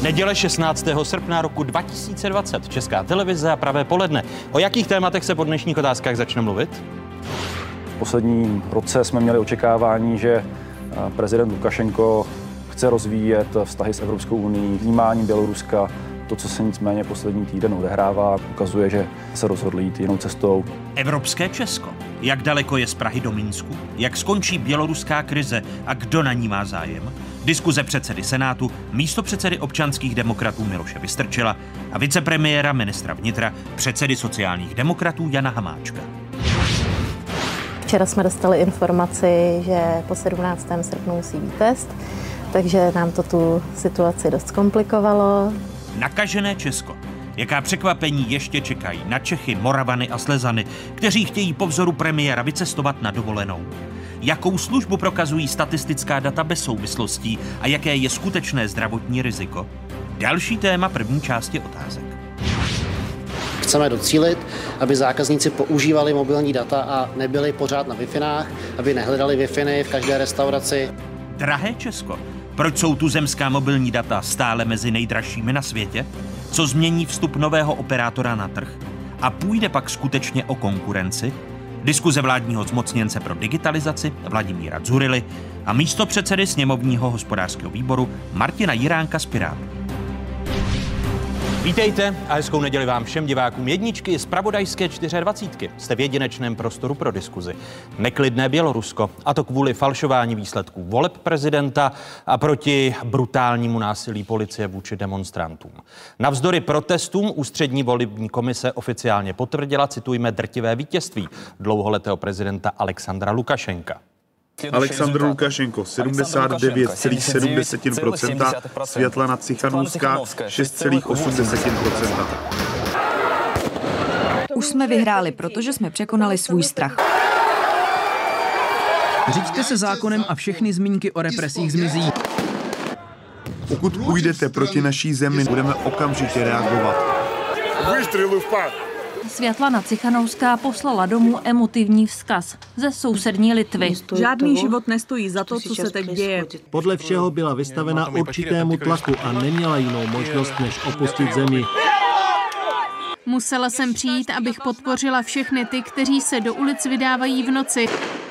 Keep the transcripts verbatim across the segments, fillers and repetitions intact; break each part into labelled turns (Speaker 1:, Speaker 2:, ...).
Speaker 1: Neděle šestnáctého srpna roku dva tisíce dvacet. Česká televize a Pravé poledne. O jakých tématech se po dnešních otázkách začne mluvit?
Speaker 2: V posledním roce jsme měli očekávání, že prezident Lukašenko chce rozvíjet vztahy s Evropskou unií, vnímání Běloruska. To, co se nicméně poslední týden odehrává, ukazuje, že se rozhodli jít jinou cestou.
Speaker 3: Evropské Česko. Jak daleko je z Prahy do Minsku? Jak skončí běloruská krize a kdo na ní má zájem? Diskuze předsedy Senátu, místopředsedy občanských demokratů Miloše Vystrčila a vicepremiéra ministra vnitra, předsedy sociálních demokratů Jana Hamáčka.
Speaker 4: Včera jsme dostali informaci, že po sedmnáctého srpnu musí být test, takže nám to tu situaci dost komplikovalo.
Speaker 3: Nakažené Česko. Jaká překvapení ještě čekají na Čechy, Moravany a Slezany, kteří chtějí po vzoru premiéra vycestovat na dovolenou? Jakou službu prokazují statistická data bez souvislostí a jaké je skutečné zdravotní riziko? Další téma první části otázek.
Speaker 5: Chceme docílit, aby zákazníci používali mobilní data a nebyli pořád na Wi-Finách, aby nehledali Wi-Fi v každé restauraci.
Speaker 3: Drahé Česko. Proč jsou tuzemská mobilní data stále mezi nejdražšími na světě? Co změní vstup nového operátora na trh? A půjde pak skutečně o konkurenci? Diskuze vládního zmocněnce pro digitalizaci Vladimíra Dzurily a místopředsedy sněmovního hospodářského výboru Martina Jiránka z Pirátů.
Speaker 1: Vítejte a hezkou neděli vám všem divákům jedničky z pravodajské dvacítky. Jste v jedinečném prostoru pro diskuzi. Neklidné Bělorusko, a to kvůli falšování výsledků voleb prezidenta a proti brutálnímu násilí policie vůči demonstrantům. Navzdory protestům ústřední volební komise oficiálně potvrdila, citujme, drtivé vítězství dlouholetého prezidenta Alexandra Lukašenka.
Speaker 6: Aleksandr Lukašenko sedmdesát devět celá sedm procenta, Světlana Cichanovská šest celá osm procenta.
Speaker 7: Už jsme vyhráli, protože jsme překonali svůj strach.
Speaker 8: Řiďte se zákonem a všechny zmínky o represích zmizí.
Speaker 6: Pokud půjdete proti naší zemi, budeme okamžitě reagovat.
Speaker 9: Světlana Cichanovská poslala domů emotivní vzkaz ze sousední Litvy.
Speaker 10: Žádný život nestojí za to, co se teď děje.
Speaker 11: Podle všeho byla vystavena určitému tlaku a neměla jinou možnost, než opustit zemi.
Speaker 9: Musela jsem přijít, abych podpořila všechny ty, kteří se do ulic vydávají v noci.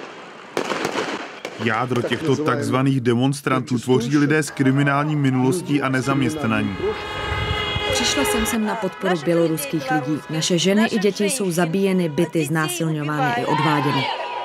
Speaker 6: Jádro těchto takzvaných demonstrantů tvoří lidé s kriminální minulostí a nezaměstnaní.
Speaker 7: Přišla jsem sem na podporu běloruských lidí. Naše ženy i děti jsou zabíjeny, bity, znásilňovány i odváděny.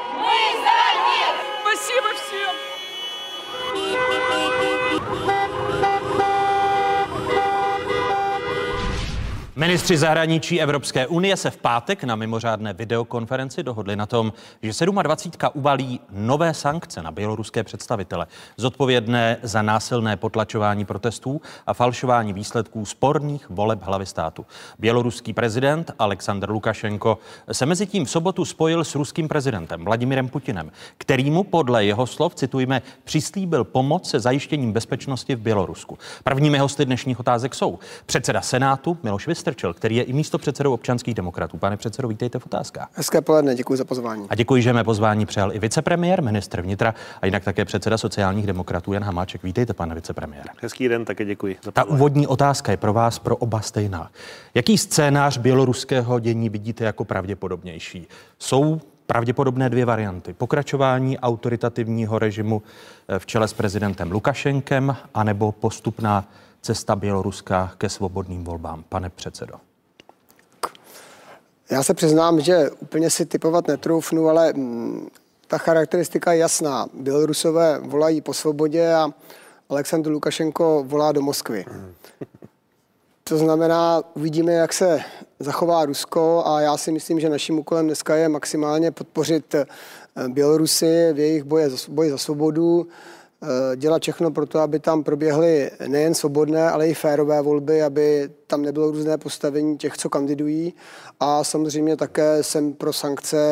Speaker 1: Ministři zahraničí Evropské unie se v pátek na mimořádné videokonferenci dohodli na tom, že dvacítka sedm uvalí nové sankce na běloruské představitele, zodpovědné za násilné potlačování protestů a falšování výsledků sporných voleb hlavy státu. Běloruský prezident Alexandr Lukašenko se mezi tím v sobotu spojil s ruským prezidentem Vladimirem Putinem, který mu podle jeho slov, citujme, přislíbil pomoc se zajištěním bezpečnosti v Bělorusku. Prvními hosty dnešních otázek jsou předseda Senátu Miloš Vystrčil, který je i místopředsedou občanských demokratů. Pane předsedo, vítejte v otázkách.
Speaker 12: Hezké poledne, děkuji za pozvání.
Speaker 1: A děkuji, že mé pozvání přijal i vicepremiér, ministr vnitra a jinak také předseda sociálních demokratů Jan Hamáček. Vítejte, pane vicepremiére.
Speaker 13: Hezký den, také děkuji za
Speaker 1: Ta
Speaker 13: pozvání.
Speaker 1: úvodní otázka je pro vás, pro oba stejná. Jaký scénář běloruského dění vidíte jako pravděpodobnější? Jsou pravděpodobné dvě varianty. Pokračování autoritativního režimu v čele s prezidentem Lukašenkem anebo postupná cesta Běloruska ke svobodným volbám. Pane předsedo.
Speaker 12: Já se přiznám, že úplně si typovat netroufnu, ale m, ta charakteristika je jasná. Bělorusové volají po svobodě a Alexandr Lukašenko volá do Moskvy. To znamená, uvidíme, jak se zachová Rusko a já si myslím, že naším úkolem dneska je maximálně podpořit Bělorusy v jejich boji za, boji za svobodu, dělat všechno pro to, aby tam proběhly nejen svobodné, ale i férové volby, aby tam nebylo různé postavení těch, co kandidují. A samozřejmě také jsem pro sankce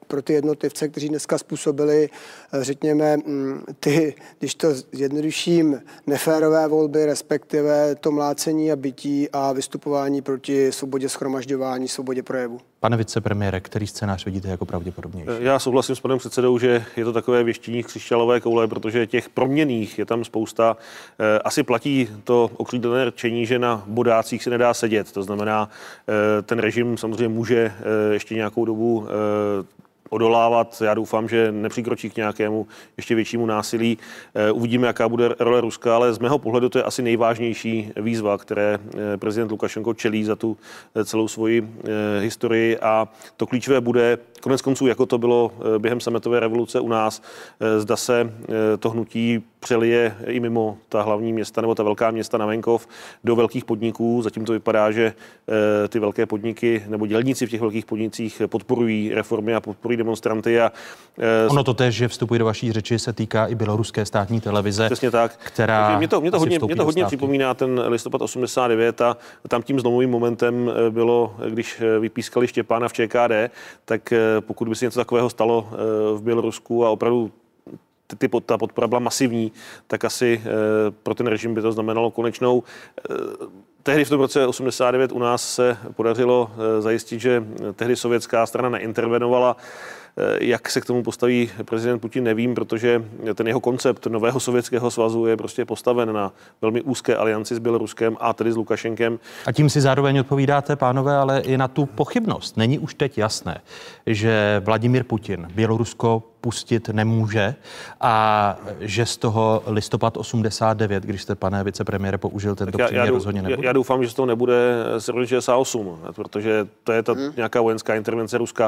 Speaker 12: pro ty jednotlivce, kteří dneska způsobili, řekněme, ty, když to zjednoduším, neférové volby, respektive to mlácení a bití a vystupování proti svobodě shromažďování, svobodě projevu.
Speaker 1: Pane vicepremiére, který scénář vidíte jako pravděpodobnější?
Speaker 13: Já souhlasím s panem předsedou, že je to takové věštění křišťálové koule, protože těch proměnných je tam spousta. Asi platí to okřídlené rčení, že na bodácích se nedá sedět. To znamená, ten režim samozřejmě může ještě nějakou dobu odolávat. Já doufám, že nepřikročí k nějakému ještě většímu násilí. Uvidíme, jaká bude role Ruska, ale z mého pohledu to je asi nejvážnější výzva, které prezident Lukašenko čelí za tu celou svoji historii, a to klíčové bude konec konců, jako to bylo během sametové revoluce u nás, zda se to hnutí přelije i mimo ta hlavní města nebo ta velká města na venkov do velkých podniků. Zatím to vypadá, že ty velké podniky nebo dělníci v těch velkých podnicích podporují reformy a podporují demonstranty. A
Speaker 1: ono to též, že vstupují do vaší řeči, se týká i běloruské státní televize.
Speaker 13: Přesně tak.
Speaker 1: Která
Speaker 13: mě to, mě to hodně, mě to hodně připomíná ten listopad osmdesát devět, a tam tím zlomovým momentem bylo, když vypískali Štěpána v ČKD, tak pokud by se něco takového stalo v Bělorusku a opravdu ty, ta podpora byla masivní, tak asi pro ten režim by to znamenalo konečnou. Tehdy v tom roce osmdesát devět u nás se podařilo zajistit, že tehdy sovětská strana neintervenovala. Jak se k tomu postaví prezident Putin, nevím, protože ten jeho koncept nového sovětského svazu je prostě postaven na velmi úzké alianci s Běloruskem a tedy s Lukašenkem.
Speaker 1: A tím si zároveň odpovídáte, pánové, ale i na tu pochybnost. Není už teď jasné, že Vladimír Putin Bělorusko pustit nemůže a že z toho listopad osmdesát devět, když jste, pane vicepremiére, použil tento
Speaker 13: já,
Speaker 1: příměr,
Speaker 13: já,
Speaker 1: rozhodně nebude?
Speaker 13: Já doufám, že z toho nebude srpna šedesát osm, protože to je ta hmm. nějaká vojenská intervence Ruska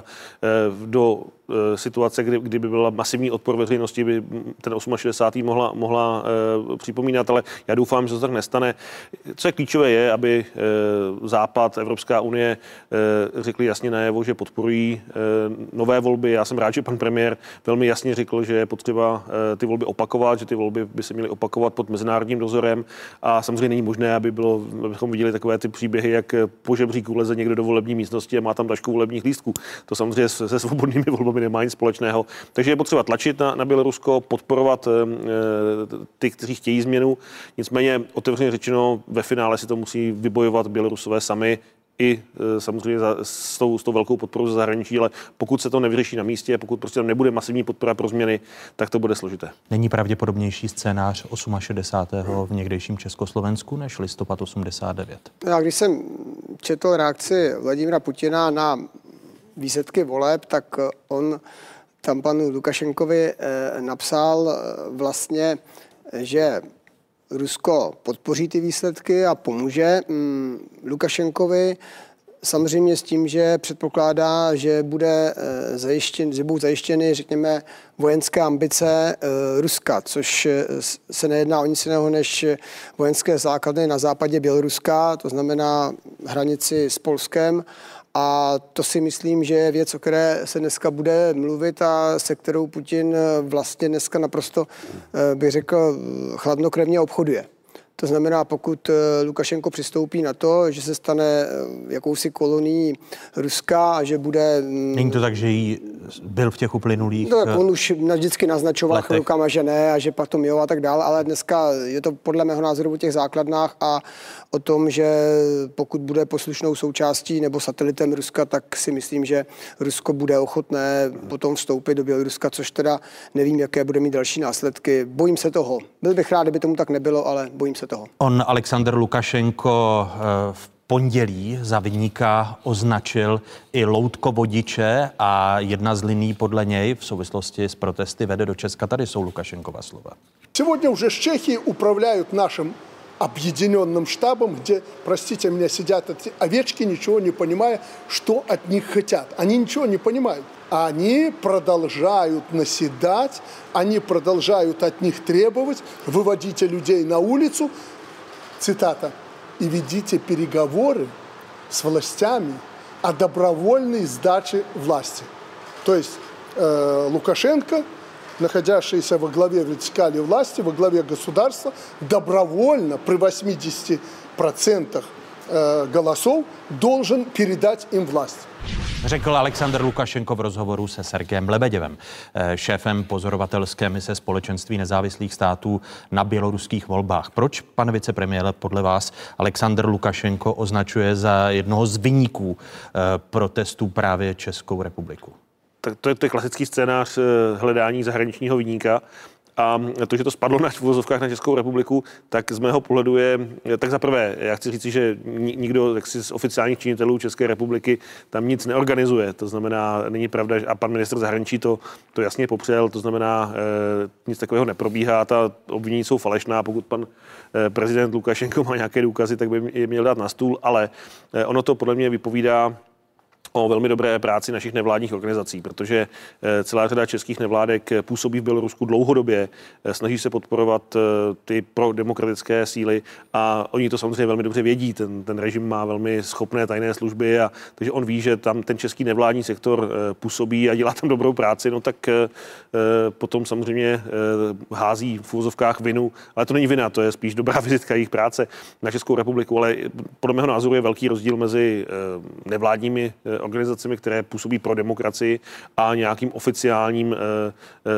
Speaker 13: do situace, kdy, kdyby byla masivní odpor veřejnosti, by ten šedesátý osmý mohla, mohla uh, připomínat, ale já doufám, že to tak nestane. Co je klíčové je, aby uh, Západ, Evropská unie uh, řekli jasně najevo, že podporují uh, nové volby. Já jsem rád, že pan premiér velmi jasně řekl, že je potřeba uh, ty volby opakovat, že ty volby by se měly opakovat pod mezinárodním dozorem, a samozřejmě není možné, aby bylo, abychom viděli takové ty příběhy, jak po žebříku leze někdo do volební místnosti a má tam tašku volebních lístků. To samozřejmě se, se svobodnými volbami nemá nic společného. Takže je potřeba tlačit na, na Bělorusko, podporovat e, ty, kteří chtějí změnu. Nicméně otevřeně řečeno, ve finále si to musí vybojovat Bělorusové sami, i e, samozřejmě za, s, tou, s tou velkou podporou ze zahraničí, ale pokud se to nevyřeší na místě, pokud prostě tam nebude masivní podpora pro změny, tak to bude složité.
Speaker 1: Není pravděpodobnější scénář šedesátého osmého v někdejším Československu než listopad osmdesát devět?
Speaker 12: Já když jsem četl reakci Vladimira Putina na výsledky voleb, tak on tam panu Lukašenkovi eh, napsal eh, vlastně, že Rusko podpoří ty výsledky a pomůže mm, Lukašenkovi, samozřejmě s tím, že předpokládá, že, bude, eh, zajištěn, že budou zajištěny, řekněme, vojenské ambice eh, Ruska, což se nejedná o nic jiného než vojenské základny na západě Běloruska, to znamená hranici s Polskem. A to si myslím, že je věc, o které se dneska bude mluvit a se kterou Putin vlastně dneska naprosto, bych řekl, chladnokrevně obchoduje. To znamená, pokud Lukašenko přistoupí na to, že se stane jakousi kolonií Ruska a že bude...
Speaker 1: Není to tak, že jí byl v těch uplynulých...
Speaker 12: No, tak on už vždycky naznačoval chvilkama, že ne a že potom jo a tak dále, ale dneska je to podle mého názoru o těch základnách a o tom, že pokud bude poslušnou součástí nebo satelitem Ruska, tak si myslím, že Rusko bude ochotné potom vstoupit do Běloruska, což teda nevím, jaké bude mít další následky. Bojím se toho. Byl bych rád, kdyby tomu tak nebylo, ale bojím se toho.
Speaker 1: On, Alexander Lukašenko, v pondělí za viníka označil i loutkovodiče a jedna z liní podle něj v souvislosti s protesty vede do Česka. Tady jsou Lukašenkova slova.
Speaker 14: Сегодня уже с Чехии управляют нашим объединенным штабом, где, простите меня, сидят эти овечки, ничего не понимая, что от них хотят. Они ничего не понимают. Они продолжают наседать, они продолжают от них требовать, выводите людей на улицу, цитата, и ведите переговоры с властями о добровольной сдаче власти. То есть э, Лукашенко, находящийся во главе вертикали власти, во главе государства, добровольно при восьмидесяти процентах э, голосов должен передать им власть.
Speaker 1: Řekl Alexandr Lukašenko v rozhovoru se Sergejem Lebeděvem, šéfem pozorovatelské mise Společenství nezávislých států na běloruských volbách. Proč, pane vicepremiére, podle vás Alexandr Lukašenko označuje za jednoho z viníků protestů právě Českou republiku?
Speaker 13: Tak to je, to je klasický scénář hledání zahraničního viníka. A to, že to spadlo na uvozovkách na Českou republiku, tak z mého pohledu je, tak za prvé, já chci říct, že nikdo jaksi z oficiálních činitelů České republiky tam nic neorganizuje. To znamená, není pravda, a pan ministr zahraničí to, to jasně popřel, to znamená, eh, nic takového neprobíhá, ta obvinění jsou falešná, pokud pan eh, prezident Lukašenko má nějaké důkazy, tak by je měl dát na stůl, ale eh, ono to podle mě vypovídá o velmi dobré práci našich nevládních organizací, protože celá řada českých nevládek působí v Bělorusku dlouhodobě, snaží se podporovat ty prodemokratické síly a oni to samozřejmě velmi dobře vědí. Ten, ten režim má velmi schopné tajné služby, a takže on ví, že tam ten český nevládní sektor působí a dělá tam dobrou práci, no tak potom samozřejmě hází v uvozovkách vinu, ale to není vina, to je spíš dobrá vizitka jejich práce na Českou republiku, ale podle mého názoru je velký rozdíl mezi nevládními organizacemi, které působí pro demokracii a nějakým oficiálním e, e,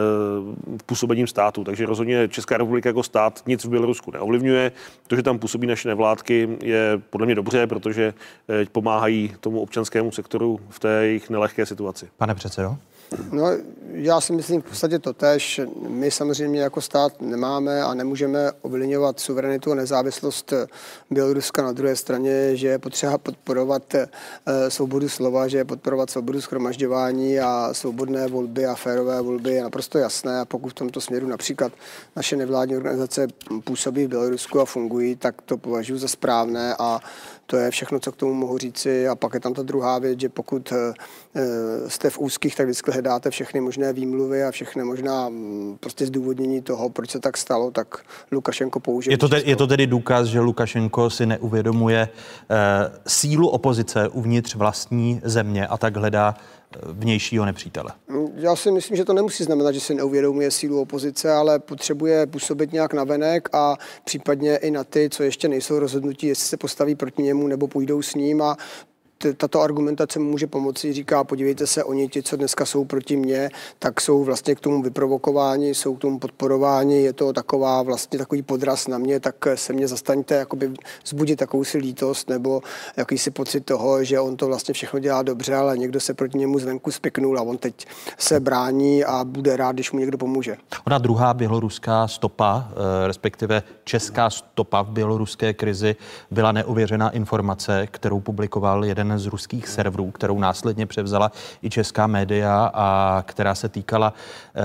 Speaker 13: působením státu. Takže rozhodně Česká republika jako stát nic v Bělorusku neovlivňuje. To, že tam působí naše nevládky, je podle mě dobře, protože e, pomáhají tomu občanskému sektoru v té jejich nelehké situaci.
Speaker 1: Pane předsedo?
Speaker 12: No, já si myslím v podstatě totéž. My samozřejmě jako stát nemáme a nemůžeme ovlivňovat suverenitu a nezávislost Běloruska. Na druhé straně, že je potřeba podporovat svobodu slova, že je podporovat svobodu shromažďování a svobodné volby a férové volby je naprosto jasné. A pokud v tomto směru například naše nevládní organizace působí v Bělorusku a fungují, tak to považuji za správné a to je všechno, co k tomu mohu říci. A pak je tam ta druhá věc, že pokud jste v úzkých, tak vždycky hledáte všechny možné výmluvy a všechny možná prostě zdůvodnění toho, proč se tak stalo, tak Lukašenko použije.
Speaker 1: Je to, te, je to tedy důkaz, že Lukašenko si neuvědomuje eh, sílu opozice uvnitř vlastní země a tak hledá vnějšího nepřítele?
Speaker 12: Já si myslím, že to nemusí znamenat, že si neuvědomuje sílu opozice, ale potřebuje působit nějak navenek a případně i na ty, co ještě nejsou rozhodnutí, jestli se postaví proti němu nebo půjdou s ním, a tato argumentace mu může pomoci. Říká, podívejte se, oni ti, co dneska jsou proti mně, tak jsou vlastně k tomu vyprovokováni, jsou k tomu podporováni, je to taková vlastně takový podraz na mě, tak se mě zastaňte, jakoby vzbudit jakousi lítost nebo jakýsi pocit toho, že on to vlastně všechno dělá dobře, ale někdo se proti němu zvenku spiknul a on teď se brání a bude rád, když mu někdo pomůže.
Speaker 1: Ona druhá běloruská stopa, respektive česká stopa v běloruské krizi, byla neověřená informace, kterou publikoval jeden z ruských serverů, kterou následně převzala i česká média a která se týkala eh,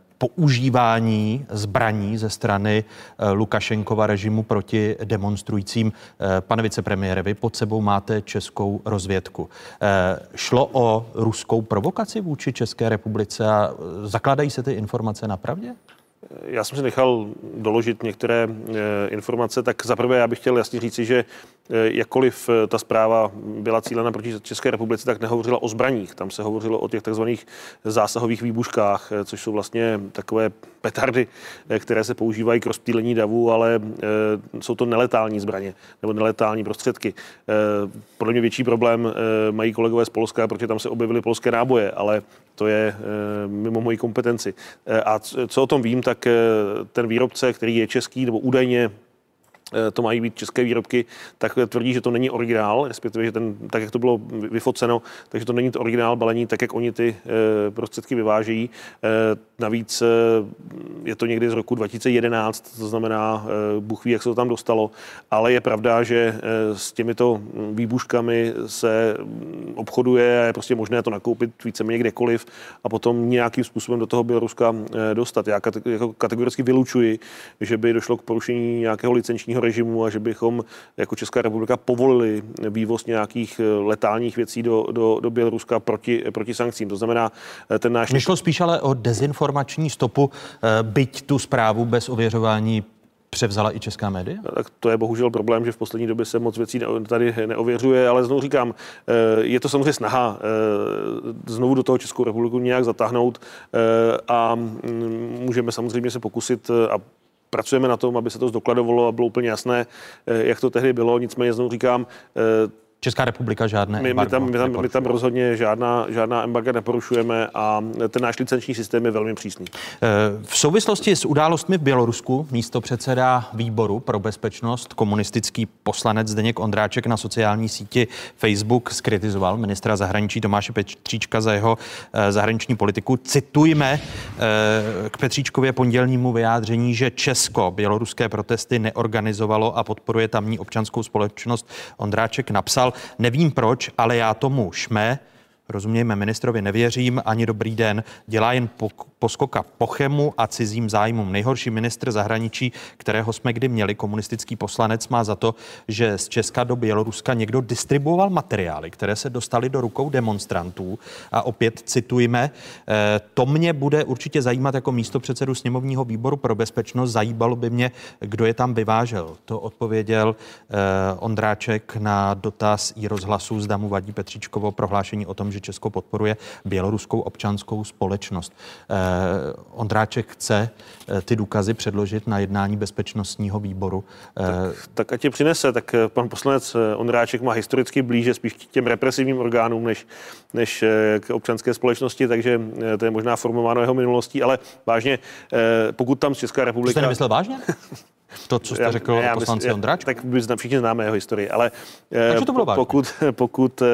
Speaker 1: používání zbraní ze strany eh, Lukašenkova režimu proti demonstrujícím. Eh, pane vicepremiére, vy pod sebou máte českou rozvědku. Eh, šlo o ruskou provokaci vůči České republice a zakládají se ty informace na pravdě?
Speaker 13: Já jsem si nechal doložit některé e, informace, tak zaprvé já bych chtěl jasně říci, že e, jakkoliv ta zpráva byla cílena proti České republice, tak nehovořila o zbraních. Tam se hovořilo o těch takzvaných zásahových výbuškách, e, což jsou vlastně takové petardy, e, které se používají k rozptýlení davu, ale e, jsou to neletální zbraně nebo neletální prostředky. E, podle mě větší problém e, mají kolegové z Polska, protože tam se objevily polské náboje, ale to je e, mimo moji kompetenci. E, a c- co o tom vím, tak ten výrobce, který je český nebo údajně to mají být české výrobky, tak tvrdí, že to není originál, respektive, že ten, tak, jak to bylo vyfoceno, takže to není to originál balení, tak, jak oni ty e, prostředky vyvážejí. E, navíc e, je to někdy z roku dva tisíce jedenáct, to znamená, e, Bůh ví, jak se to tam dostalo, ale je pravda, že e, s těmito výbuškami se obchoduje a je prostě možné to nakoupit víceméně kdekoliv a potom nějakým způsobem do toho Běloruska e, dostat. Já kate, jako kategoricky vylučuji, že by došlo k porušení nějakého licenčního režimu a že bychom jako Česká republika povolili vývoz nějakých letálních věcí do, do, do Běloruska proti, proti sankcím. To znamená, ten náš...
Speaker 1: Myšlo spíš ale o dezinformační stopu, byť tu zprávu bez ověřování převzala i česká média?
Speaker 13: Tak to je bohužel problém, že v poslední době se moc věcí tady neověřuje, ale znovu říkám, je to samozřejmě snaha znovu do toho Českou republiku nějak zatáhnout a můžeme samozřejmě se pokusit a pracujeme na tom, aby se to zdokladovalo a bylo úplně jasné, jak to tehdy bylo. Nicméně znovu říkám,
Speaker 1: Česká republika žádné
Speaker 13: my,
Speaker 1: embargo
Speaker 13: my, tam, my, tam, my tam rozhodně žádná, žádná embarga neporušujeme a ten náš licenční systém je velmi přísný.
Speaker 1: V souvislosti s událostmi v Bělorusku místopředseda výboru pro bezpečnost, komunistický poslanec Zdeněk Ondráček na sociální síti Facebook zkritizoval ministra zahraničí Tomáše Petříčka za jeho zahraniční politiku. Citujme k Petříčkově pondělnímu vyjádření, že Česko běloruské protesty neorganizovalo a podporuje tamní občanskou společnost. Ondráček napsal: nevím proč, ale já tomu šme, rozumějme, ministrovi nevěřím, ani dobrý den, dělá jen poskoka pochemu a cizím zájmům. Nejhorší ministr zahraničí, kterého jsme kdy měli, komunistický poslanec, má za to, že z Česka do Běloruska někdo distribuoval materiály, které se dostaly do rukou demonstrantů. A opět citujme, to mě bude určitě zajímat jako místopředsedu sněmovního výboru pro bezpečnost, zajímalo by mě, kdo je tam vyvážel. To odpověděl Ondráček na dotaz i rozhlasu, zda mu vadí Petříčkovo prohlášení o tom, že Česko podporuje běloruskou občanskou společnost. Eh, Ondráček chce eh, ty důkazy předložit na jednání bezpečnostního výboru.
Speaker 13: Eh, tak, tak ať je přinese, tak pan poslanec Ondráček má historicky blíže spíš k těm represivním orgánům, než, než k občanské společnosti, takže to je možná formováno jeho minulostí, ale vážně, eh, pokud tam z Česká republika...
Speaker 1: Jste nemyslel vážně? To, co jste řekl o poslanci Ondráčku?
Speaker 13: Tak všichni známe jeho historii, ale
Speaker 1: Takže to bylo vážně.
Speaker 13: pokud... pokud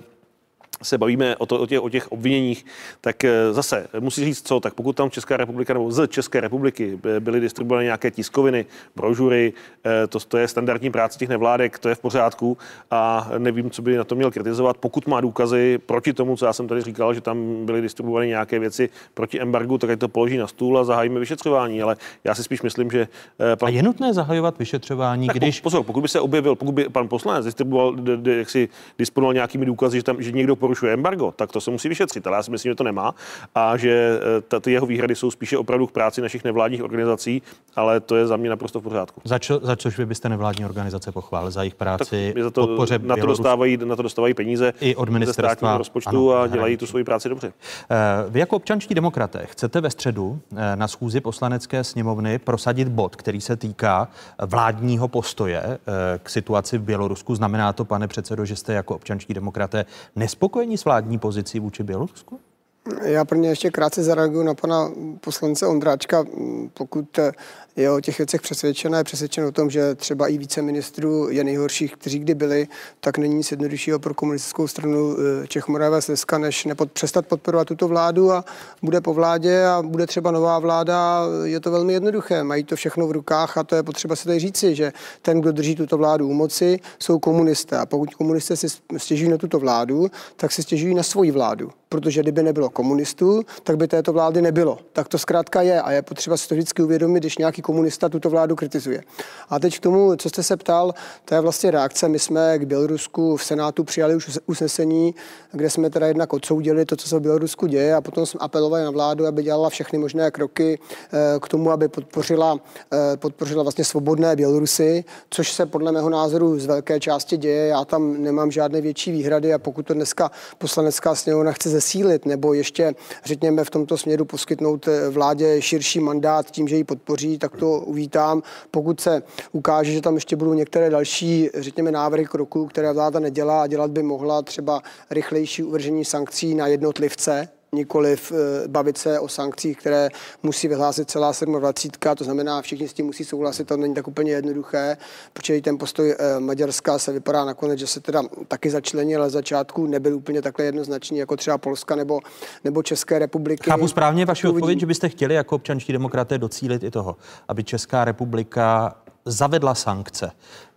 Speaker 13: se bavíme o, to, o, těch, o těch obviněních, tak zase musí říct co, tak pokud tam Česká republika nebo z České republiky byly distribuovány nějaké tiskoviny, brožury, to, to je standardní práce těch nevládek, to je v pořádku a nevím, co by na to měl kritizovat. Pokud má důkazy proti tomu, co já jsem tady říkal, že tam byly distribuovány nějaké věci proti embargu, tak ať to položí na stůl a zahájíme vyšetřování, ale já si spíš myslím, že...
Speaker 1: Pan... A je nutné zahajovat vyšetřování,
Speaker 13: tak
Speaker 1: když...
Speaker 13: Pozor, pokud by se objevil, pokud by pan poslanec distribuoval, jak si disponoval nějakými důkazy, že tam že někdo porušuje embargo, tak to se musí vyšetřit. Ale já si myslím, že to nemá a že ty jeho výhrady jsou spíše opravdu k práci našich nevládních organizací, ale to je za mě naprosto v pořádku.
Speaker 1: Za, čo, za což vy byste nevládní organizace pochválil? Za jejich práci,
Speaker 13: za to,
Speaker 1: podpoře
Speaker 13: na to dostávají, na to dostávají peníze
Speaker 1: i od
Speaker 13: ze státního rozpočtu ano, a dělají hraničí. Tu svoji práci dobře.
Speaker 1: Vy jako občanští demokraté chcete ve středu na schůzi Poslanecké sněmovny prosadit bod, který se týká vládního postoje k situaci v Bělorusku. Znamená to, pane předsedo, že jste jako občanští demokraté nespokojení s vládní pozicí vůči Bělorusku?
Speaker 12: Já pro ně ještě krátce zareaguju na pana poslance Ondráčka. Pokud je o těch věcech přesvědčené, je přesvědčen o tom, že třeba i více ministrů je nejhorších, kteří kdy byli, tak není nic jednoduššího pro komunistickou stranu Čech, Moravy a Slezska, než nepod, přestat podporovat tuto vládu a bude po vládě a bude třeba nová vláda. Je to velmi jednoduché, mají to všechno v rukách a to je potřeba si tady říci, že ten, kdo drží tuto vládu u moci, jsou komunisté. A pokud komunisté si stěžují na tuto vládu, tak si stěžují na svoji vládu. Protože kdyby nebylo komunistů, tak by této vlády nebylo. Tak to zkrátka je a je potřeba si to vždycky uvědomit, když nějaký komunista tuto vládu kritizuje. A teď k tomu, co jste se ptal, to je vlastně reakce. My jsme k Bělorusku v Senátu přijali už usnesení, kde jsme teda jednak odsoudili to, co se v Bělorusku děje a potom jsme apelovali na vládu, aby dělala všechny možné kroky k tomu, aby podpořila, podpořila vlastně svobodné Bělorusy, což se podle mého názoru z velké části děje. Já tam nemám žádné větší výhrady a pokud to dneska Poslanecká sněmovna chce zesílit nebo ještě, řekněme, v tomto směru poskytnout vládě širší mandát tím, že ji podpoří, tak to uvítám. Pokud se ukáže, že tam ještě budou některé další, řekněme, návrhy kroků, které vláda nedělá a dělat by mohla, třeba rychlejší uvržení sankcí na jednotlivce, nikoliv bavit se o sankcích, které musí vyhlásit celá dvacet sedm, to znamená, všichni s tím musí souhlasit, to není tak úplně jednoduché, protože ten postoj Maďarska se vypadá nakonec, že se teda taky začlení, ale začátku nebyl úplně takhle jednoznačný, jako třeba Polska nebo, nebo České republiky.
Speaker 1: Chápu správně vaši odpověď, že byste chtěli jako občanští demokraté docílit i toho, aby Česká republika zavedla sankce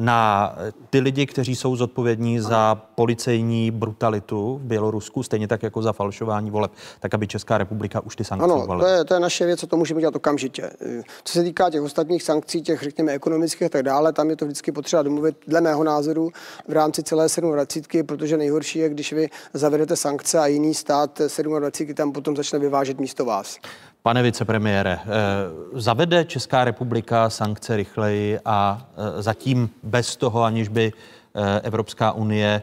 Speaker 1: na ty lidi, kteří jsou zodpovědní za policejní brutalitu v Bělorusku, stejně tak jako za falšování voleb, tak aby Česká republika už ty sankce
Speaker 12: uvalila. Ano, to je, to je naše věc, co to můžeme dělat okamžitě. Co se týká těch ostatních sankcí, těch řekněme ekonomických a tak dále, tam je to vždycky potřeba domluvit, dle mého názoru, v rámci celé dvacet sedm, protože nejhorší je, když vy zavedete sankce a jiný stát dvacet sedm tam potom začne vyvážet místo vás.
Speaker 1: Pane vicepremiére, zavede Česká republika sankce rychleji a zatím bez toho, aniž by Evropská unie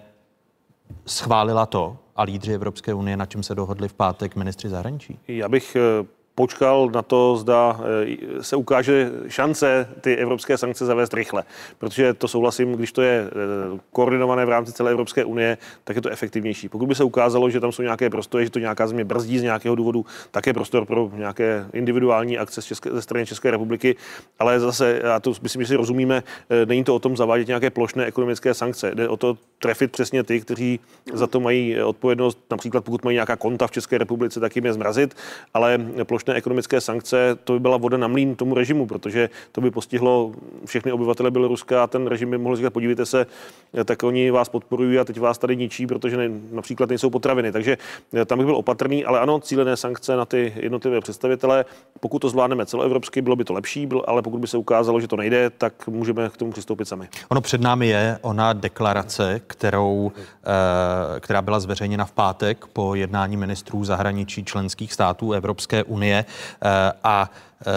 Speaker 1: schválila to a lídři Evropské unie, na čem se dohodli v pátek ministři zahraničí?
Speaker 13: Já bych počkal na to, zda se ukáže šance ty evropské sankce zavést rychle. Protože to souhlasím, když to je koordinované v rámci celé Evropské unie, tak je to efektivnější. Pokud by se ukázalo, že tam jsou nějaké prostory, že to nějaká země brzdí z nějakého důvodu, tak je prostor pro nějaké individuální akce z České, ze strany České republiky. Ale zase, já to myslím, že si rozumíme, není to o tom zavádět nějaké plošné ekonomické sankce. Jde o to trefit přesně ty, kteří za to mají odpovědnost. Například pokud mají nějaká konta v České republice, tak jim je zmrazit, ale plošné ekonomické sankce, to by byla voda na mlýn tomu režimu, protože to by postihlo všechny obyvatele Běloruska a ten režim by mohl říkat, podívejte se, tak oni vás podporují a teď vás tady ničí, protože ne, například nejsou potraviny. Takže tam bych byl opatrný, ale ano, cílené sankce na ty jednotlivé představitele. Pokud to zvládneme celoevropsky, bylo by to lepší, ale pokud by se ukázalo, že to nejde, tak můžeme k tomu přistoupit sami.
Speaker 1: Ono před námi je ona deklarace, kterou, která byla zveřejněna v pátek po jednání ministrů zahraničí členských států Evropské unie a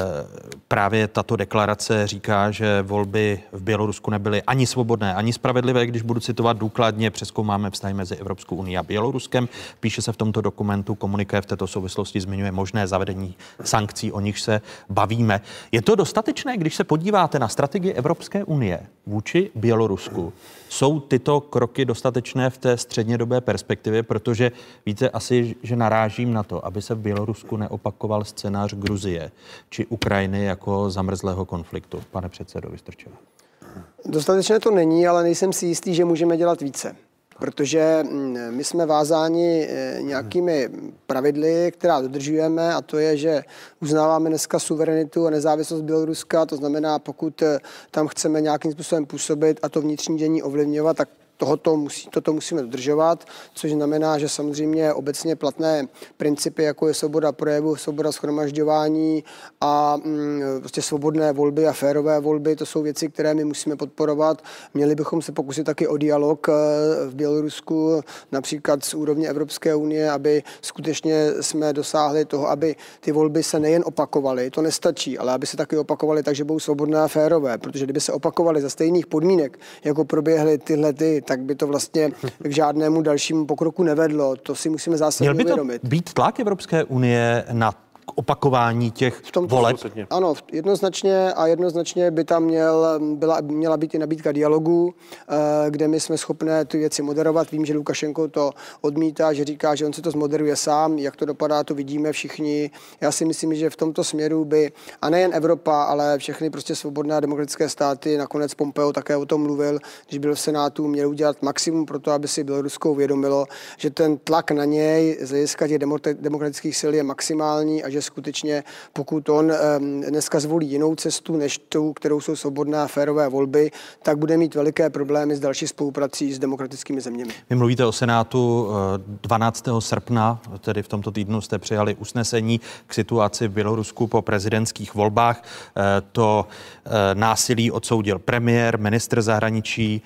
Speaker 1: právě tato deklarace říká, že volby v Bělorusku nebyly ani svobodné, ani spravedlivé. Když budu citovat důkladně, přezkoumáme vztahy mezi Evropskou unií a Běloruskem. Píše se v tomto dokumentu, komuniké v této souvislosti zmiňuje možné zavedení sankcí, o nich se bavíme. Je to dostatečné, když se podíváte na strategii Evropské unie vůči Bělorusku? Jsou tyto kroky dostatečné v té střednědobé perspektivě, protože víte asi, že narážím na to, aby se v Bělorusku neopakoval scénář Gruzie či Ukrajiny jako zamrzlého konfliktu. Pane předsedo Vystrčila.
Speaker 12: Dostatečné to není, ale nejsem si jistý, že můžeme dělat více. Protože my jsme vázáni nějakými pravidly, která dodržujeme, a to je, že uznáváme dneska suverenitu a nezávislost Běloruska, to znamená, pokud tam chceme nějakým způsobem působit a to vnitřní dění ovlivňovat, tak Tohoto musí, toto musíme dodržovat, což znamená, že samozřejmě obecně platné principy, jako je svoboda projevu, svoboda shromažďování a mm, prostě svobodné volby a férové volby, to jsou věci, které my musíme podporovat. Měli bychom se pokusit taky o dialog v Bělorusku, například z úrovně Evropské unie, aby skutečně jsme dosáhli toho, aby ty volby se nejen opakovaly, to nestačí, ale aby se taky opakovaly tak, že budou svobodné a férové, protože kdyby se opakovaly za stejných podmínek, jako proběhly tyhle ty, tak by to vlastně k žádnému dalšímu pokroku nevedlo. To si musíme zásadně uvědomit.
Speaker 1: Měl by to být tlak Evropské unie na opakování těch voleb?
Speaker 12: Ano, jednoznačně a jednoznačně by tam měl, byla, měla být i nabídka dialogu, kde my jsme schopné ty věci moderovat. Vím, že Lukašenko to odmítá, že říká, že on si to zmoderuje sám. Jak to dopadá, to vidíme všichni. Já si myslím, že v tomto směru by, a nejen Evropa, ale všechny prostě svobodné a demokratické státy, nakonec Pompeo také o tom mluvil, když byl v Senátu, měl udělat maximum pro to, aby si Bělorusko uvědomilo, že ten tlak na něj z hlediska těch demokratických sil je maximální a že skutečně, pokud on dneska zvolí jinou cestu, než tu, kterou jsou svobodné a férové volby, tak bude mít veliké problémy s další spoluprací s demokratickými zeměmi.
Speaker 1: Vy mluvíte o Senátu. dvanáctého srpna, tedy v tomto týdnu, jste přijali usnesení k situaci v Bělorusku po prezidentských volbách. To násilí odsoudil premiér, ministr zahraničí,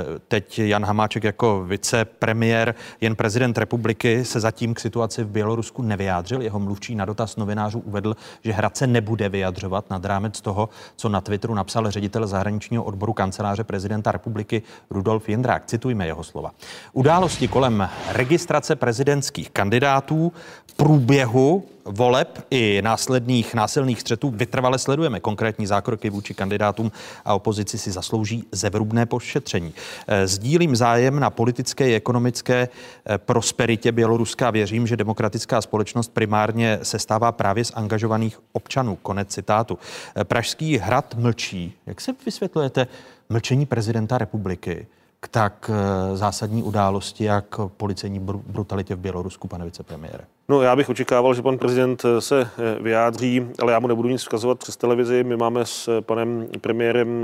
Speaker 1: teď Jan Hamáček jako vicepremiér. Jen prezident republiky se zatím k situaci v Bělorusku nevyjádřil. Jeho mluvčí na dotaz novinářů uvedl, že Hrad se nebude vyjadřovat nad rámec toho, co na Twitteru napsal ředitel zahraničního odboru kanceláře prezidenta republiky Rudolf Jindrák. Citujme jeho slova. Události kolem registrace prezidentských kandidátů, průběhu voleb i následných násilných střetů vytrvale sledujeme. Konkrétní zákroky vůči kandidátům a opozici si zaslouží zevrubné pošetření. Sdílím zájem na politické i ekonomické prosperitě Běloruska a věřím, že demokratická společnost primárně se stává právě z angažovaných občanů. Konec citátu. Pražský hrad mlčí. Jak se vysvětlujete mlčení prezidenta republiky k tak zásadní události, jak policejní brutalitě v Bělorusku, pane vicepremiére?
Speaker 13: No, já bych očekával, že pan prezident se vyjádří, ale já mu nebudu nic vzkazovat přes televizi. My máme s panem premiérem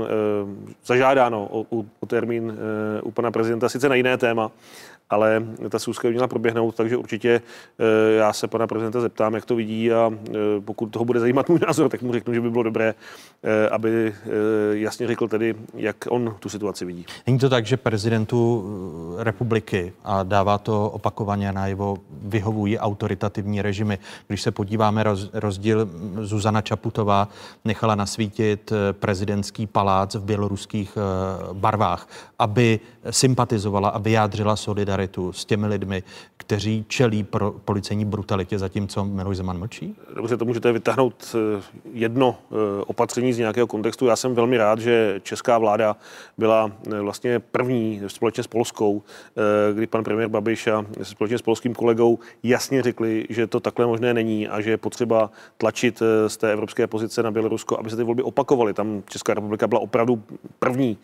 Speaker 13: zažádáno o, o termín u pana prezidenta, sice na jiné téma, ale ta schůzka by měla proběhnout, takže určitě já se pana prezidenta zeptám, jak to vidí, a pokud toho bude zajímat můj názor, tak mu řeknu, že by bylo dobré, aby jasně řekl tedy, jak on tu situaci vidí.
Speaker 1: Není to tak, že prezidentu republiky, a dává to opakovaně najevo, vyhovují autoritativní režimy. Když se podíváme, rozdíl, Zuzana Čaputová nechala nasvítit prezidentský palác v běloruských barvách, aby sympatizovala a vyjádřila solidaritu solidaritu s těmi lidmi, kteří čelí pro policejní brutalitě, zatímco Miloš Zeman mlčí?
Speaker 13: Dobře, to můžete vytáhnout jedno opatření z nějakého kontextu. Já jsem velmi rád, že česká vláda byla vlastně první společně s polskou, kdy pan premiér Babiš a společně s polským kolegou jasně řekli, že to takhle možné není a že je potřeba tlačit z té evropské pozice na Bělorusko, aby se ty volby opakovaly. Tam Česká republika byla opravdu první,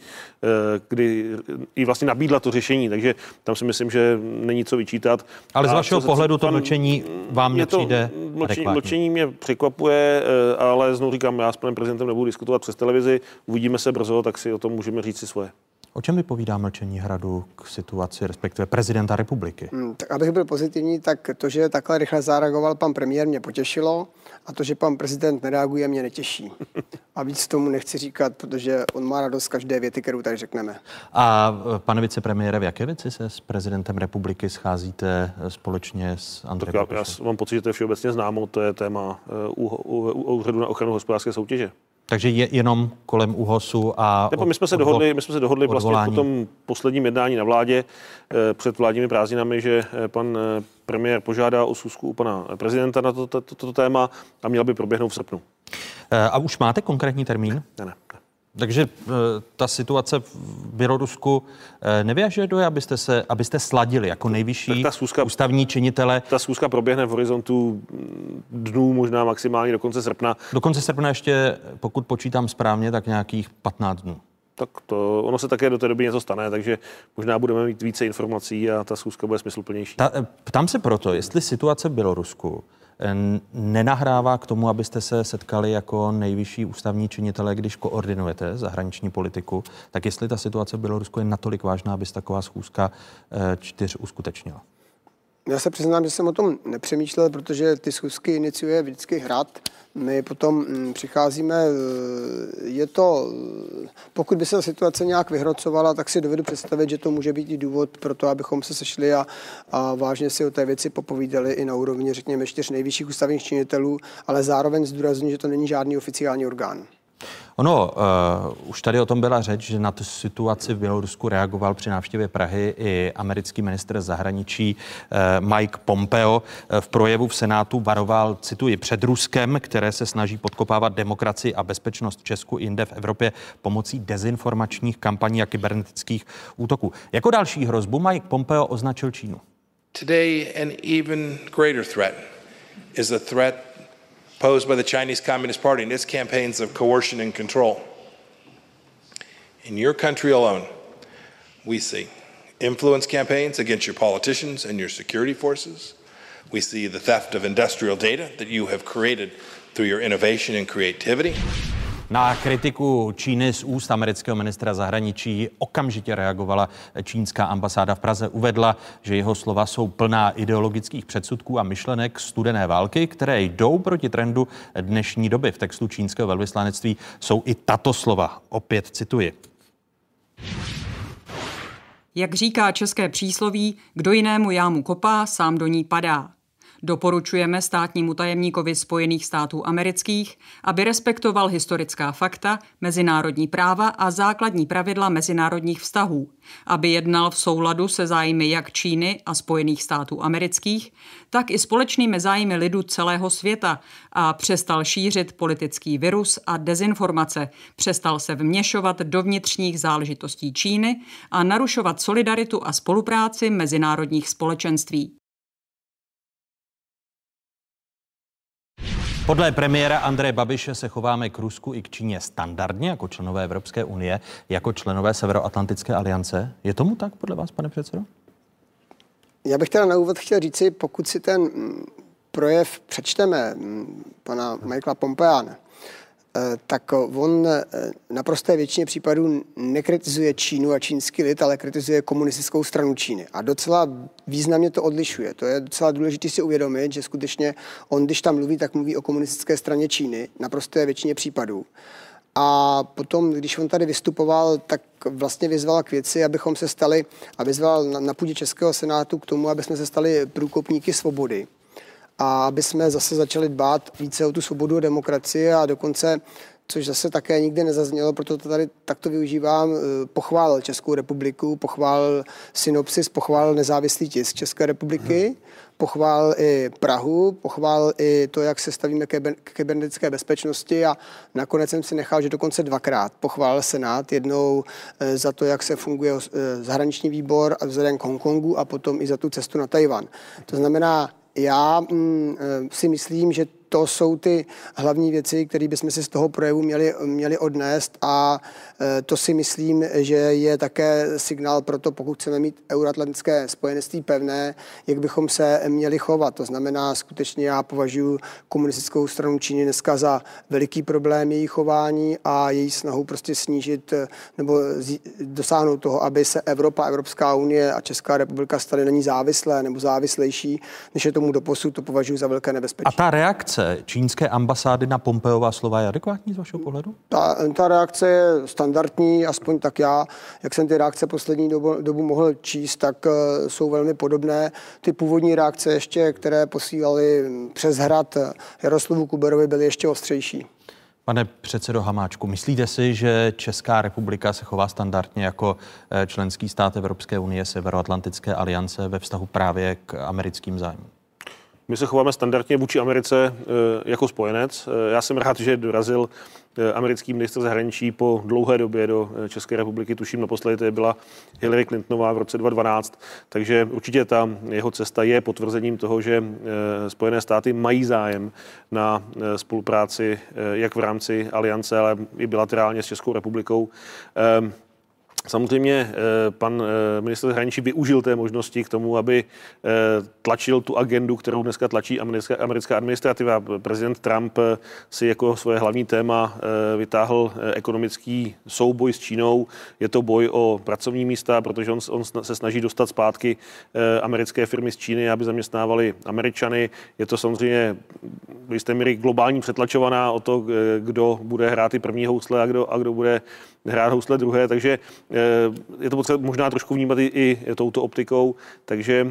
Speaker 13: kdy i vlastně nabídla to řešení, takže tam si myslím, že není co vyčítat.
Speaker 1: Ale z vašeho pohledu to mlčení vám nepřijde
Speaker 13: adekvátní? Mlčení mě překvapuje, ale znovu říkám, já s panem prezidentem nebudu diskutovat přes televizi, uvidíme se brzo, tak si o tom můžeme říct si svoje.
Speaker 1: O čem vypovídá mlčení Hradu k situaci, respektive prezidenta republiky?
Speaker 12: Hmm, tak abych byl pozitivní, tak to, že takhle rychle zareagoval pan premiér, mě potěšilo a to, že pan prezident nereaguje, mě netěší. A víc tomu nechci říkat, protože on má radost z každé věty, kterou tady řekneme.
Speaker 1: A pane vicepremiére, v jaké věci se s prezidentem republiky scházíte společně s Andrejem
Speaker 13: Babišem? Já, já mám pocit, že to je všeobecně známo, to je téma Úřadu na ochranu hospodářské soutěže.
Speaker 1: Takže je jenom kolem ÚHOSu a...
Speaker 13: Nebo my jsme se dohodli, my jsme se dohodli vlastně po tom posledním jednání na vládě eh, před vládními prázdninami, že eh, pan eh, premiér požádá o schůzku u pana prezidenta na toto to, to, to téma a měla by proběhnout v srpnu.
Speaker 1: Eh, a už máte konkrétní termín?
Speaker 13: Ne, ne. ne.
Speaker 1: Takže eh, ta situace v Bělorusku eh, nevyžaduje, abyste se, abyste sladili jako nejvyšší schůzka, ústavní činitele.
Speaker 13: Ta schůzka proběhne v horizontu dnů, možná maximálně do konce srpna.
Speaker 1: Do konce srpna ještě, pokud počítám správně, tak nějakých patnáct dnů.
Speaker 13: Tak to, ono se také do té doby něco stane, takže možná budeme mít více informací a ta schůzka bude smysluplnější.
Speaker 1: Ta, ptám se proto, jestli situace v Bělorusku nenahrává k tomu, abyste se setkali jako nejvyšší ústavní činitelé, když koordinujete zahraniční politiku, tak jestli ta situace v Bělorusku je natolik vážná, aby se taková schůzka čtyř uskutečnila.
Speaker 12: Já se přiznám, že jsem o tom nepřemýšlel, protože ty schůzky iniciuje vždycky Hrad. My potom přicházíme, je to, pokud by se ta situace nějak vyhrocovala, tak si dovedu představit, že to může být i důvod pro to, abychom se sešli a, a vážně si o té věci popovídali i na úrovni, řekněme, čtyř nejvyšších ústavních činitelů, ale zároveň zdůrazňuji, že to není žádný oficiální orgán.
Speaker 1: Ono, uh, už tady o tom byla řeč, že na tu situaci v Bělorusku reagoval při návštěvě Prahy i americký ministr zahraničí uh, Mike Pompeo. Uh, v projevu v Senátu varoval, cituji, před Ruskem, které se snaží podkopávat demokracii a bezpečnost v Česku i jinde v Evropě pomocí dezinformačních kampaní a kybernetických útoků. Jako další hrozbu Mike Pompeo označil Čínu.
Speaker 15: Today an even greater threat is the threat posed by the Chinese Communist Party and its campaigns of coercion and control. In your country alone, we see influence campaigns against your politicians and your security forces. We see the theft of industrial data that you have created through your innovation and creativity.
Speaker 1: Na kritiku Číny z úst amerického ministra zahraničí okamžitě reagovala čínská ambasáda v Praze. Uvedla, že jeho slova jsou plná ideologických předsudků a myšlenek studené války, které jdou proti trendu dnešní doby. V textu čínského velvyslanectví jsou i tato slova. Opět cituji.
Speaker 16: Jak říká české přísloví, kdo jinému jámu kopá, sám do ní padá. Doporučujeme státnímu tajemníkovi Spojených států amerických, aby respektoval historická fakta, mezinárodní práva a základní pravidla mezinárodních vztahů, aby jednal v souladu se zájmy jak Číny a Spojených států amerických, tak i společnými zájmy lidu celého světa a přestal šířit politický virus a dezinformace, přestal se vměšovat do vnitřních záležitostí Číny a narušovat solidaritu a spolupráci mezinárodních společenství.
Speaker 1: Podle premiéra Andreje Babiše se chováme k Rusku i k Číně standardně jako členové Evropské unie, jako členové Severoatlantické aliance. Je tomu tak podle vás, pane předsedo?
Speaker 12: Já bych teda na úvod chtěl říci, pokud si ten projev přečteme pana Michaela Pompea, tak on naprosté většině případů nekritizuje Čínu a čínský lid, ale kritizuje komunistickou stranu Číny. A docela významně to odlišuje. To je docela důležité si uvědomit, že skutečně on, když tam mluví, tak mluví o komunistické straně Číny, naprosté většině případů. A potom, když on tady vystupoval, tak vlastně vyzval k věci, abychom se stali, a vyzval na půdě Českého senátu k tomu, aby jsme se stali průkopníky svobody. A aby jsme zase začali dbát více o tu svobodu a demokracii a dokonce, což zase také nikdy nezaznělo, proto to tady takto využívám, pochválil Českou republiku, pochválil synopsis, pochválil nezávislý tisk České republiky, hmm. pochválil i Prahu, pochválil i to, jak se stavíme k kybernetické bezpečnosti a nakonec jsem si nechal, že dokonce dvakrát pochválil Senát, jednou za to, jak se funguje zahraniční výbor a vzhledem k Hongkongu a potom i za tu cestu na Tajvan. To znamená, já mm, si myslím, že to jsou ty hlavní věci, které bychom si z toho projevu měli, měli odnést a e, to si myslím, že je také signál pro to, pokud chceme mít euroatlantické spojenectví pevné, jak bychom se měli chovat. To znamená, skutečně já považuji komunistickou stranu Číny dneska za veliký problém její chování a její snahu prostě snížit nebo z, dosáhnout toho, aby se Evropa, Evropská unie a Česká republika staly na ní závislé nebo závislejší, než je tomu doposud, to považuji za velké nebezpečí.
Speaker 1: A ta reakce čínské ambasády na Pompeová slova je adekvátní z vašeho pohledu?
Speaker 12: Ta, ta reakce je standardní, aspoň tak já, jak jsem ty reakce poslední dobu, dobu mohl číst, tak uh, jsou velmi podobné. Ty původní reakce ještě, které posílali přes hrad Jaroslavu Kuberovi, byly ještě ostřejší.
Speaker 1: Pane předsedo Hamáčku, myslíte si, že Česká republika se chová standardně jako členský stát Evropské unie, Severoatlantické aliance ve vztahu právě k americkým zájmům?
Speaker 13: My se chováme standardně vůči Americe jako spojenec. Já jsem rád, že dorazil americký ministr zahraničí po dlouhé době do České republiky. Tuším, naposledy to byla Hillary Clintonová v roce dva tisíce dvanáct. Takže určitě ta jeho cesta je potvrzením toho, že Spojené státy mají zájem na spolupráci jak v rámci aliance, ale i bilaterálně s Českou republikou. Samozřejmě pan ministr zahraničí využil té možnosti k tomu, aby tlačil tu agendu, kterou dneska tlačí americká, americká administrativa. Prezident Trump si jako svoje hlavní téma vytáhl ekonomický souboj s Čínou. Je to boj o pracovní místa, protože on, on se snaží dostat zpátky americké firmy z Číny, aby zaměstnávali Američany. Je to samozřejmě v jisté míry globální přetlačovaná o to, kdo bude hrát ty první housle a kdo, a kdo bude hrát housle druhé, takže je to potřeba možná trošku vnímat i, i touto optikou, takže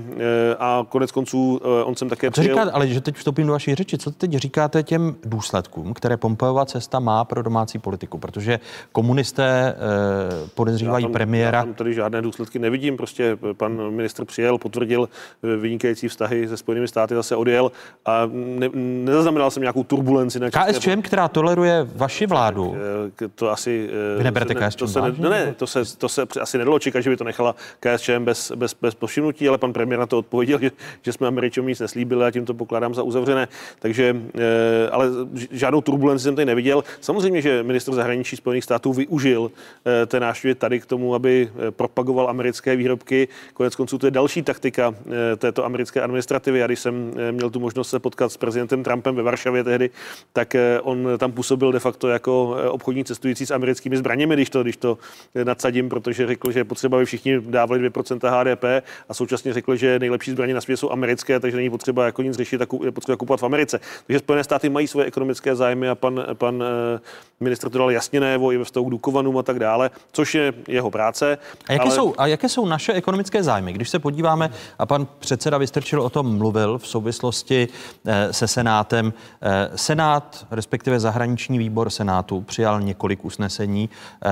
Speaker 13: a konec konců on sem také
Speaker 1: přijel. Říkáte, ale že teď vstoupím do vaší řeči, co teď říkáte těm důsledkům, které Pompeova cesta má pro domácí politiku, protože komunisté eh, podezřívají
Speaker 13: já tam,
Speaker 1: premiéra.
Speaker 13: Já tam tady žádné důsledky nevidím, prostě pan ministr přijel, potvrdil vynikající vztahy se Spojenými státy, zase odjel a ne, nezaznamenal jsem nějakou turbulenci na České...
Speaker 1: K S Č M, která toleruje vaši vládu.
Speaker 13: To asi...
Speaker 1: Vy ne,
Speaker 13: to se, ne, ne, to se, to se asi nedalo čekat, že by to nechala K S Č M bez, bez, bez povšimnutí, ale pan premiér na to odpověděl, že, že jsme Američanům nic neslíbili a tím to pokládám za uzavřené. Takže, e, ale žádnou turbulenci jsem tady neviděl. Samozřejmě, že ministr zahraničí Spojených států využil e, té návštěvy tady k tomu, aby propagoval americké výrobky. Konec konců to je další taktika e, této americké administrativy. Já když jsem e, měl tu možnost se potkat s prezidentem Trumpem ve Varšavě tehdy, tak e, on tam působil de facto jako obchodní cestující s americkými zbraněmi, když to, když to nadsadím, protože řekl, že je potřeba, aby všichni dávali dvě procenta H D P a současně řekl, že nejlepší zbraně na světě jsou americké, takže není potřeba jako nic řešit, tak je potřeba kupovat v Americe. Takže Spojené státy mají svoje ekonomické zájmy a pan, pan ministr to dal jasně najevo i ve vztahu k Dukovanům a tak dále, což je jeho práce.
Speaker 1: A jaké,
Speaker 13: ale...
Speaker 1: jsou, a jaké jsou naše ekonomické zájmy? Když se podíváme, a pan předseda Vystrčil o tom mluvil v souvislosti eh, se Senátem. Eh, Senát, respektive zahraniční výbor Senátu, přijal několik usnesení. Eh,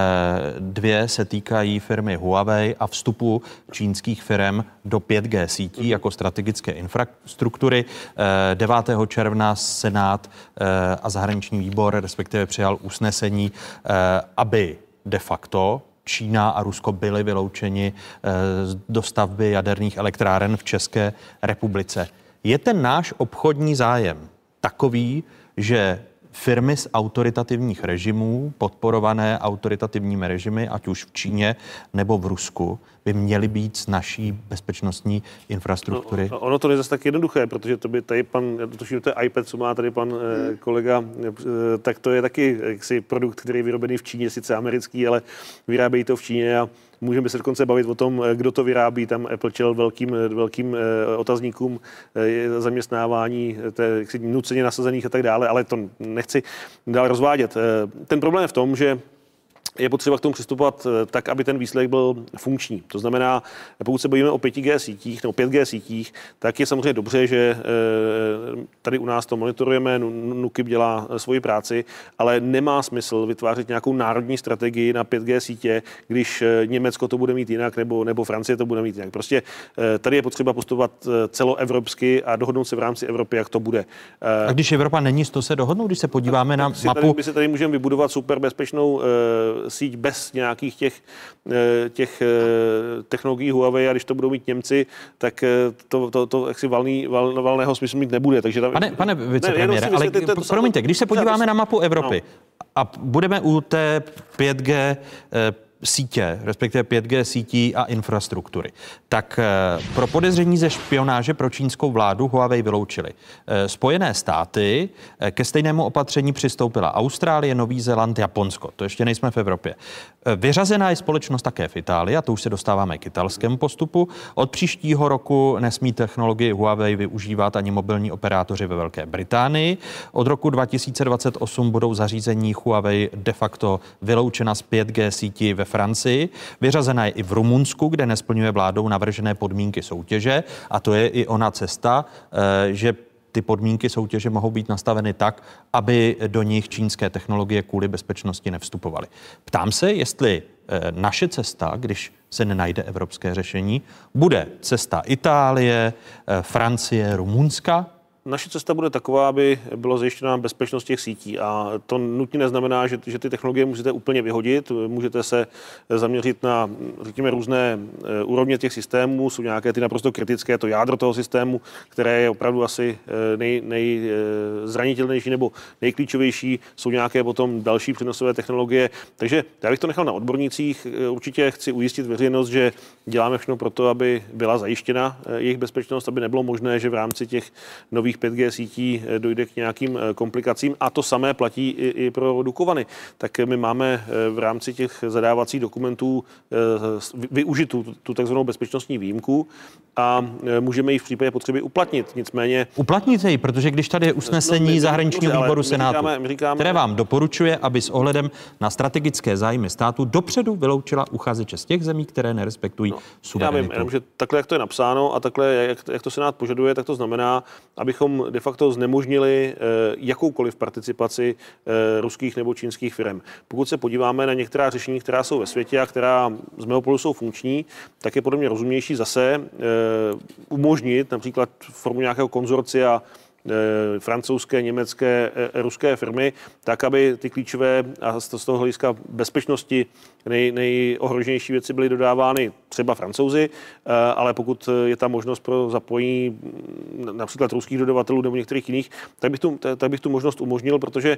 Speaker 1: dvě se týkají firmy Huawei a vstupu čínských firm do pět G sítí jako strategické infrastruktury. Eh, devátého června Senát eh, a zahraniční výbor, respektive přijal usnesení, eh, aby de facto Čína a Rusko byly vyloučeni z dostavby jaderných elektráren v České republice. Je ten náš obchodní zájem takový, že firmy z autoritativních režimů, podporované autoritativními režimy, ať už v Číně nebo v Rusku, by měly být z naší bezpečnostní infrastruktury?
Speaker 13: No, ono to není zase tak jednoduché, protože to by tady pan, tuším, to je iPad, co má tady pan eh, kolega, eh, tak to je taky jaksi produkt, který je vyrobený v Číně, sice americký, ale vyrábějí to v Číně a můžeme se dokonce bavit o tom, kdo to vyrábí. Tam Apple čelil velkým, velkým otazníkům zaměstnávání té, nuceně nasazených a tak dále, ale to nechci dál rozvádět. Ten problém je v tom, že je potřeba k tomu přistupovat tak, aby ten výsledek byl funkční. To znamená, pokud se bavíme o pět G sítích nebo pět G sítích, tak je samozřejmě dobře, že tady u nás to monitorujeme, NÚKIB dělá svoji práci, ale nemá smysl vytvářet nějakou národní strategii na pět G sítě, když Německo to bude mít jinak nebo, nebo Francie to bude mít jinak. Prostě tady je potřeba postupovat celoevropsky a dohodnout se v rámci Evropy, jak to bude.
Speaker 1: A když Evropa není z toho se dohodnout, když se podíváme na
Speaker 13: si
Speaker 1: mapu...
Speaker 13: Tady, my si tady můžeme vybudovat super bezpečnou síť bez nějakých těch, těch technologií Huawei, a když to budou mít Němci, tak to, to, to jaksi valný, val, valného smyslu mít nebude. Takže tam,
Speaker 1: pane pane vicepremiére, ale
Speaker 13: myslím, to, to,
Speaker 1: promiňte, když se podíváme na mapu Evropy no. a budeme u té pět G sítě, respektive pět G sítí a infrastruktury, tak pro podezření ze špionáže pro čínskou vládu Huawei vyloučili. Spojené státy, ke stejnému opatření přistoupila Austrálie, Nový Zéland, Japonsko. To ještě nejsme v Evropě. Vyřazená je společnost také v Itálii, a to už se dostáváme k italskému postupu. Od příštího roku nesmí technologii Huawei využívat ani mobilní operátoři ve Velké Británii. Od roku dva tisíce dvacet osm budou zařízení Huawei de facto vyloučena z pět G sítí ve Francii. Vyřazená je i v Rumunsku, kde nesplňuje vládou navržené podmínky soutěže, a to je i ona cesta, že ty podmínky soutěže mohou být nastaveny tak, aby do nich čínské technologie kvůli bezpečnosti nevstupovaly. Ptám se, jestli naše cesta, když se nenajde evropské řešení, bude cesta Itálie, Francie, Rumunska?
Speaker 13: Naše cesta bude taková, aby bylo zajištěna bezpečnost těch sítí, a to nutně neznamená, že, že ty technologie můžete úplně vyhodit. Můžete se zaměřit na, řekněme, různé úrovně těch systémů. Jsou nějaké ty naprosto kritické, to jádro toho systému, které je opravdu asi nej, nejzranitelnější nebo nejklíčovější. Jsou nějaké potom další přenosové technologie. Takže já bych to nechal na odbornících. Určitě chci ujistit veřejnost, že děláme všechno pro to, aby byla zajištěna jejich bezpečnost, aby nebylo možné, že v rámci těch nových pět G sítí dojde k nějakým komplikacím, a to samé platí i, i pro Dukovany. Tak my máme v rámci těch zadávacích dokumentů využít tu, tu takzvanou bezpečnostní výjimku a můžeme ji v případě potřeby uplatnit. Nicméně...
Speaker 1: Uplatníte ji, protože když tady je usnesení no, my, zahraničního dobře, výboru Senátu, říkáme, říkáme, které vám doporučuje, aby s ohledem na strategické zájmy státu dopředu vyloučila uchazeče z těch zemí, které nerespektují no, suverenitu. Já vím, jenom, že takhle, jak to je napsáno a takhle, jak, jak to Senát požaduje, tak to znamená, abychom de facto znemožnili eh, jakoukoliv participaci eh, ruských nebo čínských firm. Pokud se podíváme na některá řešení, která jsou ve světě a která z mého pohledu jsou funkční, tak je podle mě rozumnější zase eh, umožnit například formu nějakého konzorcia francouzské, německé, ruské firmy, tak, aby ty klíčové a z toho hlediska bezpečnosti nej, nejohroženější věci byly dodávány třeba Francouzi, ale pokud je tam možnost pro zapojení například ruských dodavatelů nebo některých jiných, tak bych tu, tak bych tu možnost umožnil, protože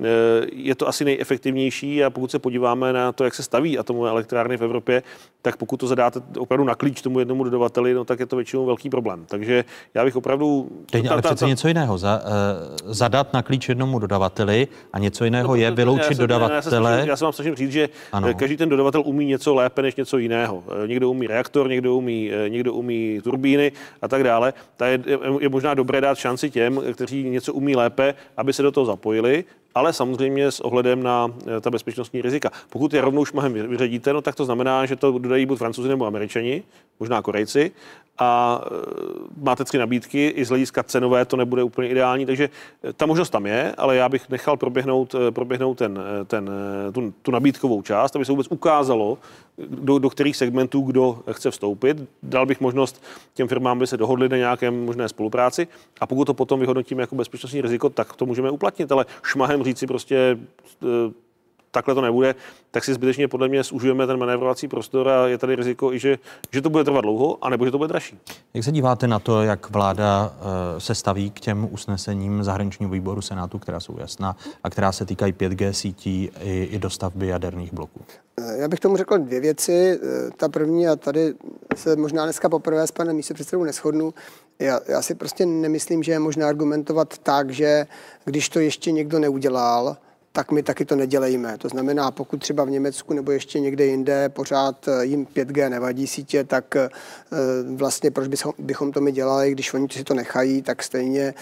Speaker 1: je to asi nejefektivnější, a pokud se podíváme na to, jak se staví atomové elektrárny v Evropě, tak pokud to zadáte opravdu na klíč tomu jednomu dodavateli, no tak je to většinou velký problém. Takže já bych opravdu... Teď, ale přece něco jiného. Za, uh, zadat na klíč jednomu dodavateli a něco jiného no, je vyloučit já se, dodavatele.
Speaker 13: Já, se já se vám snažím říct, že ano. Každý ten dodavatel umí něco lépe než něco jiného. Někdo umí reaktor, někdo umí, někdo umí turbíny a tak dále. Ta je, je možná dobré dát šanci těm, kteří něco umí lépe, aby se do toho zapojili, ale samozřejmě s ohledem na ta bezpečnostní rizika. Pokud je rovnou šmahem vyřadíte, no tak to znamená, že to dodají buď Francouzi nebo Američani, možná Korejci, a máte tři nabídky, i z hlediska cenové to nebude úplně ideální, takže ta možnost tam je, ale já bych nechal proběhnout, proběhnout ten, ten, tu, tu nabídkovou část, aby se vůbec ukázalo, do, do kterých segmentů kdo chce vstoupit. Dal bych možnost těm firmám, aby se dohodli na nějakém možné spolupráci, a pokud to potom vyhodnotíme jako bezpečnostní riziko, tak to můžeme uplatnit, ale šmahem říci prostě takhle to nebude, tak si zbytečně podle mě zužujeme ten manévrovací prostor a je tady riziko i, že, že to bude trvat dlouho, anebo že to bude dražší.
Speaker 1: Jak se díváte na to, jak vláda uh, se staví k těm usnesením zahraničního výboru Senátu, která jsou jasná a která se týkají pět G sítí i, i dostavby jaderných bloků?
Speaker 12: Já bych tomu řekl dvě věci. Ta první, a tady se možná dneska poprvé s panem místopředsedou neshodnu, já, já si prostě nemyslím, že je možné argumentovat tak, že když to ještě někdo neudělal, tak my taky to nedělejme. To znamená, pokud třeba v Německu nebo ještě někde jinde pořád jim pět G nevadí sítě, tak vlastně proč bychom to my dělali, když oni si to nechají, tak stejně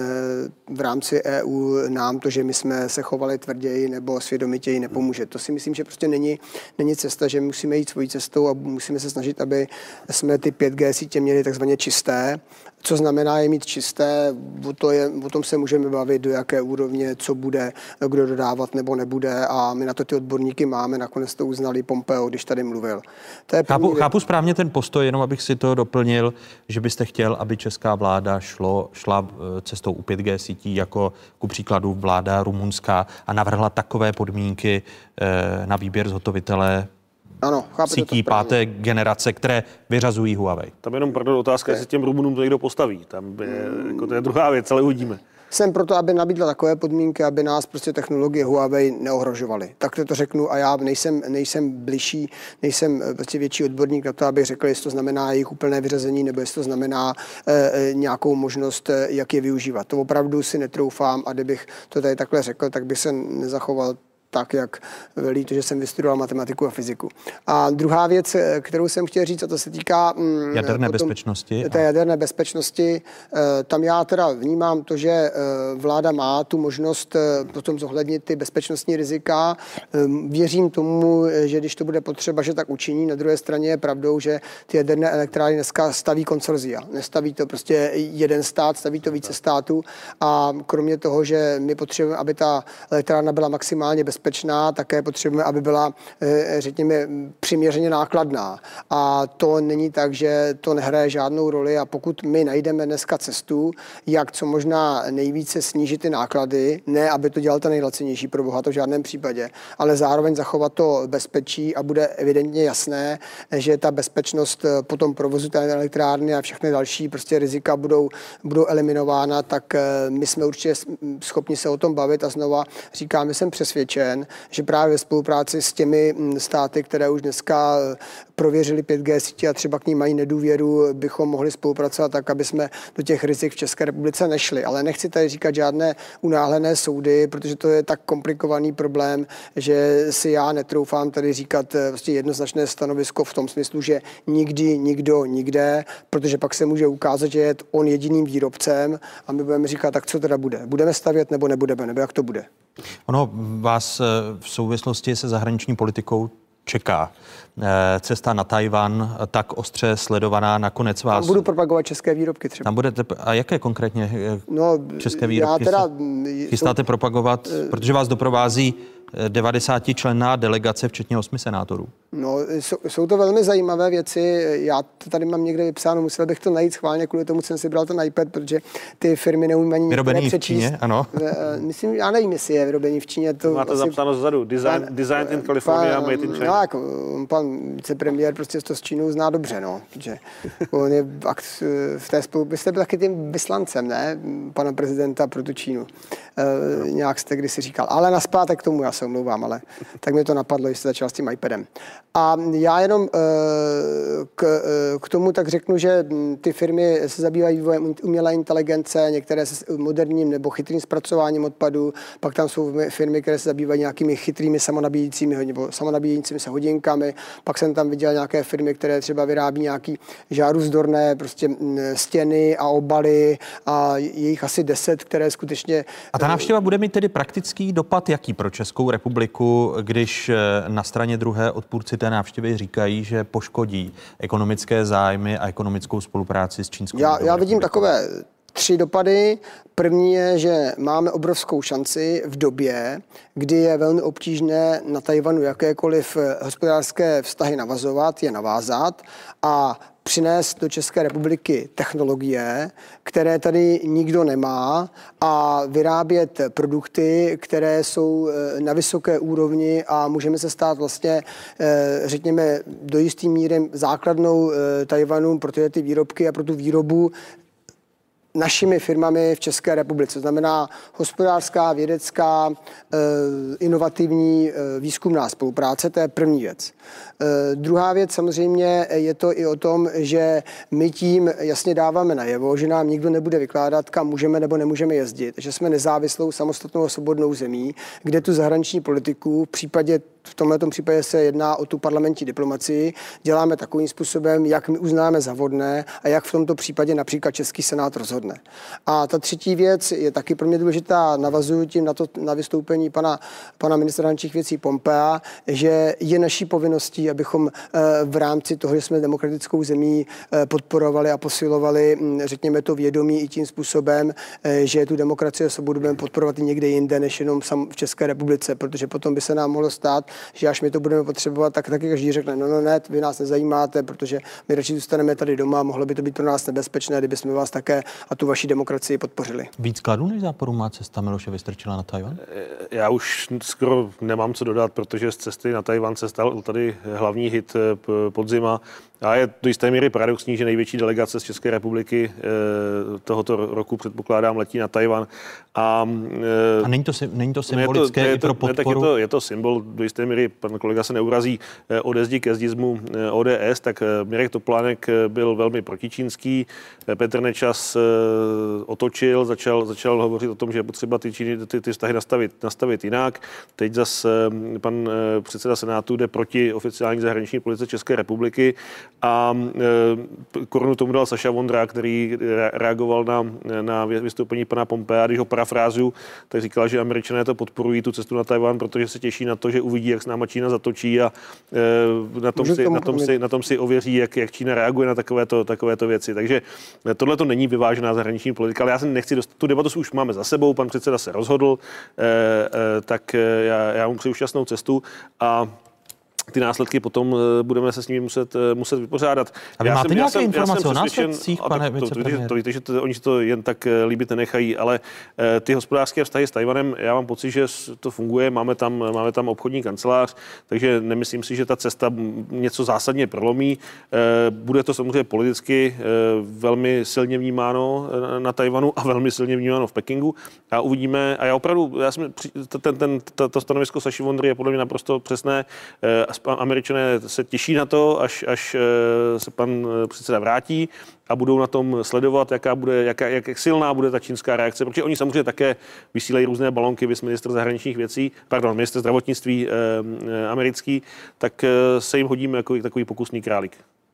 Speaker 12: v rámci E U nám to, že my jsme se chovali tvrději nebo svědomitěji, nepomůže. To si myslím, že prostě není, není cesta, že musíme jít svojí cestou a musíme se snažit, aby jsme ty pět G sítě měli takzvaně čisté. Co znamená je mít čisté, o, to je, o tom se můžeme bavit, do jaké úrovně, co bude, kdo dodávat nebo nebude a my na to ty odborníky máme, nakonec to uznali Pompeo, když tady mluvil. To je
Speaker 1: chápu, chápu správně ten postoj, jenom abych si to doplnil, že byste chtěl, aby česká vláda šlo, šla cestou u pět G sítí, jako ku příkladu vláda rumunská a navrhla takové podmínky eh, na výběr zhotovitele
Speaker 12: ano,
Speaker 1: sítí páté generace, které vyřazují Huawei.
Speaker 13: Tam jenom pardon, otázka, jestli těm Rumunům to někdo postaví. Tam je, jako to je druhá věc, ale uvidíme.
Speaker 12: Jsem proto, aby nabídla takové podmínky, aby nás prostě technologie Huawei neohrožovaly. Tak to řeknu a já nejsem, nejsem bližší, nejsem prostě větší odborník na to, abych řekl, jestli to znamená jejich úplné vyřazení nebo jestli to znamená e, nějakou možnost, jak je využívat. To opravdu si netroufám a kdybych to tady takhle řekl, tak bych se nezachoval tak, jak velí to, že jsem vystudoval matematiku a fyziku. A druhá věc, kterou jsem chtěl říct, a to se týká
Speaker 1: mm, jaderné potom, bezpečnosti.
Speaker 12: Té jaderné bezpečnosti. Tam já teda vnímám to, že vláda má tu možnost potom zohlednit ty bezpečnostní rizika. Věřím tomu, že když to bude potřeba, že tak učiní. Na druhé straně je pravdou, že ty jaderné elektrárny dneska staví konsorzia. Nestaví to prostě jeden stát, staví to více států. A kromě toho, že my potřebujeme, aby ta elektrárna byla maximálně bezpečná, bezpečná, také potřebujeme, aby byla, řekněme, přiměřeně nákladná. A to není tak, že to nehraje žádnou roli a pokud my najdeme dneska cestu, jak co možná nejvíce snížit ty náklady, ne, aby to dělal ten nejlacenější pro boha, to v žádném případě, ale zároveň zachovat to bezpečí a bude evidentně jasné, že ta bezpečnost po tom provozu té elektrárny a všechny další prostě rizika budou, budou eliminována, tak my jsme určitě schopni se o tom bavit a znova říkáme, jsem přesvědčen, že právě ve spolupráci s těmi státy, které už dneska prověřili pět G sítě a třeba k ní mají nedůvěru, bychom mohli spolupracovat tak, aby jsme do těch rizik v České republice nešli. Ale nechci tady říkat žádné unáhlené soudy, protože to je tak komplikovaný problém, že si já netroufám tady říkat vlastně jednoznačné stanovisko v tom smyslu, že nikdy, nikdo, nikde, protože pak se může ukázat, že je on jediným výrobcem a my budeme říkat, tak co teda bude? Budeme stavět nebo nebudeme? Nebo jak to bude?
Speaker 1: Ono vás v souvislosti se zahraniční politikou čeká cesta na Tajvan, tak ostře sledovaná, nakonec vás...
Speaker 12: Tam budu propagovat české výrobky třeba.
Speaker 1: Tam budete, a jaké konkrétně
Speaker 12: no,
Speaker 1: české výrobky
Speaker 12: já teda,
Speaker 1: chystáte jsou, propagovat? Protože vás doprovází devadesátičlenná delegace, včetně osmi senátorů.
Speaker 12: No, jsou, jsou to velmi zajímavé věci. Já to tady mám někde vypsáno, musel bych to najít schválně, kvůli tomu jsem si bral ten iPad, protože ty firmy neumí ani
Speaker 1: vyrobený
Speaker 12: přečíst.
Speaker 1: v Číně, ano.
Speaker 12: Myslím, já nevím, jestli je vyrobený v Číně. To
Speaker 13: máte
Speaker 12: asi,
Speaker 13: zapsáno zezadu. Design,
Speaker 12: pan,
Speaker 13: designed in California,
Speaker 12: pan,
Speaker 13: made in China.
Speaker 12: No, jako, pan vicepremiér prostě to s Čínou zná dobře, no. Protože on je v té spolu... Vy jste byl taky tím vyslancem, ne? Pana prezidenta pro tu Čínu. E, nějak jste kdysi říkal. Ale naspátek k tomu, já se omlouvám, ale tak mě to napadlo, když jste začal s tím iPadem. A já jenom k, k tomu tak řeknu, že ty firmy se zabývají vývojem umělé inteligence, některé se moderním nebo chytrým zpracováním odpadu, pak tam jsou firmy, které se zabývají nějakými chytrými samonabíjícími nebo samonabíjícími se hodinkami, pak jsem tam viděl nějaké firmy, které třeba vyrábí nějaký žáruzdorné prostě stěny a obaly a je jich asi deset, které skutečně...
Speaker 1: A ta návštěva bude mít tedy praktický dopad jaký pro Českou republiku, když na straně druhé odpůrci té návštěvy říkají, že poškodí ekonomické zájmy a ekonomickou spolupráci s Čínskou
Speaker 12: já, já vidím takové tři dopady. První je, že máme obrovskou šanci v době, kdy je velmi obtížné na Tajvanu jakékoliv hospodářské vztahy navazovat, je navázat a přinést do České republiky technologie, které tady nikdo nemá a vyrábět produkty, které jsou na vysoké úrovni a můžeme se stát vlastně, řekněme, do jistý míry základnou Tajvanu pro tyhle ty výrobky a pro tu výrobu našimi firmami v České republice. To znamená hospodářská, vědecká, inovativní výzkumná spolupráce, to je první věc. Druhá věc samozřejmě je to i o tom, že my tím jasně dáváme najevo, že nám nikdo nebude vykládat, kam můžeme nebo nemůžeme jezdit, že jsme nezávislou, samostatnou a svobodnou zemí, kde tu zahraniční politiku v případě v tomto případě se jedná o tu parlamentní diplomacii, děláme takovým způsobem, jak my uznáme za vhodné a jak v tomto případě například Český senát rozhodne. A ta třetí věc je taky pro mě důležitá, navazuju tím na, to, na vystoupení pana, pana ministra zahraničních věcí Pompea, že je naší povinností, abychom v rámci toho, že jsme demokratickou zemí, podporovali a posilovali, řekněme to vědomí i tím způsobem, že tu demokracii a svobodu budeme podporovat i někde jinde, než jenom v České republice, protože potom by se nám mohlo stát, že až my to budeme potřebovat, tak taky každý řekne, no, no ne, vy nás nezajímáte, protože my radši zůstaneme tady doma, mohlo by to být pro nás nebezpečné, kdyby jsme vás také a tu vaši demokracii podpořili.
Speaker 1: Víc kladů než záporů má cesta Miloše Vystrčila na Tajvan?
Speaker 13: Já už skoro nemám co dodat, protože z cesty na Tajvan se stal tady hlavní hit podzima. A je do jisté míry paradoxní, že největší delegace z České republiky tohoto roku, předpokládám, letí na Tajvan. A,
Speaker 1: a není to, není to symbolické
Speaker 13: je to,
Speaker 1: i pro podporu?
Speaker 13: Ne, tak je, to, je to symbol, do jisté míry, pan kolega se neurazí, ode zdi ke zdizmu O D S, tak Mirek Topolánek byl velmi protičínský. Petr Nečas otočil, začal, začal hovořit o tom, že je potřeba ty, Číny, ty, ty vztahy nastavit, nastavit jinak. Teď zase pan předseda Senátu jde proti oficiální zahraniční politice České republiky. A e, korunu tomu dal Saša Vondra, který reagoval na, na vystoupení pana Pompea, když ho parafrázuju, tak říkal, že Američané to podporují, tu cestu na Tajvan, protože se těší na to, že uvidí, jak s náma Čína zatočí a e, na, tom si, na, tom si, na tom si ověří, jak, jak Čína reaguje na takovéto, takovéto věci. Takže tohle to není vyvážená zahraniční politika, ale já se nechci dostat, tu debatu už máme za sebou, pan předseda se rozhodl, e, e, tak já, já mu přeju šťastnou cestu a ty následky potom budeme se s nimi muset, muset vypořádat.
Speaker 1: A vy
Speaker 13: já
Speaker 1: máte
Speaker 13: jsem,
Speaker 1: nějaké
Speaker 13: já
Speaker 1: informace
Speaker 13: jsem,
Speaker 1: o následcích, pane vicepremiére?
Speaker 13: To, to víte, že to, oni si to jen tak líbit nenechají, ale ty hospodářské vztahy s Tajvanem, já mám pocit, že to funguje, máme tam, máme tam obchodní kancelář, takže nemyslím si, že ta cesta něco zásadně prolomí. Bude to samozřejmě politicky velmi silně vnímáno na Tajvanu a velmi silně vnímáno v Pekingu. A uvidíme, a já opravdu, já jsem, ten, ten, to, to stanovisko Saši Vondry je podle mě naprosto přesné. Američané se těší na to, až, až se pan předseda vrátí a budou na tom sledovat, jaká bude, jaká, jak silná bude ta čínská reakce, protože oni samozřejmě také vysílají různé balonky, vys ministr zahraničních věcí, pardon, ministr zdravotnictví eh, americký, tak se jim hodíme jako takový pokusný králík.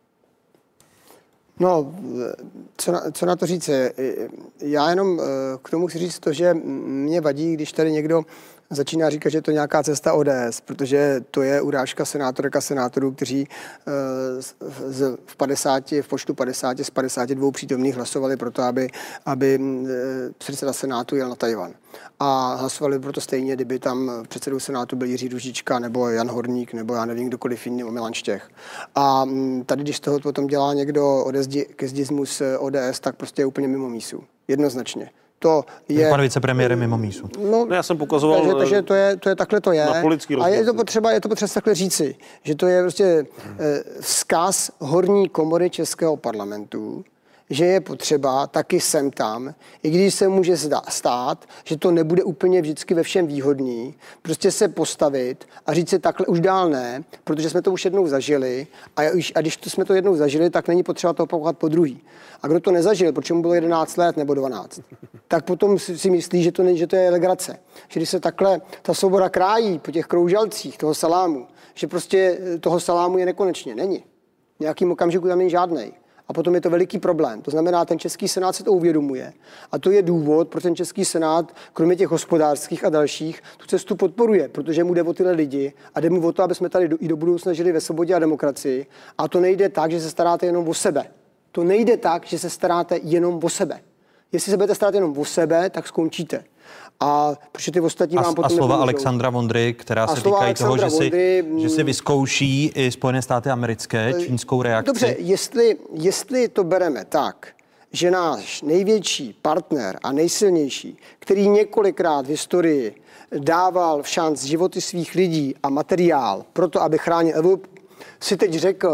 Speaker 12: No, co na, co na to říct? Já jenom k tomu chci říct to, že mě vadí, když tady někdo začíná říkat, že je to nějaká cesta O D S, protože to je urážka senátorek a senátorů, kteří z, v, padesáti, v počtu padesáti z padesáti dvou přítomných hlasovali pro to, aby, aby předseda Senátu jel na Tajvan. A hlasovali proto stejně, kdyby tam předsedou Senátu byl Jiří Růžička nebo Jan Horník nebo já nevím, kdokoliv jiný, Milan Štěch. A tady, když z toho potom dělá někdo odezdi ke zdizmu z O D S, tak prostě je úplně mimo mísu. Jednoznačně. To je...
Speaker 1: Pan vicepremiér mimo mísu.
Speaker 12: No,
Speaker 13: no, já jsem pokazoval...
Speaker 12: Takže, takže to, je, to je takhle to je. A je to potřeba, je to potřeba takhle říci, že to je prostě eh, vzkaz horní komory Českého parlamentu, že je potřeba taky sem tam, i když se může stát, že to nebude úplně vždycky ve všem výhodný, prostě se postavit a říct si takhle už dál ne, protože jsme to už jednou zažili a, a když to jsme to jednou zažili, tak není potřeba to opakovat po druhý. A kdo to nezažil, protože mu bylo jedenáct let nebo dvanáct, tak potom si, si myslí, že to, ne, že to je legrace. Že když se takhle ta svoboda krájí po těch kroužalcích toho salámu, že prostě toho salámu je nekonečně. Není. V nějakým okamžiku tam není žádnej. A potom je to veliký problém. To znamená, ten český senát se to uvědomuje. A to je důvod, proč ten český senát, kromě těch hospodářských a dalších, tu cestu podporuje, protože mu jde o tyhle lidi a jde mu o to, aby jsme tady i do budoucna žili ve svobodě a demokracii. A to nejde tak, že se staráte jenom o sebe. To nejde tak, že se staráte jenom o sebe. Jestli se budete starat jenom o sebe, tak skončíte. A protože ty ostatní
Speaker 1: a,
Speaker 12: vám potom
Speaker 1: A slova
Speaker 12: nepomůžou.
Speaker 1: Alexandra Vondry, která se týkají toho, že si, Vondry, že si vyzkouší i Spojené státy americké čínskou reakci.
Speaker 12: Dobře, jestli, jestli to bereme tak, že náš největší partner a nejsilnější, který několikrát v historii dával v šanc životy svých lidí a materiál proto, aby chránil Evropu, si teď řekl,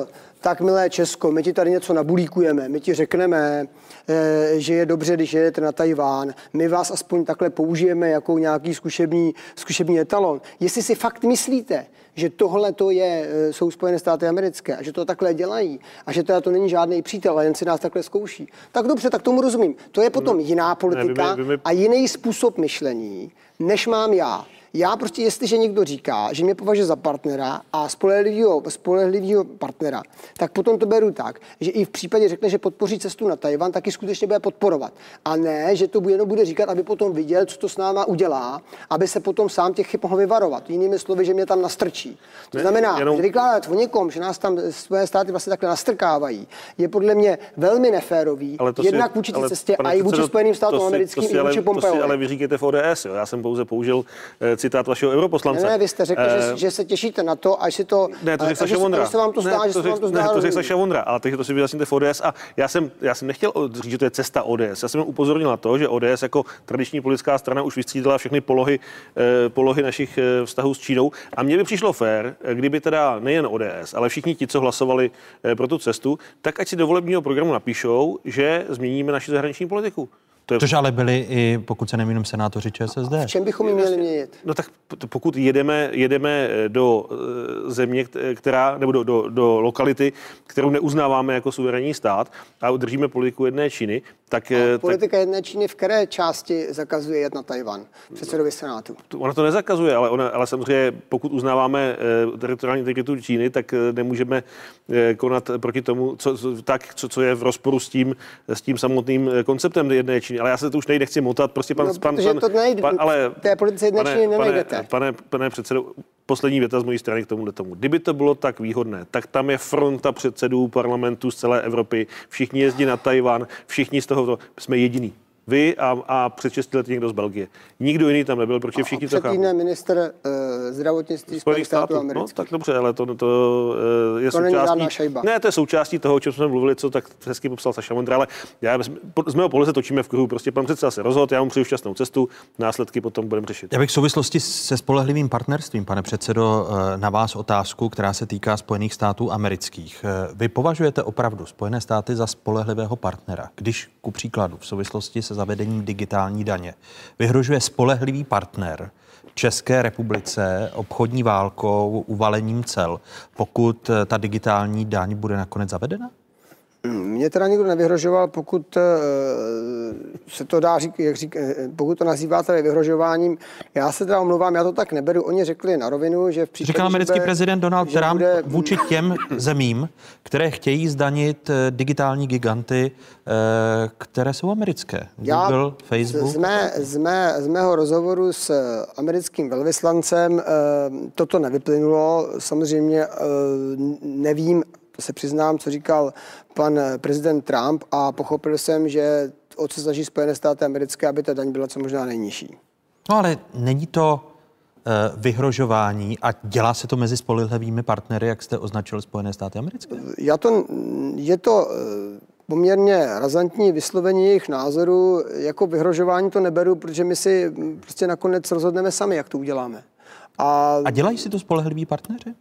Speaker 12: tak milé Česko, my ti tady něco nabulíkujeme, my ti řekneme, že je dobře, když jedete na Tajván, my vás aspoň takhle použijeme jako nějaký zkušební, zkušební etalon. Jestli si fakt myslíte, že tohle to je, jsou Spojené státy americké a že to takhle dělají a že teda to není žádný přítel, a jen si nás takhle zkouší, tak dobře, tak tomu rozumím. To je potom jiná politika
Speaker 13: ne, vy, vy, vy...
Speaker 12: a jiný způsob myšlení, než mám já. Já prostě, jestliže někdo říká, že mě považuje za partnera a spolehlivýho, spolehlivýho partnera, tak potom to beru tak, že i v případě řekne, že podpoří cestu na Tajvan, taky skutečně bude podporovat. A ne, že to jenom bude říkat, aby potom viděl, co to s náma udělá, aby se potom sám těch chyb mohl vyvarovat. Jinými slovy, že mě tam nastrčí. To ne, znamená, jenom... že vykládat o někom, že nás tam Spojené státy vlastně takhle nastrkávají, je podle mě velmi neférový, jednak vůči té cestě a i vůči Spojeným státům americkým, i vůči Pompeovi.
Speaker 13: Ale vy říkáte v O D S, jo? Já jsem pouze použil citát vašeho europoslance.
Speaker 12: Ne, ne, vy jste řekl, uh, že, že se těšíte na to, až si to...
Speaker 13: Ne, to řekl Saša Vondra.
Speaker 12: Se vám to zdá, že se vám to zdá.
Speaker 13: Ne, to řekl Saša Vondra, ale takže to si vyjasníte v O D S. A já jsem, já jsem nechtěl říct, že to je cesta O D S. Já jsem upozornil na to, že O D S jako tradiční politická strana už vystřídala všechny polohy, eh, polohy našich eh, vztahů s Čínou. A mně by přišlo fér, kdyby teda nejen O D S, ale všichni ti, co hlasovali eh, pro tu cestu, tak ať si do volebního programu napíšou, že změníme naši zahraniční politiku.
Speaker 1: To je... Což ale byli i, pokud se nemýlím, senátoři ČSSD.
Speaker 12: V čem bychom ji měli měnit?
Speaker 13: No tak pokud jedeme, jedeme do země, která, nebo do, do, do lokality, kterou neuznáváme jako suverénní stát a udržíme politiku jedné Číny, tak...
Speaker 12: A politika tak... jedné Číny v které části zakazuje jet na Tajvan? Předsedovi senátu.
Speaker 13: Ona to nezakazuje, ale, ona, ale samozřejmě pokud uznáváme teritoriální integritu Číny, tak nemůžeme konat proti tomu, co, tak, co, co je v rozporu s tím, s tím samotným konceptem jedné Číny. Ale já se to už nejde chci motat, prostě pan...
Speaker 12: No,
Speaker 13: pan,
Speaker 12: protože
Speaker 13: pan,
Speaker 12: to nejde,
Speaker 13: pan, ale,
Speaker 12: v té politice jedné Číny nenajdete.
Speaker 13: Pane, pane, pane předsedo, poslední věta z mojí strany k tomu tomu. Kdyby to bylo tak výhodné, tak tam je fronta předsedů parlamentů z celé Evropy, všichni jezdí na Tajvan, všichni z toho, jsme jediný. Vy a, a před šesti lety někdo z Belgie. Nikdo jiný tam nebyl, protože všichni to chápou.
Speaker 12: Před týdnem ministr uh, zdravotnictví Spojených států amerických.
Speaker 13: No, tak dobře, ale to, to uh, je
Speaker 12: to
Speaker 13: součástí... Ne, to je součástí toho, o čem jsme mluvili, co tak hezky popsal Saša Vondra, ale já, z mého pohledu se točíme v kruhu. Prostě pan předseda se rozhodl, já mu přeju šťastnou cestu, následky potom budeme řešit.
Speaker 1: Já bych v souvislosti se spolehlivým partnerstvím, pane předsedo, na vás otázku, která se týká Spojených států amerických. Vy považujete opravdu Spojené státy za spolehlivého partnera, když ku příkladu v souvislosti se zavedením digitální daně vyhrožuje spolehlivý partner České republice obchodní válkou, uvalením cel, pokud ta digitální daň bude nakonec zavedena?
Speaker 12: Mně teda nikdo nevyhrožoval, pokud se to dá říct, jak řík, pokud to nazýváte vyhrožováním. Já se teda omlouvám, já to tak neberu. Oni řekli na rovinu, že v případě...
Speaker 1: Říkal americký
Speaker 12: bude,
Speaker 1: prezident Donald Trump
Speaker 12: bude...
Speaker 1: vůči těm zemím, které chtějí zdanit digitální giganty, které jsou americké. Google,
Speaker 12: já
Speaker 1: Facebook.
Speaker 12: Z, mé, z, mé, z mého rozhovoru s americkým velvyslancem toto nevyplynulo. Samozřejmě nevím, to se přiznám, co říkal pan prezident Trump a pochopil jsem, že o co snaží Spojené státy americké, aby ta daň byla co možná nejnižší.
Speaker 1: No ale není to uh, vyhrožování a dělá se to mezi spolehlivými partnery, jak jste označil Spojené státy americké?
Speaker 12: Já to, je to poměrně razantní vyslovení jejich názoru. Jako vyhrožování to neberu, protože my si prostě nakonec rozhodneme sami, jak to uděláme. A,
Speaker 1: a dělají si to spolehliví partneři?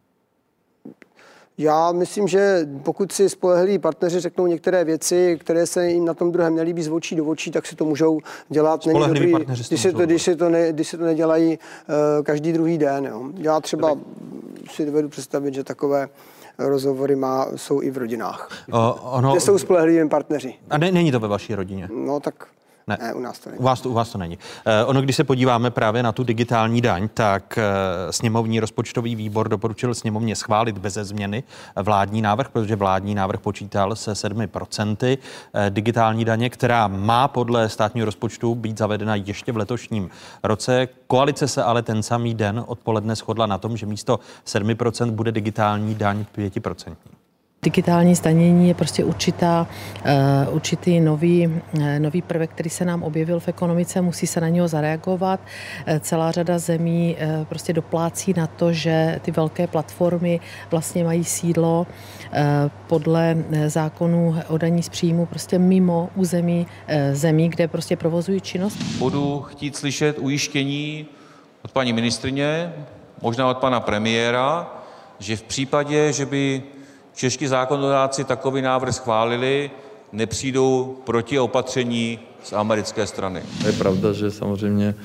Speaker 12: Já myslím, že pokud si spolehliví partneři řeknou některé věci, které se jim na tom druhém nelíbí z očí do očí, tak si to můžou dělat. Není dobrý, když si, to, když, si to ne, když si to nedělají uh, každý druhý den. Jo. Já třeba si dovedu představit, že takové rozhovory má, jsou i v rodinách. O, ono, kde jsou spolehlivými partneři.
Speaker 1: A ne, není to ve vaší rodině?
Speaker 12: No tak... Ne. ne, u nás to není.
Speaker 1: U vás to, u vás to není. Uh, ono, když se podíváme právě na tu digitální daň, tak uh, sněmovní rozpočtový výbor doporučil sněmovně schválit beze změny vládní návrh, protože vládní návrh počítal se sedmi procenty uh, digitální daně, která má podle státního rozpočtu být zavedena ještě v letošním roce. Koalice se ale ten samý den odpoledne shodla na tom, že místo sedmi procent bude digitální daň pět procent.
Speaker 17: Digitální zdanění je prostě určitá, uh, určitý nový, uh, nový prvek, který se nám objevil v ekonomice, musí se na něho zareagovat. Uh, celá řada zemí uh, prostě doplácí na to, že ty velké platformy vlastně mají sídlo uh, podle zákonů o daní z příjmu prostě mimo území uh, zemí, kde prostě provozují činnost.
Speaker 18: Budu chtít slyšet ujištění od paní ministryně, možná od pana premiéra, že v případě, že by čeští zákonodárci takový návrh schválili, nepřijdou protiopatření z americké strany.
Speaker 19: Je pravda, že samozřejmě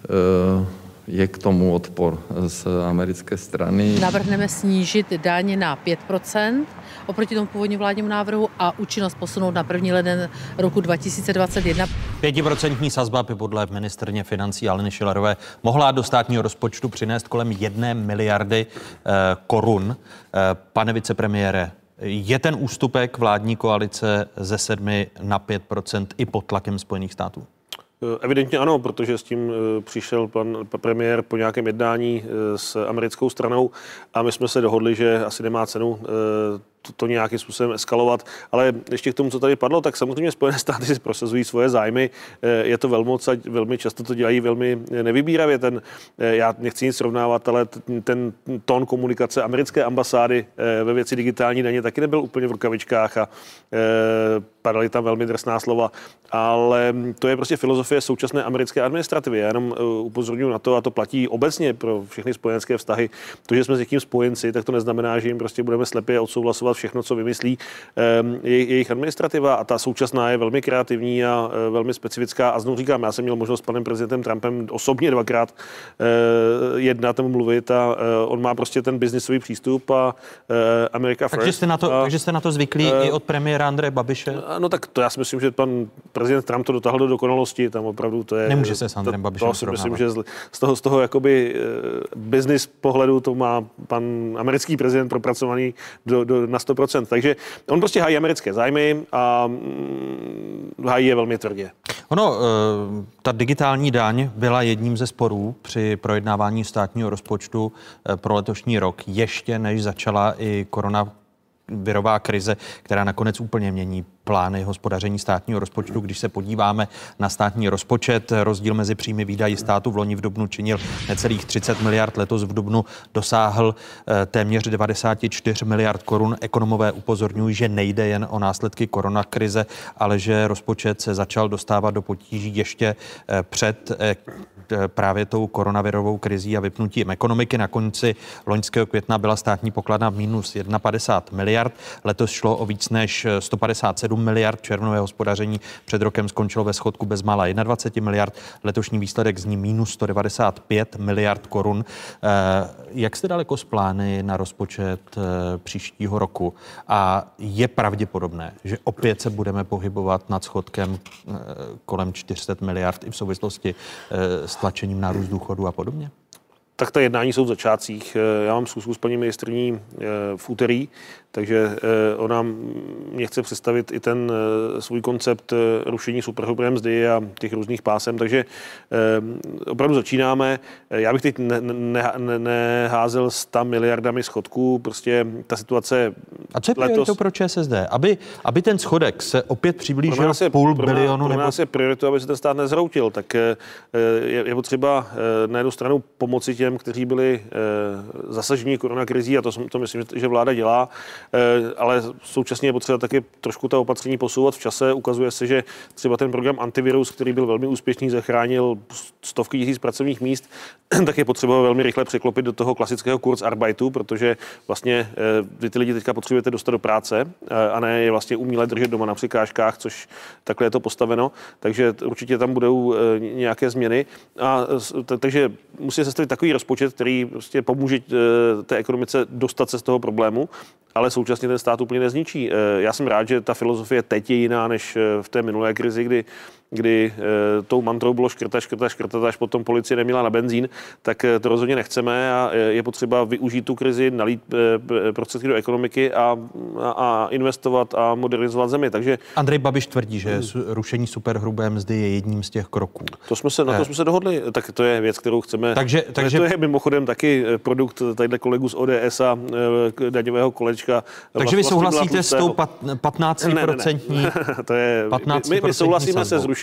Speaker 19: je k tomu odpor z americké strany.
Speaker 17: Navrhneme snížit daň na pět procent oproti tomu původnímu vládnímu návrhu a účinnost posunout na první leden roku dva tisíce dvacet jedna.
Speaker 1: Pětiprocentní sazba by podle ministryně financí Aleny Schillerové mohla do státního rozpočtu přinést kolem jedné miliardy eh, korun. Eh, pane vicepremiére, je ten ústupek vládní koalice ze sedmi na pět procent i pod tlakem Spojených států?
Speaker 13: Evidentně ano, protože s tím přišel pan premiér po nějakém jednání s americkou stranou a my jsme se dohodli, že asi nemá cenu to, to nějakým způsobem eskalovat. Ale ještě k tomu, co tady padlo, tak samozřejmě Spojené státy si prosazují svoje zájmy. Je to velmoc a velmi často to dělají velmi nevybíravě. Ten, já nechci nic srovnávat, ale ten tón komunikace americké ambasády ve věci digitální daně taky nebyl úplně v rukavičkách a padaly tam velmi drsná slova. Ale to je prostě filozofie současné americké administrativy. Já jenom upozorňuji na to, a to platí obecně pro všechny spojenecké vztahy. To, že jsme s někým spojenci, tak to neznamená, že jim prostě budeme slepě odsouhlasovat všechno, co vymyslí jejich administrativa. A ta současná je velmi kreativní a velmi specifická. A znovu říkám, já jsem měl možnost s panem prezidentem Trumpem osobně dvakrát jednat a mluvit a on má prostě ten biznisový přístup a America first.
Speaker 1: Takže jste na to,
Speaker 13: a,
Speaker 1: takže jste na to zvyklí uh, i od premiéra Andreje Babiše?
Speaker 13: No tak to já si myslím, že pan prezident Trump to dotáhl do dokonalosti, tam opravdu to je...
Speaker 1: Nemůže se s Andrejem Babišem
Speaker 13: To si myslím, že z toho, z toho jakoby business pohledu to má pan americký prezident propracovaný do, do, na sto procent. Takže on prostě hájí americké zájmy a hájí je velmi tvrdě.
Speaker 1: Ono, ta digitální daň byla jedním ze sporů při projednávání státního rozpočtu pro letošní rok, ještě než začala i koronavirová krize, která nakonec úplně mění plány hospodaření státního rozpočtu. Když se podíváme na státní rozpočet, rozdíl mezi příjmy výdaji státu v loni v dubnu činil necelých třicet miliard, letos v dubnu dosáhl téměř devadesát čtyři miliard korun. Ekonomové upozorňují, že nejde jen o následky koronakrize, ale že rozpočet se začal dostávat do potíží ještě před právě tou koronavirovou krizí a vypnutím ekonomiky. Na konci loňského května byla státní pokladna v minus padesát jedna miliard. Letos šlo o víc než sto padesát sedm miliard. Červnové hospodaření před rokem skončilo ve schodku bezmála dvacet jedna miliard. Letošní výsledek zní minus sto devadesát pět miliard korun. Jak jste daleko z plány na rozpočet příštího roku? A je pravděpodobné, že opět se budeme pohybovat nad schodkem kolem čtyři sta miliard i v souvislosti s tlačením nárůst důchodu a podobně?
Speaker 13: Tak ta jednání jsou v začátcích. Já mám schůzku s paní ministryní v úterý, takže ona mě chce představit i ten svůj koncept rušení superhrubé mzdy a těch různých pásem, takže opravdu začínáme. Já bych teď neházel ne, ne, ne sta miliardami schodků, prostě ta situace...
Speaker 1: A co je prioritou letos... pro ČSSD? Aby, aby ten schodek se opět přiblížil je, půl
Speaker 13: pro
Speaker 1: bilionu?
Speaker 13: Pro
Speaker 1: nebo...
Speaker 13: nás je prioritou, aby se ten stát nezhroutil, tak je, je potřeba na jednu stranu pomoci těm, kteří byli zasaženi koronakrizí, a to, to myslím, že vláda dělá, ale současně je potřeba taky trošku ta opatření posouvat v čase. Ukazuje se, že třeba ten program Antivirus, který byl velmi úspěšný, zachránil stovky tisíc pracovních míst, tak je potřeba velmi rychle překlopit do toho klasického Kurzarbeitu, protože vlastně vy ty lidi teďka potřebujete dostat do práce a ne je vlastně uměle držet doma na překážkách, což takhle je to postaveno. Takže určitě tam budou nějaké změny. A takže musí se sestavit takový rozpočet, který prostě pomůže té ekonomice dostat se z toho problému, ale současně ten stát úplně nezničí. Já jsem rád, že ta filozofie teď je jiná než v té minulé krizi, kdy kdy e, tou mantrou bylo škrtat, škrtat, škrtat, až potom policie neměla na benzín, tak e, to rozhodně nechceme a e, je potřeba využít tu krizi, nalít e, prostředky do ekonomiky a, a, a investovat a modernizovat zemi. Takže
Speaker 1: Andrej Babiš tvrdí, že rušení superhrubé mzdy je jedním z těch kroků.
Speaker 13: To jsme se, na to jsme se dohodli, tak to je věc, kterou chceme.
Speaker 1: Takže, takže...
Speaker 13: To je mimochodem taky produkt tadyhle kolegů z O D S a e, daňového kolečka.
Speaker 1: Takže vy souhlasíte s tou patnáctiprocentní...
Speaker 13: Ne, ne, ne. To je, my, my souhlasíme se zrušením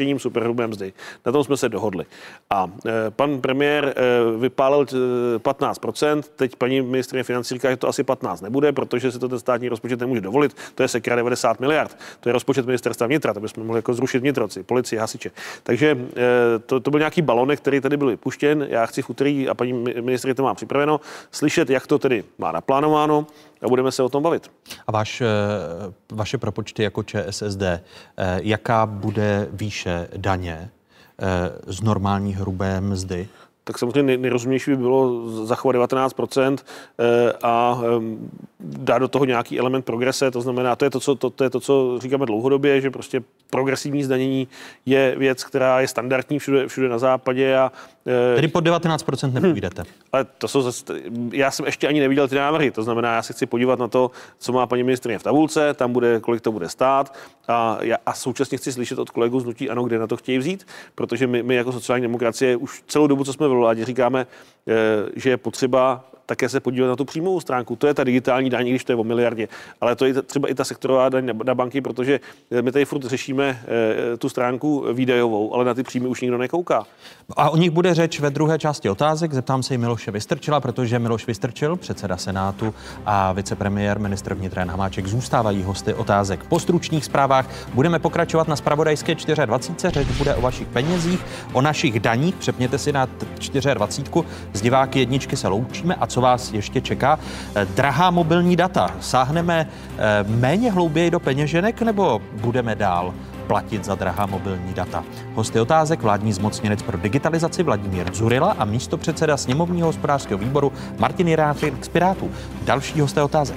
Speaker 13: zrušením superhrubé mzdy. Na tom jsme se dohodli. A pan premiér vypálil patnáct procent, teď paní ministryně financí říká, že to asi patnáct nebude, protože si to ten státní rozpočet nemůže dovolit. To je sekra devadesát miliard. To je rozpočet ministerstva vnitra, to bychom mohli jako zrušit vnitroci, policii, hasiče. Takže to, to byl nějaký balonek, který tady byl vypuštěn. Já chci v úterý, a paní ministryně to má připraveno, slyšet, jak to tedy má naplánováno a budeme se o tom bavit.
Speaker 1: A váš, vaše propočty jako ČSSD, jaká bude výše daně z normální hrubé mzdy?
Speaker 13: Tak samozřejmě nejrozumější by bylo zachovat devatenáct procent a dát do toho nějaký element progrese, to znamená, to je to, co, to, to je to, co říkáme dlouhodobě, že prostě progresivní zdanění je věc, která je standardní všude, všude na západě. A,
Speaker 1: Tedy pod devatenáct procent nepůjdete.
Speaker 13: Hmm, ale to jsou zase, já jsem ještě ani neviděl ty návrhy, to znamená, já se chci podívat na to, co má paní ministryně v tabulce, tam bude, kolik to bude stát a, já, a současně chci slyšet od kolegů z hnutí ANO, kde na to chtějí vzít, protože my, my jako sociální demokracie už celou dobu, co jsme ve vládě, říkáme, že je potřeba také se podívat na tu příjmovou stránku. To je ta digitální daň, když to je o miliardě, ale to je třeba i ta sektorová daň na, na banky, protože my tady furt řešíme e, tu stránku výdajovou, ale na ty příjmy už nikdo nekouká.
Speaker 1: A o nich bude řeč ve druhé části otázek. Zeptám se i Miloše Vystrčila, protože Miloš Vystrčil, předseda Senátu a vicepremiér ministr vnitra Jan Hamáček zůstávají hosty otázek. Po stručných zprávách budeme pokračovat na zpravodajské dvacet čtyři. Řeč bude o vašich penězích, o našich daních. Přepněte si na dvacet čtyři. Z diváky jedničky se loučíme. A co vás ještě čeká? Drahá mobilní data. Sáhneme méně hlouběji do peněženek nebo budeme dál platit za drahá mobilní data? Hosty otázek vládní zmocněnec pro digitalizaci Vladimír Dzurilla a místopředseda sněmovního hospodářského výboru Martin Jiráček z Pirátů. Další hosté otázek.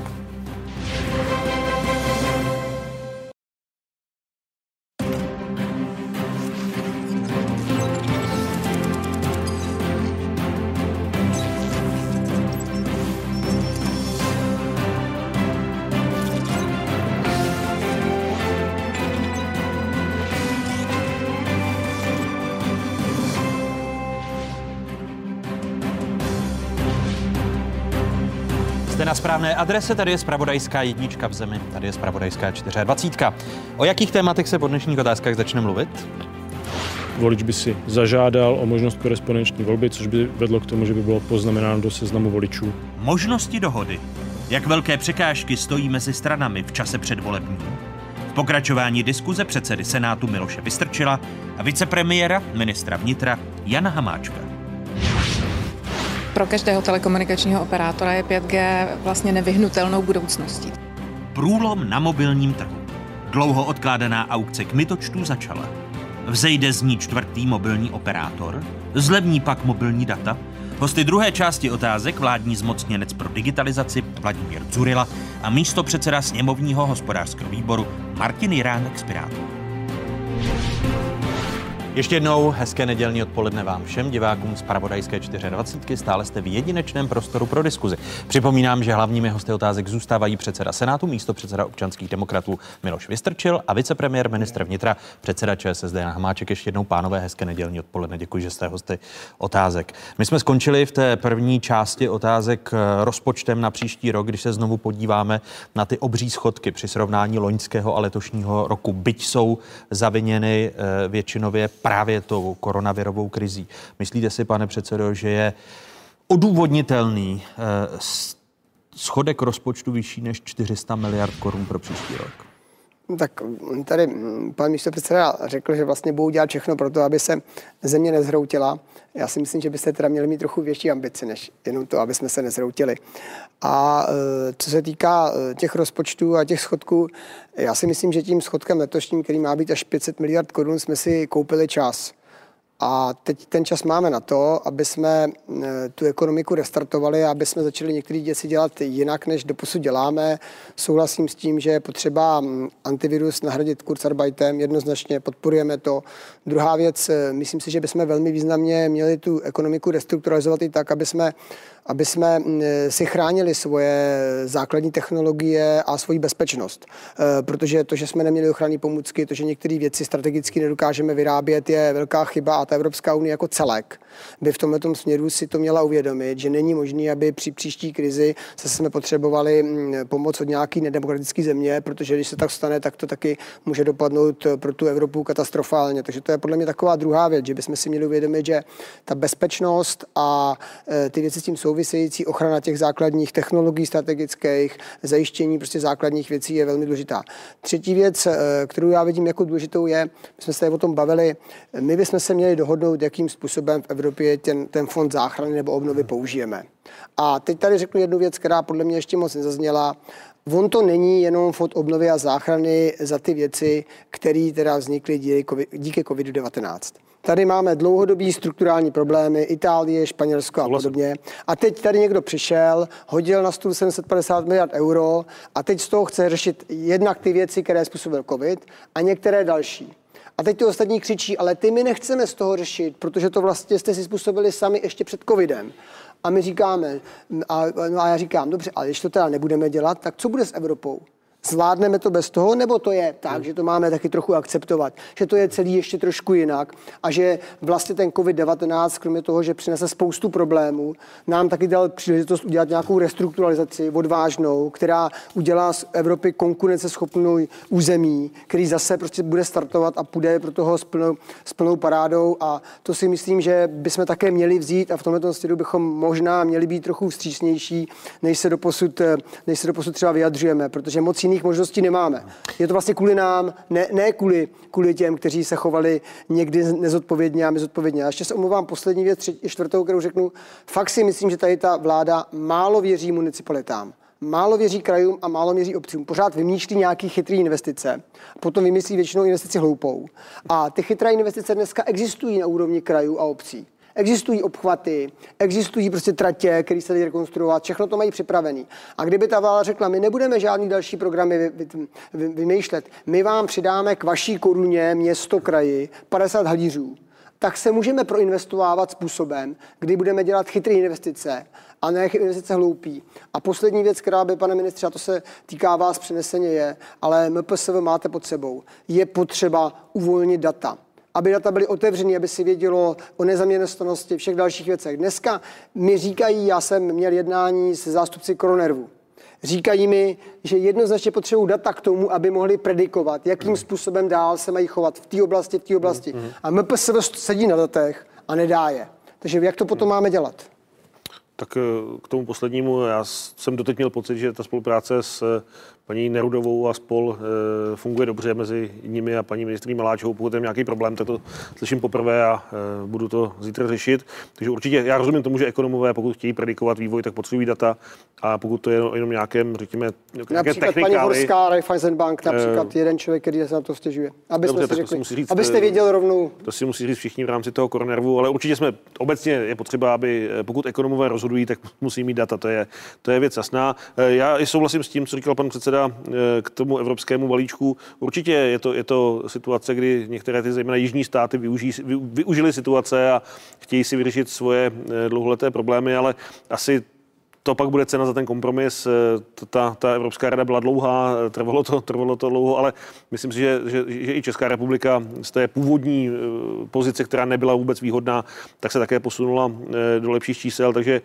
Speaker 1: Jste na správné adrese, tady je zpravodajská jednička v zemi, tady je zpravodajská dvacet čtyři. O jakých tématech se po dnešních otázkách začne mluvit?
Speaker 20: Volič by si zažádal o možnost korespondenční volby, což by vedlo k tomu, že by bylo poznamenáno do seznamu voličů.
Speaker 3: Možnosti dohody. Jak velké překážky stojí mezi stranami v čase předvolebním? V pokračování diskuze předsedy Senátu Miloše Vystrčila a vicepremiéra ministra vnitra Jana Hamáčka.
Speaker 21: Pro každého telekomunikačního operátora je pět G vlastně nevyhnutelnou budoucností.
Speaker 3: Průlom na mobilním trhu. Dlouho odkládaná aukce kmitočtů začala. Vzejde z ní čtvrtý mobilní operátor? Zlevní pak mobilní data? Hosty druhé části otázek vládní zmocněnec pro digitalizaci Vladimír Dzurilla a místopředseda sněmovního hospodářského výboru Martin Jiránek z Pirátů.
Speaker 1: Ještě jednou hezké nedělní odpoledne vám všem divákům z zpravodajské dvacet čtyři. Stále jste v jedinečném prostoru pro diskuzi. Připomínám, že hlavními hosty otázek zůstávají předseda Senátu, místopředseda občanských demokratů Miloš Vystrčil a vicepremiér ministr vnitra, předseda ČSSD Jan Hamáček. Ještě jednou, pánové, hezké nedělní odpoledne. Děkuji, že jste hosty otázek. My jsme skončili v té první části otázek rozpočtem na příští rok, když se znovu podíváme na ty obří schodky při srovnání loňského a letošního roku, byť jsou zaviněny většinově právě tou koronavirovou krizí. Myslíte si, pane předsedo, že je odůvodnitelný eh, schodek rozpočtu vyšší než čtyři sta miliard korun pro příští rok?
Speaker 12: Tak tady pan místopředseda řekl, že vlastně budou dělat všechno pro to, aby se země nezhroutila. Já si myslím, že byste teda měli mít trochu větší ambici, než jenom to, aby jsme se nezhroutili. A co se týká těch rozpočtů a těch schodků, já si myslím, že tím schodkem letošním, který má být až pět set miliard korun, jsme si koupili čas. A teď ten čas máme na to, aby jsme tu ekonomiku restartovali a aby jsme začali některé věci dělat jinak, než doposud děláme. Souhlasím s tím, že je potřeba antivirus nahradit kurzarbeitem, jednoznačně podporujeme to. Druhá věc, myslím si, že bychom velmi významně měli tu ekonomiku restrukturalizovat i tak, aby jsme aby jsme si chránili svoje základní technologie a svoji bezpečnost. Protože to, že jsme neměli ochranné pomůcky, to, že některé věci strategicky nedokážeme vyrábět, je velká chyba a ta Evropská unie jako celek by v tomto směru si to měla uvědomit, že není možné, aby při příští krizi se jsme potřebovali pomoc od nějaký nedemokratické země, protože když se tak stane, tak to taky může dopadnout pro tu Evropu katastrofálně. Takže to je podle mě taková druhá věc, že bychom si měli uvědomit, že ta bezpečnost a ty věci s tím související, ochrana těch základních technologií strategických, zajištění prostě základních věcí je velmi důležitá. Třetí věc, kterou já vidím jako důležitou, je, my jsme se tady o tom bavili, my bychom se měli dohodnout, jakým způsobem v Evropě ten, ten fond záchrany nebo obnovy použijeme. A teď tady řeknu jednu věc, která podle mě ještě moc nezazněla. On to není jenom fond obnovy a záchrany za ty věci, které teda vznikly díky kovidu devatenáct. Tady máme dlouhodobý strukturální problémy, Itálie, Španělsko a podobně. A teď tady někdo přišel, hodil na stůl sedm set padesát miliard euro a teď z toho chce řešit jednak ty věci, které způsobil covid a některé další. A teď ty ostatní křičí, ale ty my nechceme z toho řešit, protože to vlastně jste si způsobili sami ještě před covidem. A my říkáme, a, no a já říkám, dobře, ale když to teda nebudeme dělat, tak co bude s Evropou? Zvládneme to bez toho, nebo to je tak, že to máme taky trochu akceptovat, že to je celý ještě trošku jinak a že vlastně ten covid devatenáct, kromě toho, že přinese spoustu problémů, nám taky dal příležitost udělat nějakou restrukturalizaci odvážnou, která udělá z Evropy konkurenceschopnou území, který zase prostě bude startovat a půjde pro toho s plnou, s plnou parádou a to si myslím, že bychom také měli vzít a v tomto stylu bychom možná měli být trochu vstřícnější, než se doposud, než se doposud třeba vyjadřujeme, protože moc jiných možností nemáme. Je to vlastně kvůli nám, ne, ne kvůli, kvůli těm, kteří se chovali někdy nezodpovědně a my zodpovědně. A ještě se omlouvám poslední věc, třetí, čtvrtou, kterou řeknu. Fakt si myslím, že tady ta vláda málo věří municipalitám. Málo věří krajům a málo věří obcím. Pořád vymýšlí nějaký chytrý investice. Potom vymyslí většinou investici hloupou. A ty chytré investice dneska existují na úrovni krajů a obcí. Existují obchvaty, existují prostě tratě, které se dají rekonstruovat, všechno to mají připravený. A kdyby ta vláda řekla, my nebudeme žádný další programy vy, vy, vy, vymýšlet, my vám přidáme k vaší koruně město, kraji padesát halířů, tak se můžeme proinvestovávat způsobem, kdy budeme dělat chytré investice a ne investice hloupý. A poslední věc, která by, pane ministře, a to se týká vás přeneseně je, ale M P S V máte pod sebou, je potřeba uvolnit data. Aby data byly otevřený, aby si vědělo o nezaměstnanosti, všech dalších věcech. Dneska mi říkají, já jsem měl jednání se zástupci Koronervu, říkají mi, že jednoznačně potřebují data k tomu, aby mohli predikovat, jakým způsobem dál se mají chovat v té oblasti, v té oblasti. A M P S V sedí na datech a nedá je. Takže jak to potom máme dělat?
Speaker 13: Tak k tomu poslednímu, já jsem doteď měl pocit, že ta spolupráce s paní Nerudovou a spol e, funguje dobře mezi nimi a paní ministryní Maláčovou. Pokud je nějaký problém, tak to slyším poprvé a e, budu to zítra řešit. Takže určitě já rozumím tomu, že ekonomové, pokud chtějí predikovat vývoj, tak potřebují data a pokud to je jenom nějakém, řekněme, nějaké
Speaker 12: například paní Horská, Raiffeisenbank, například e, jeden člověk, který se na to stěžuje. Aby dobře, si řekli, říct, abyste věděli rovnou.
Speaker 13: To si musí říct všichni v rámci toho Koronervu, ale určitě jsme obecně je potřeba, aby pokud ekonomové rozhodují, tak musí mít data. To je, to je věc jasná. Já i souhlasím s tím, co říkal pan předseda k tomu evropskému balíčku. Určitě je to, je to situace, kdy některé ty zejména jižní státy využijí, využili situace a chtějí si vyřešit svoje dlouholeté problémy, ale asi to pak bude cena za ten kompromis. Ta, ta Evropská rada byla dlouhá, trvalo to, trvalo to dlouho, ale myslím si, že, že, že i Česká republika z té původní pozice, která nebyla vůbec výhodná, tak se také posunula do lepších čísel, takže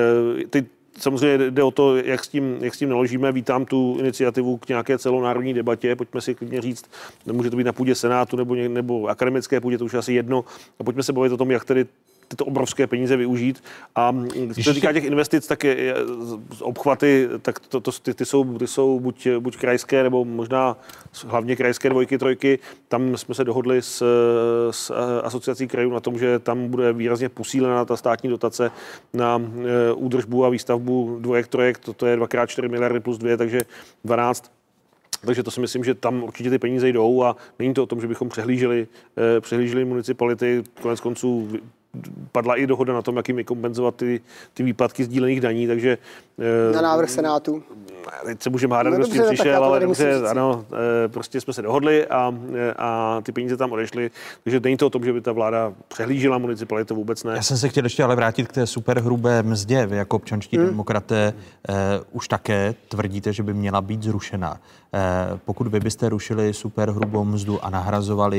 Speaker 13: ty samozřejmě jde o to, jak s tím, jak s tím naložíme. Vítám tu iniciativu k nějaké celonárodní debatě. Pojďme si klidně říct, může to být na půdě Senátu nebo, nebo akademické půdě, to už je asi jedno. A pojďme se bavit o tom, jak tedy tyto obrovské peníze využít. A co se týká těch investic, tak je, je, obchvaty, tak to, to, ty, ty, jsou, ty jsou buď, buď krajské, nebo možná hlavně krajské dvojky, trojky. Tam jsme se dohodli s, s asociací krajů na tom, že tam bude výrazně posílena ta státní dotace na e, údržbu a výstavbu dvojek, trojek. Toto je dvakrát čtyři miliardy plus dvě, takže dvanáct. Takže to si myslím, že tam určitě ty peníze jdou a není to o tom, že bychom přehlíželi, e, přehlíželi municipality. Konec konců padla i dohoda na tom, jak jim kompenzovat ty, ty výpadky sdílených daní, takže...
Speaker 12: Na návrh Senátu.
Speaker 13: Teď se můžeme hádat, kdo s tím přišel, ale dobře, ano, prostě jsme se dohodli a, a ty peníze tam odešly, takže není to o tom, že by ta vláda přehlížela municipalitu, vůbec ne.
Speaker 1: Já jsem se chtěl ještě ale vrátit k té superhrubé mzdě. Vy jako občanští hmm. demokraté eh, už také tvrdíte, že by měla být zrušena. Eh, pokud vy byste rušili superhrubou mzdu a nahrazovali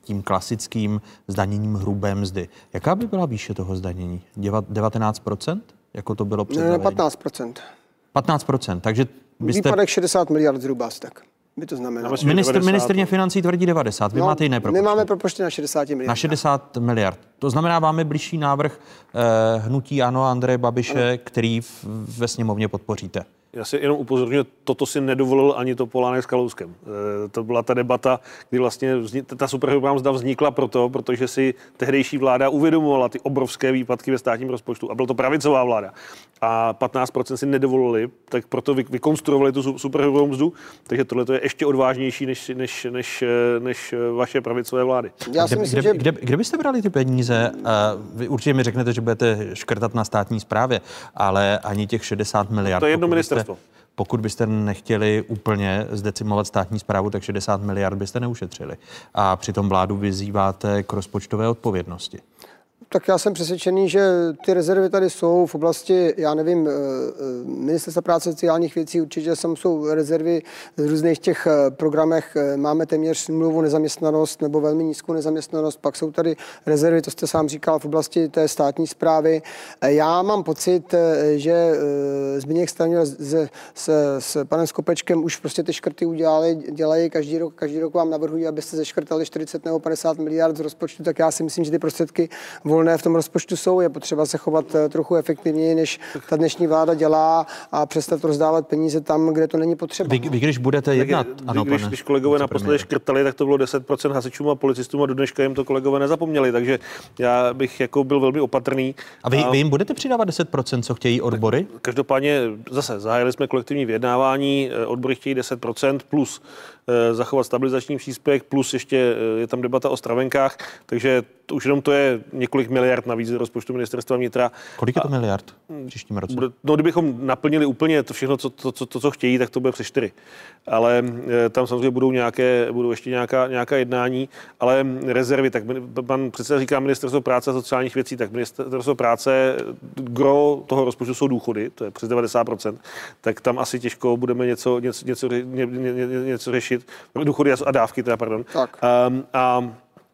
Speaker 1: tím klasickým zdaněním hrubé mzdy. Jaká by byla výše toho zdanění? devatenáct procent? Jako to bylo před
Speaker 12: Ne, patnáct procent.
Speaker 1: patnáct procent, takže byste...
Speaker 12: Výpadek šedesát miliard zhruba, tak by to znamenalo.
Speaker 1: Ministr, ministrně financí tvrdí devadesát, vy
Speaker 12: no,
Speaker 1: máte jiné propočty.
Speaker 12: My máme propočty na šedesát miliard.
Speaker 1: Na šedesát miliard. To znamená, vám je blížší návrh eh, hnutí ANO Andreje Babiše, ano. který v, ve sněmovně podpoříte.
Speaker 13: Já si jenom upozorňuji, že toto si nedovolil ani Topolánek s Kalouskem. E, to byla ta debata, kdy vlastně vzni, ta superhrubá mzda vznikla proto, protože si tehdejší vláda uvědomovala ty obrovské výpadky ve státním rozpočtu. A byla to pravicová vláda. A patnáct procent si nedovolili, tak proto vy, vykonstruovali tu superhrubou mzdu. Takže tohle je ještě odvážnější než, než, než, než vaše pravicové vlády.
Speaker 12: Já si
Speaker 1: kde,
Speaker 12: myslím,
Speaker 1: kde,
Speaker 12: že...
Speaker 1: kde, kde byste brali ty peníze? Vy určitě mi řeknete, že budete škrtat na státní správě, ale ani těch šedesát miliard.
Speaker 13: To je jedno ministerstvo.
Speaker 1: Pokud byste nechtěli úplně zdecimovat státní správu, tak šedesát miliard byste neušetřili. A přitom vládu vyzýváte k rozpočtové odpovědnosti.
Speaker 12: Tak já jsem přesvědčený, že ty rezervy tady jsou v oblasti, já nevím, Ministerstva práce a sociálních věcí, určitě tam jsou rezervy v různých těch programech. Máme téměř nulovou nezaměstnanost nebo velmi nízkou nezaměstnanost, pak jsou tady rezervy, to jste sám říkal, v oblasti té státní správy. Já mám pocit, že Zbyněk Stanjura s, s, s panem Skopečkem už prostě ty škrty udělali, dělají každý rok, každý rok vám navrhují, abyste zeškrtali čtyřicet nebo padesát miliard z rozpočtu, tak já si myslím, že ty prostředky volné v tom rozpočtu jsou. Je potřeba se chovat trochu efektivněji, než ta dnešní vláda dělá a přestat rozdávat peníze tam, kde to není potřeba.
Speaker 1: Vy, vy když budete jednat...
Speaker 13: Vy,
Speaker 1: ano,
Speaker 13: když,
Speaker 1: pane,
Speaker 13: když kolegové naposledy škrtali, tak to bylo deset procent hasičům a policistům a do dneška jim to kolegové nezapomněli, takže já bych jako byl velmi opatrný.
Speaker 1: A vy, a vy jim budete přidávat deset procent, co chtějí odbory?
Speaker 13: Každopádně zase zahájili jsme kolektivní vyjednávání, odbory chtějí deset procent plus zachovat stabilizační příspěvek, plus ještě je tam debata o stravenkách, takže to už jenom to je několik miliard navíc z rozpočtu ministerstva vnitra.
Speaker 1: Kolik je to miliard v příštím roce?
Speaker 13: No, kdybychom naplnili úplně to všechno, co, to, co, to, co chtějí, tak to bude přes čtyři. Ale e, tam samozřejmě budou, nějaké, budou ještě nějaká, nějaká jednání, ale rezervy, tak pan předseda říká Ministerstvo práce a sociálních věcí, tak Ministerstvo práce, gro toho rozpočtu jsou důchody, to je přes devadesát procent, tak tam asi těžko budeme něco, něco, něco, ně, ně, ně, něco řešit. Důchody a dávky, teda, pardon.
Speaker 12: Tak.
Speaker 13: A, a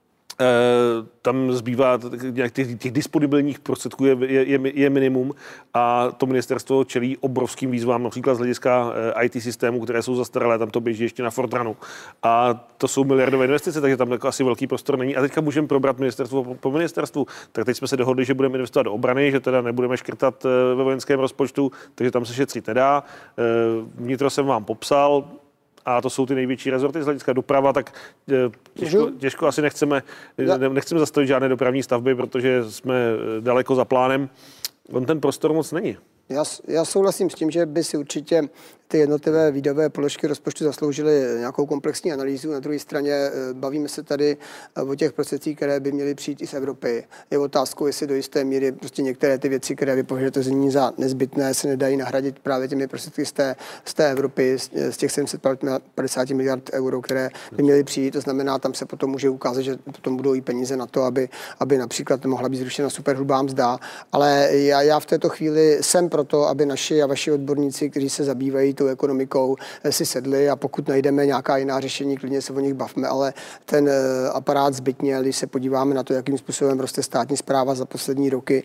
Speaker 13: tam zbývá nějak těch, těch disponibilních prostředků je, je, je minimum a to ministerstvo čelí obrovským výzvám, například z hlediska í té systémů, které jsou zastaralé, tam to běží ještě na Fortranu. A to jsou miliardové investice, takže tam jako asi velký prostor není. A teďka můžeme probrat ministerstvo po, po ministerstvu. Tak teď jsme se dohodli, že budeme investovat do obrany, že teda nebudeme škrtat ve vojenském rozpočtu, takže tam se šetřit nedá. Vnitro jsem vám popsal. A to jsou ty největší rezorty z hlediska doprava, tak těžko, těžko asi nechceme, ne, nechceme zastavit žádné dopravní stavby, protože jsme daleko za plánem. On ten prostor moc není.
Speaker 12: Já, já souhlasím s tím, že by si určitě ty jednotlivé výdajové položky rozpočtu zasloužily nějakou komplexní analýzu. Na druhé straně bavíme se tady o těch prostředcích, které by měly přijít i z Evropy. Je otázkou, jestli do jisté míry prostě některé ty věci, které vy považujete za nezbytné, se nedají nahradit právě těmi prostředky z té, z té Evropy, z těch sedm set padesát miliard euro, které by měly přijít. To znamená, tam se potom může ukázat, že potom budou i peníze na to, aby, aby například mohla být zrušena superhrubá mzda. Ale já, já v této chvíli jsem proto, aby naši a vaši odborníci, kteří se zabývají tou ekonomikou, si sedli a pokud najdeme nějaká jiná řešení, klidně se o nich bavme, ale ten aparát zbytně, když se podíváme na to, jakým způsobem roste státní správa za poslední roky,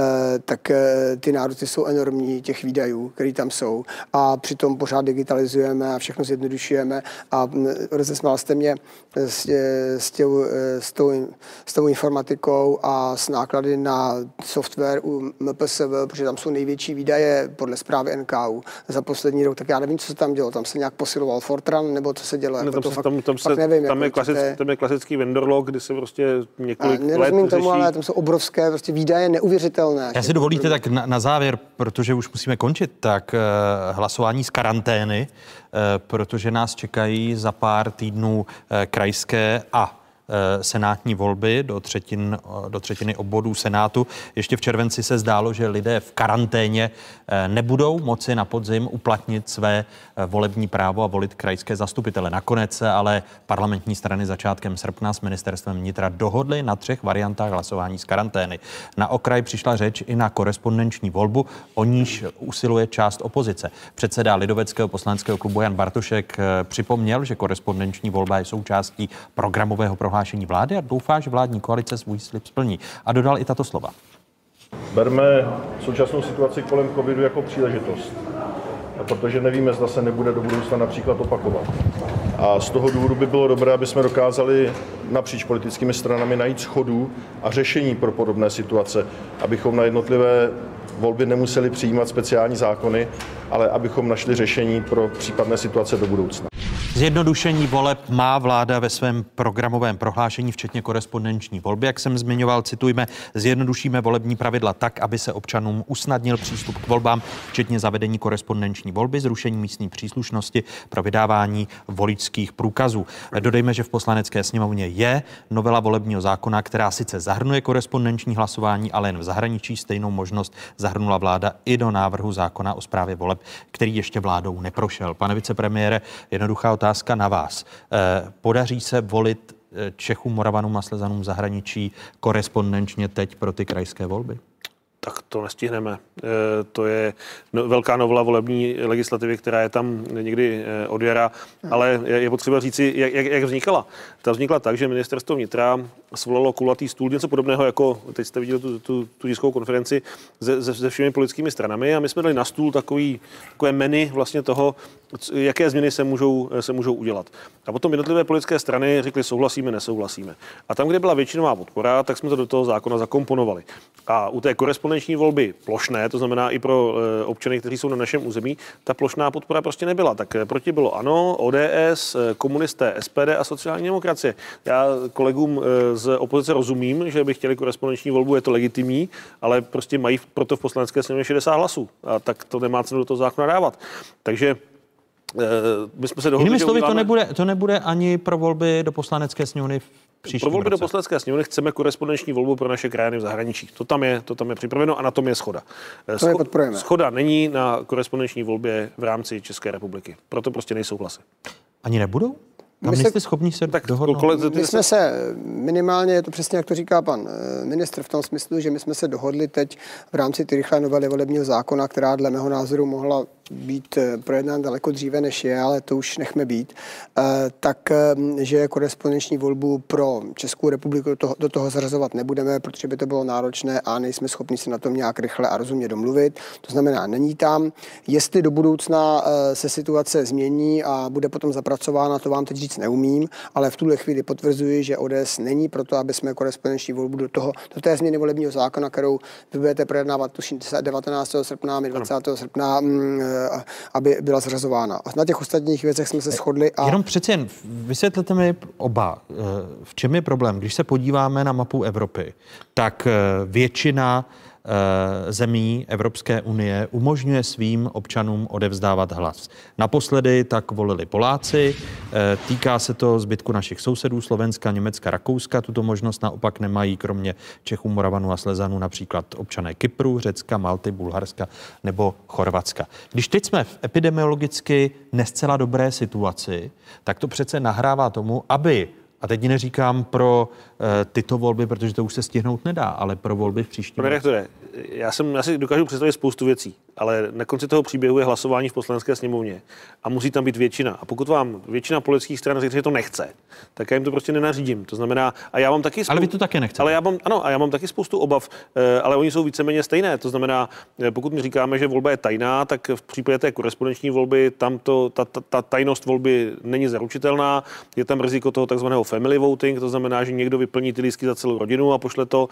Speaker 12: tak ty nárůsty jsou enormní těch výdajů, které tam jsou a přitom pořád digitalizujeme a všechno zjednodušujeme a rozesmál jste mě s, s, těm, s, tou, s tou informatikou a s náklady na software u M P S V, protože tam jsou největší výdaje podle zprávy N K U za poslední rok, tak já nevím, co se tam dělo. Tam se nějak posiloval Fortran, nebo co se dělo?
Speaker 13: No, tam,
Speaker 12: to
Speaker 13: se,
Speaker 12: fakt,
Speaker 13: tam, tam,
Speaker 12: fakt
Speaker 13: se,
Speaker 12: nevím,
Speaker 13: tam,
Speaker 12: jako,
Speaker 13: je klasick,
Speaker 12: je...
Speaker 13: tam je klasický vendor log, kdy se prostě několik
Speaker 12: a,
Speaker 13: let
Speaker 12: nerozumím tomu,
Speaker 13: řeší.
Speaker 12: ale tam jsou obrovské prostě výdaje neuvěřitelné.
Speaker 1: Já si dovolíte tak na, na závěr, protože už musíme končit, tak uh, hlasování z karantény, uh, protože nás čekají za pár týdnů uh, krajské a senátní volby do, třetin, do třetiny obvodů Senátu. Ještě v červenci se zdálo, že lidé v karanténě nebudou moci na podzim uplatnit své volební právo a volit krajské zastupitele. Nakonec se ale parlamentní strany začátkem srpna s ministerstvem vnitra dohodly na třech variantách hlasování z karantény. Na okraj přišla řeč i na korespondenční volbu, o níž usiluje část opozice. Předseda lidoveckého poslaneckého klubu Jan Bartošek připomněl, že korespondenční volba je součástí programového prohlášení prohlášení vlády a doufá, že vládní koalice svůj slib splní. A dodal i tato slova.
Speaker 2: Berme současnou situaci kolem covidu jako příležitost, protože nevíme, zda se nebude do budoucna například opakovat. A z toho důvodu by bylo dobré, aby jsme dokázali napříč politickými stranami najít shodu a řešení pro podobné situace, abychom na jednotlivé volby nemuseli přijímat speciální zákony, ale abychom našli řešení pro případné situace do budoucna.
Speaker 1: Zjednodušení voleb má vláda ve svém programovém prohlášení, včetně korespondenční volby. Jak jsem zmiňoval, citujme, zjednodušíme volební pravidla tak, aby se občanům usnadnil přístup k volbám, včetně zavedení korespondenční volby, zrušení místní příslušnosti pro vydávání voličských průkazů. Dodejme, že v Poslanecké sněmovně je novela volebního zákona, která sice zahrnuje korespondenční hlasování, ale jen v zahraničí. Stejnou možnost zahrnula vláda i do návrhu zákona o správě voleb, který ještě vládou neprošel. Pane vicepremiére, jednoduchá otázka na vás. Podaří se volit Čechům, Moravanům a Slezanům v zahraničí korespondenčně teď pro ty krajské volby?
Speaker 13: Tak to nestihneme. To je velká novela volební legislativy, která je tam někdy od jara, ale je potřeba říci, jak, jak vznikala. Ta vznikla tak, že ministerstvo vnitra svolalo kulatý stůl, něco podobného, jako teď jste viděli tu, tu, tu tiskovou konferenci se, se všemi politickými stranami a my jsme dali na stůl takový, takové menu vlastně toho, jaké změny se můžou, se můžou udělat. A potom jednotlivé politické strany řekly souhlasíme, nesouhlasíme. A tam, kde byla většinová podpora, tak jsme to do toho zákona zakomponovali. A u té korespondenční volby plošné, to znamená i pro e, občany, kteří jsou na našem území, ta plošná podpora prostě nebyla. Tak proti bylo ANO, O D S, komunisté, S P D a sociální demokracie. Já kolegům e, z opozice rozumím, že by chtěli korespondenční volbu, je to legitimní, ale prostě mají proto v poslanecké sněmovně šedesát hlasů. A tak to nemá cenu do toho zákona dávat. Takže my jsme se dohodli,
Speaker 1: jinými slovy,
Speaker 13: uděláme...
Speaker 1: to nebude, to nebude ani pro volby do poslanecké sněmovny v příštím
Speaker 13: Pro volby
Speaker 1: roce.
Speaker 13: do poslanecké sněmovny chceme korespondenční volbu pro naše krajany v zahraničí. To tam je, to tam je připraveno a na tom je shoda.
Speaker 12: To je podporujeme.
Speaker 13: Schoda není na korespondenční volbě v rámci České republiky. Proto prostě nejsou hlasy.
Speaker 1: Ani nebudou? Tam jste schopni se tak dohodnout?
Speaker 12: My jsme se minimálně, je to přesně, jak to říká pan ministr, v tom smyslu, že my jsme se dohodli teď v rámci ty rychlé novely volebního zákona, která dle mého názoru mohla být projednán daleko dříve, než je, ale to už nechme být, tak, že korespondenční volbu pro Českou republiku do toho, do toho zařazovat nebudeme, protože by to bylo náročné a nejsme schopni se na tom nějak rychle a rozumně domluvit. To znamená, není tam. Jestli do budoucna se situace změní a bude potom zapracována, to vám teď říct neumím, ale v tuhle chvíli potvrzuji, že O D S není proto, aby jsme korespondenční volbu do toho, do té změny volebního zákona, kterou vy budete projednávat tuším devatenáctého srpna, dvacátého srpna, aby byla zřazována. A na těch ostatních věcech jsme se shodli. A...
Speaker 1: Jenom přeci jen vysvětlete mi oba, v čem je problém. Když se podíváme na mapu Evropy, tak většina zemí Evropské unie umožňuje svým občanům odevzdávat hlas. Naposledy tak volili Poláci, týká se to zbytku našich sousedů Slovenska, Německa, Rakouska. Tuto možnost naopak nemají kromě Čechů, Moravanů a Slezanů například občané Kypru, Řecka, Malty, Bulharska nebo Chorvatska. Když teď jsme v epidemiologicky nescela dobré situaci, tak to přece nahrává tomu, aby a teď neříkám pro uh, tyto volby, protože to už se stihnout nedá, ale pro volby v příštím
Speaker 13: roce. Pane rektore, já, jsem, já si dokážu představit spoustu věcí, ale na konci toho příběhu je hlasování v poslanecké sněmovně a musí tam být většina. A pokud vám většina politických stran řekne, že to nechce, tak já jim to prostě nenařídím. To znamená, a já mám taky spoustu,
Speaker 1: ale vy to také nechcete.
Speaker 13: Ale já mám, ano, a já mám taky spoustu obav, ale oni jsou víceméně stejné. To znamená, pokud mi říkáme, že volba je tajná, tak v případě té korespondenční volby tam to, ta, ta, ta tajnost volby není zaručitelná. Je tam riziko toho takzvaného family voting, to znamená, že někdo vyplní ty lístky za celou rodinu a pošle to.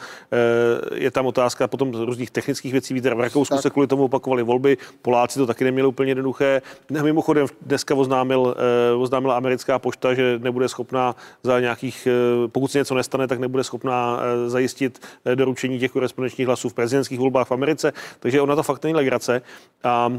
Speaker 13: Je tam otázka potom různých technických věcí. Víte, v Rakousku tak se kvůli tomu opakovaly volby, Poláci to taky neměli úplně jednoduché. Mimochodem dneska oznámil, oznámila americká pošta, že nebude schopná za nějakých, pokud se něco nestane, tak nebude schopná zajistit doručení těch korespondenčních hlasů v prezidentských volbách v Americe. Takže ona to fakt není legrace. A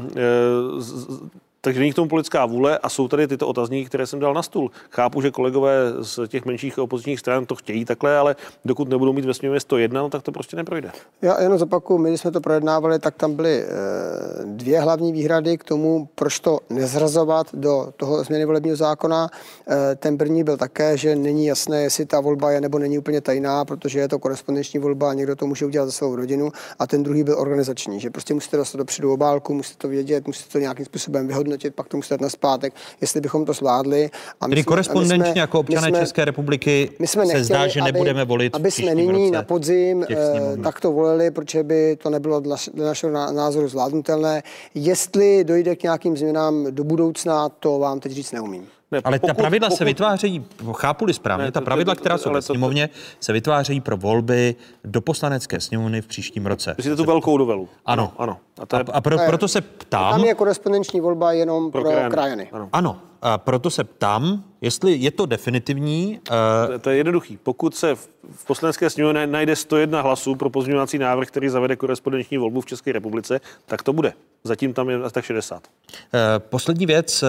Speaker 13: takže není k tomu politická vůle a jsou tady tyto otazníky, které jsem dal na stůl. Chápu, že kolegové z těch menších opozičních stran to chtějí takhle, ale dokud nebudou mít ve sněmovně sto jedna, no, tak to prostě neprojde.
Speaker 12: Já jenom zopakuju, my když jsme to projednávali, tak tam byly dvě hlavní výhrady k tomu, proč to nezrazovat do toho změny volebního zákona. Ten první byl také, že není jasné, jestli ta volba je nebo není úplně tajná, protože je to korespondenční volba a někdo to může udělat za svou rodinu. A ten druhý byl organizační, že prostě musíte dostat dopředu obálku, musíte to vědět, musíte to nějakým způsobem vyhodnotit. vyhodnotit, pak to musí na zpátek, jestli bychom to zvládli. A
Speaker 1: Tedy
Speaker 12: jsme,
Speaker 1: korespondenčně
Speaker 12: jsme,
Speaker 1: jako občané
Speaker 12: jsme,
Speaker 1: České republiky se
Speaker 12: nechtěli,
Speaker 1: zdá, že
Speaker 12: aby,
Speaker 1: nebudeme volit
Speaker 12: aby jsme nyní na podzim eh, takto volili, protože by to nebylo dle našeho názoru zvládnutelné. Jestli dojde k nějakým změnám do budoucna, to vám teď říct neumím.
Speaker 1: Ne, ale pokud, ta pravidla pokud... se vytvářejí, chápu-li správně, ne, ta pravidla, která jsou ve sněmovně, se vytvářejí pro volby do poslanecké sněmovny v příštím roce.
Speaker 13: Myslíte tu velkou novelu?
Speaker 1: Ano.
Speaker 13: ano.
Speaker 1: A, to je... a, a pro, proto se ptám...
Speaker 12: Tam je korespondenční volba jenom pro, pro krajany.
Speaker 1: Ano. ano. A proto se ptám, jestli je to definitivní.
Speaker 13: Uh... To, to je jednoduchý. Pokud se v, v poslanecké sněmovně najde sto jedna hlasů pro pozměňovací návrh, který zavede korespondenční volbu v České republice, tak to bude. Zatím tam je tak šedesát.
Speaker 1: Uh, poslední věc.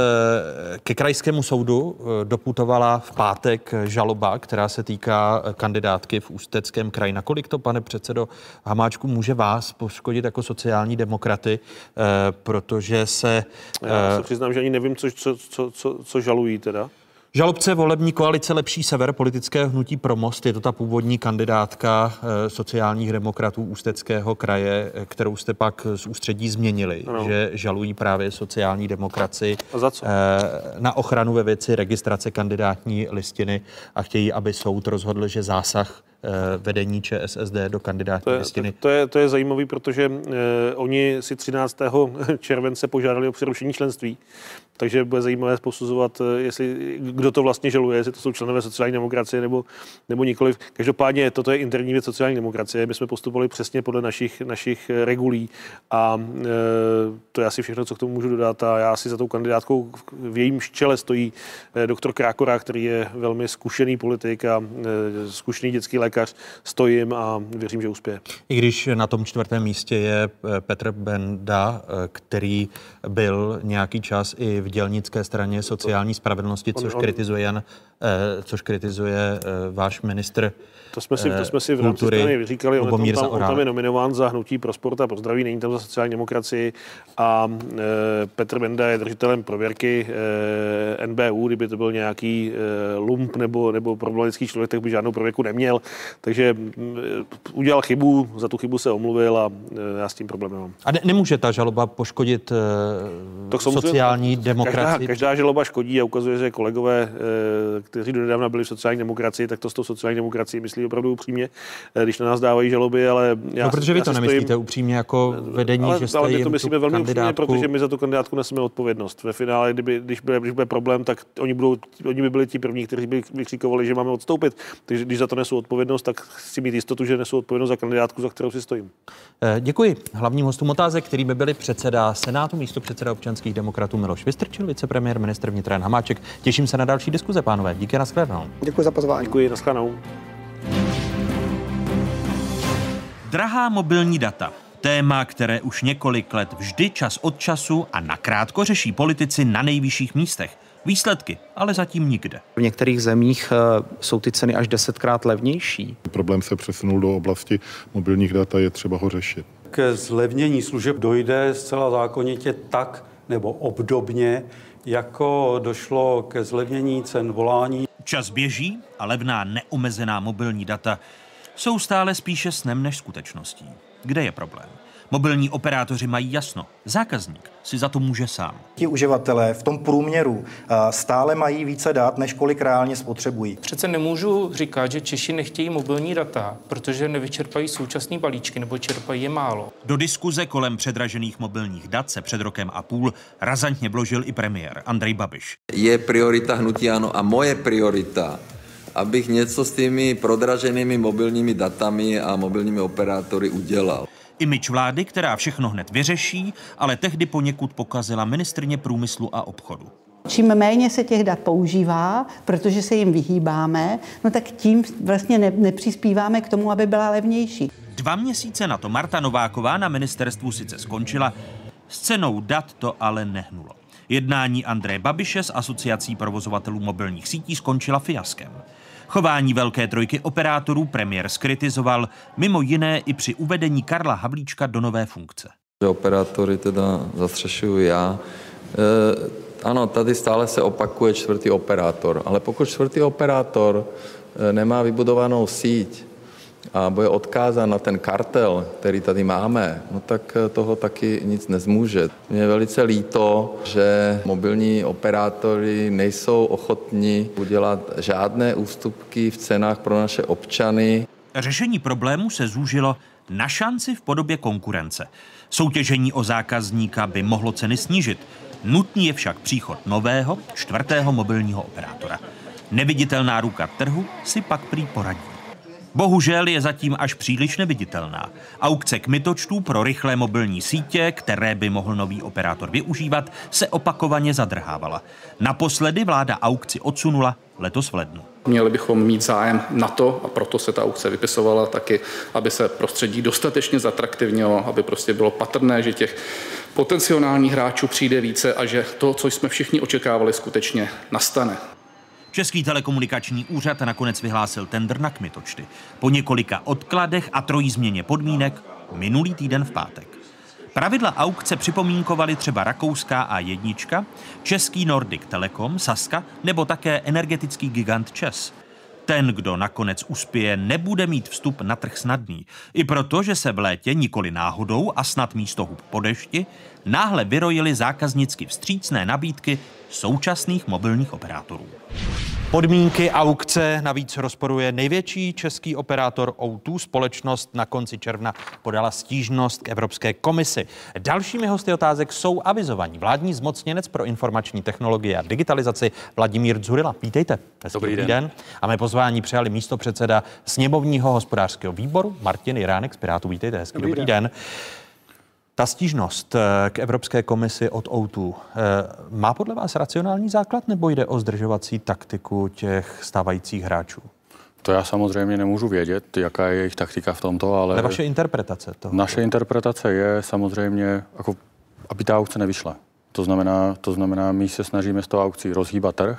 Speaker 1: Ke krajskému soudu doputovala v pátek žaloba, která se týká kandidátky v Ústeckém kraji. Nakolik to, pane předsedo Hamáčku, může vás poškodit jako sociální demokraty, uh, protože se...
Speaker 13: Uh... Já se přiznám, že ani nevím, co, co, co, co, co žalují teda.
Speaker 1: Žalobce volební koalice Lepší sever politického hnutí Pro most, je to ta původní kandidátka e, sociálních demokratů Ústeckého kraje, kterou jste pak z ústředí změnili, ano. že žalují právě sociální demokracii
Speaker 13: a za co?
Speaker 1: E, na ochranu ve věci registrace kandidátní listiny a chtějí, aby soud rozhodl, že zásah vedení ČSSD do kandidátní
Speaker 13: to je,
Speaker 1: listiny.
Speaker 13: To, to, je, to je zajímavý, protože eh, oni si třináctého července požádali o přerušení členství, takže bude zajímavé posuzovat, jestli, kdo to vlastně žaluje, jestli to jsou členové sociální demokracie nebo, nebo nikoliv. Každopádně toto je interní věc sociální demokracie. My jsme postupovali přesně podle našich, našich regulí a eh, to je asi všechno, co k tomu můžu dodat. A já si za tou kandidátkou v jejím čele stojí eh, doktor Krákora, který je velmi zkušený politik a eh, zkušený dětský lékař. Stojím a věřím, že uspěje.
Speaker 1: I když na tom čtvrtém místě je Petr Benda, který byl nějaký čas i v dělnické straně sociální spravedlnosti, což kritizuje, jen, což kritizuje váš ministr
Speaker 13: To jsme si, to jsme si v rámci strany vyříkali, on, on, tam, on tam je nominován za Hnutí pro sport a pro zdraví, není tam za sociální demokracii a e, Petr Benda je držitelem prověrky e, N B U, kdyby to byl nějaký e, lump nebo, nebo problematický člověk, tak by žádnou prověrku neměl, takže e, udělal chybu, za tu chybu se omluvil a e, já s tím problém nemám.
Speaker 1: A ne, nemůže ta žaloba poškodit e, sociální demokracii?
Speaker 13: Každá, každá žaloba škodí a ukazuje, že kolegové, e, kteří donedávna byli v sociální demokracii, tak to s tou sociální demokracií myslí opravdu upřímně, když na nás dávají žaloby, ale já...
Speaker 1: No, protože vy
Speaker 13: já
Speaker 1: to nemyslíte
Speaker 13: stojím,
Speaker 1: upřímně jako vedení,
Speaker 13: ale,
Speaker 1: že jste
Speaker 13: ale
Speaker 1: jim
Speaker 13: my to myslíme velmi
Speaker 1: kandidátku...
Speaker 13: upřímně, protože my za tu kandidátku neseme odpovědnost. Ve finále, kdyby, když, bude, když bude problém, tak oni, budou, oni by byli ti první, kteří by vykřikovali, že máme odstoupit. Takže když za to nesou odpovědnost, tak chci mít jistotu, že nesou odpovědnost za kandidátku, za kterou si stojím.
Speaker 1: Děkuji. Hlavním hostům otázek, kterými byli předseda Senátu, místopředseda občanských demokratů Miloš Vystrčil, vicepremiér, ministr vnitra Jan Hamáček. Těším se na další diskuze, pánové. Díky, nashledanou.
Speaker 12: Děkuji za pozvání.
Speaker 13: Děkuji, nashledanou.
Speaker 3: Drahá mobilní data. Téma, které už několik let vždy čas od času a nakrátko řeší politici na nejvyšších místech. Výsledky ale zatím nikde.
Speaker 4: V některých zemích jsou ty ceny až desetkrát levnější.
Speaker 22: Problém se přesunul do oblasti mobilních dat a je třeba ho řešit.
Speaker 23: Ke zlevnění služeb dojde zcela zákonitě tak nebo obdobně, jako došlo ke zlevnění cen volání.
Speaker 3: Čas běží a levná neomezená mobilní data jsou stále spíše snem než skutečností. Kde je problém? Mobilní operátoři mají jasno. Zákazník si za to může sám.
Speaker 24: Ti uživatelé v tom průměru stále mají více dat, než kolik reálně spotřebují.
Speaker 25: Přece nemůžu říkat, že Češi nechtějí mobilní data, protože nevyčerpají současné balíčky nebo čerpají je málo.
Speaker 3: Do diskuze kolem předražených mobilních dat se před rokem a půl razantně vložil i premiér Andrej Babiš.
Speaker 26: Je priorita hnutí ANO a moje priorita, abych něco s těmi prodraženými mobilními datami a mobilními operátory udělal.
Speaker 3: Image vlády, která všechno hned vyřeší, ale tehdy poněkud pokazila ministryně průmyslu a obchodu.
Speaker 27: Čím méně se těch dat používá, protože se jim vyhýbáme, no tak tím vlastně ne, nepřispíváme k tomu, aby byla levnější.
Speaker 3: Dva měsíce na to Marta Nováková na ministerstvu sice skončila, s cenou dat to ale nehnulo. Jednání Andreje Babiše s Asociací provozovatelů mobilních sítí skončila fiaskem. Chování velké trojky operátorů premiér zkritizoval mimo jiné i při uvedení Karla Havlíčka do nové funkce.
Speaker 19: Operátory teda zastřešuju já. E, ano, tady stále se opakuje čtvrtý operátor, ale pokud čtvrtý operátor nemá vybudovanou síť a bude odkázán na ten kartel, který tady máme, no tak toho taky nic nezmůže. Mně je velice líto, že mobilní operátory nejsou ochotní udělat žádné ústupky v cenách pro naše občany.
Speaker 3: Řešení problému se zúžilo na šanci v podobě konkurence. Soutěžení o zákazníka by mohlo ceny snížit. Nutný je však příchod nového, čtvrtého mobilního operátora. Neviditelná ruka trhu si pak prý poradí. Bohužel je zatím až příliš neviditelná. Aukce kmitočtů pro rychlé mobilní sítě, které by mohl nový operátor využívat, se opakovaně zadrhávala. Naposledy vláda aukci odsunula letos v lednu.
Speaker 5: Měli bychom mít zájem na to, a proto se ta aukce vypisovala taky, aby se prostředí dostatečně zatraktivnilo, aby prostě bylo patrné, že těch potenciálních hráčů přijde více a že to, co jsme všichni očekávali, skutečně nastane.
Speaker 3: Český telekomunikační úřad nakonec vyhlásil tendr na kmitočty. Po několika odkladech a trojí změně podmínek minulý týden v pátek. Pravidla aukce připomínkovali třeba rakouská á jedna, český Nordic Telekom, Sazka nebo také energetický gigant ČEZ. Ten, kdo nakonec uspěje, nebude mít vstup na trh snadný. I proto, že se v létě nikoli náhodou a snad místo hub po dešti náhle vyrojily zákaznicky vstřícné nabídky současných mobilních operátorů.
Speaker 1: Podmínky aukce navíc rozporuje největší český operátor O dva. Společnost na konci června podala stížnost k Evropské komisi. Dalšími hosty otázek jsou avizovaní vládní zmocněnec pro informační technologie a digitalizaci Vladimír Dzurilla. Vítejte.
Speaker 6: Dobrý den.
Speaker 1: den. A mé pozvání přijali místopředseda sněmovního hospodářského výboru Martin Jiránek z Pirátů. Vítejte. Hezký dobrý, dobrý den. den. Ta stížnost k Evropské komisi od O dva má podle vás racionální základ, nebo jde o zdržovací taktiku těch stávajících hráčů?
Speaker 6: To já samozřejmě nemůžu vědět, jaká je jejich taktika v tomto, ale...
Speaker 1: Ale vaše interpretace toho?
Speaker 6: Naše interpretace je samozřejmě, jako, aby ta aukce nevyšla. To znamená, to znamená, my se snažíme s tou aukcí rozhýbat trh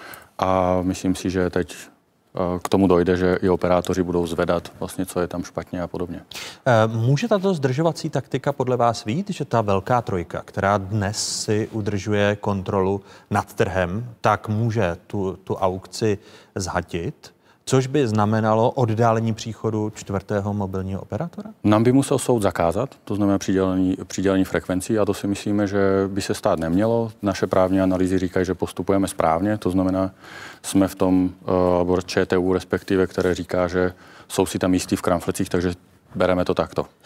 Speaker 6: a myslím si, že teď k tomu dojde, že i operátoři budou zvedat vlastně, co je tam špatně a podobně.
Speaker 1: Může tato zdržovací taktika podle vás být, že ta velká trojka, která dnes si udržuje kontrolu nad trhem, tak může tu, tu aukci zhatit, což by znamenalo oddálení příchodu čtvrtého mobilního operátora?
Speaker 6: Nám by musel soud zakázat, to znamená přidělení, přidělení frekvencí, a to si myslíme, že by se stát nemělo. Naše právní analýzy říkají, že postupujeme správně, to znamená, jsme v tom uh, ČTU respektive, které říká, že jsou si tam jistí v kramflecích, takže bereme to takto. Uh,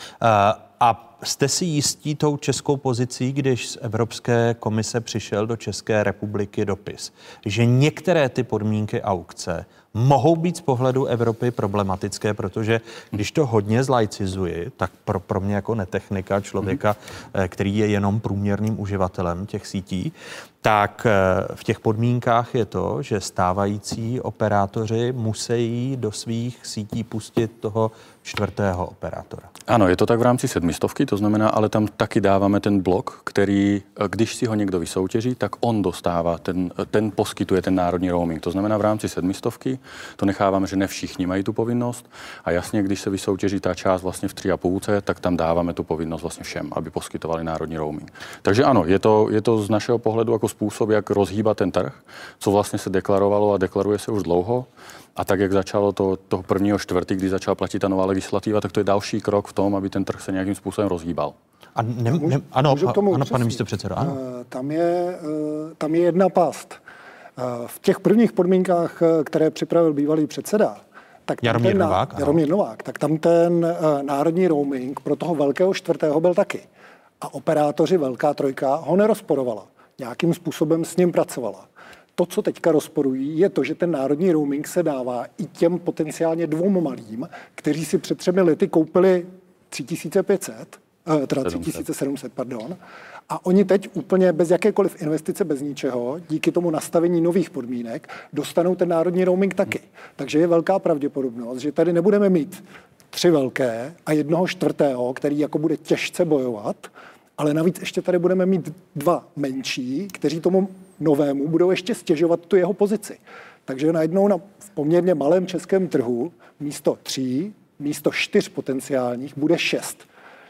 Speaker 1: a jste si jistí tou českou pozicí, když z Evropské komise přišel do České republiky dopis, že některé ty podmínky aukce mohou být z pohledu Evropy problematické, protože když to hodně zlaicizuji, tak pro, pro mě jako netechnika, člověka, mm. který je jenom průměrným uživatelem těch sítí, tak v těch podmínkách je to, že stávající operátoři musí do svých sítí pustit toho čtvrtého operátora.
Speaker 6: Ano, je to tak v rámci sedmistovky, to znamená, ale tam taky dáváme ten blok, který, když si ho někdo vysoutěží, tak on dostává, ten, ten poskytuje ten národní roaming. To znamená, v rámci sedmistovky to necháváme, že ne všichni mají tu povinnost a jasně, když se vysoutěží ta část vlastně v tři a půlce, tak tam dáváme tu povinnost vlastně všem, aby poskytovali národní roaming. Takže ano, je to, je to z našeho pohledu jako způsob, jak rozhýbat ten trh, co vlastně se deklarovalo a deklaruje se už dlouho. A tak, jak začalo to toho prvního čtvrtý, kdy začala platit ta nová legislativa, tak to je další krok v tom, aby ten trh se nějakým způsobem rozhýbal.
Speaker 1: A ne, ne, ano, ano, pane místopředsedo, ano.
Speaker 14: Tam je, tam je jedna past. V těch prvních podmínkách, které připravil bývalý předseda, tak
Speaker 1: Jaromír
Speaker 14: ten,
Speaker 1: Novák,
Speaker 14: Jaromír Novák, tak tam ten uh, národní roaming pro toho velkého čtvrtého byl taky. A operátoři velká trojka ho nerozporovala. Nějakým způsobem s ním pracovala. To, co teďka rozporují, je to, že ten národní roaming se dává i těm potenciálně dvou malým, kteří si před třemi lety koupili tři tisíce pět set, uh, teda tři tisíce sedm set, pardon, a oni teď úplně bez jakékoliv investice, bez ničeho, díky tomu nastavení nových podmínek, dostanou ten národní roaming taky. Takže je velká pravděpodobnost, že tady nebudeme mít tři velké a jednoho čtvrtého, který jako bude těžce bojovat, ale navíc ještě tady budeme mít dva menší, kteří tomu novému budou ještě stěžovat tu jeho pozici. Takže najednou na v poměrně malém českém trhu místo tří, místo čtyř potenciálních bude šest.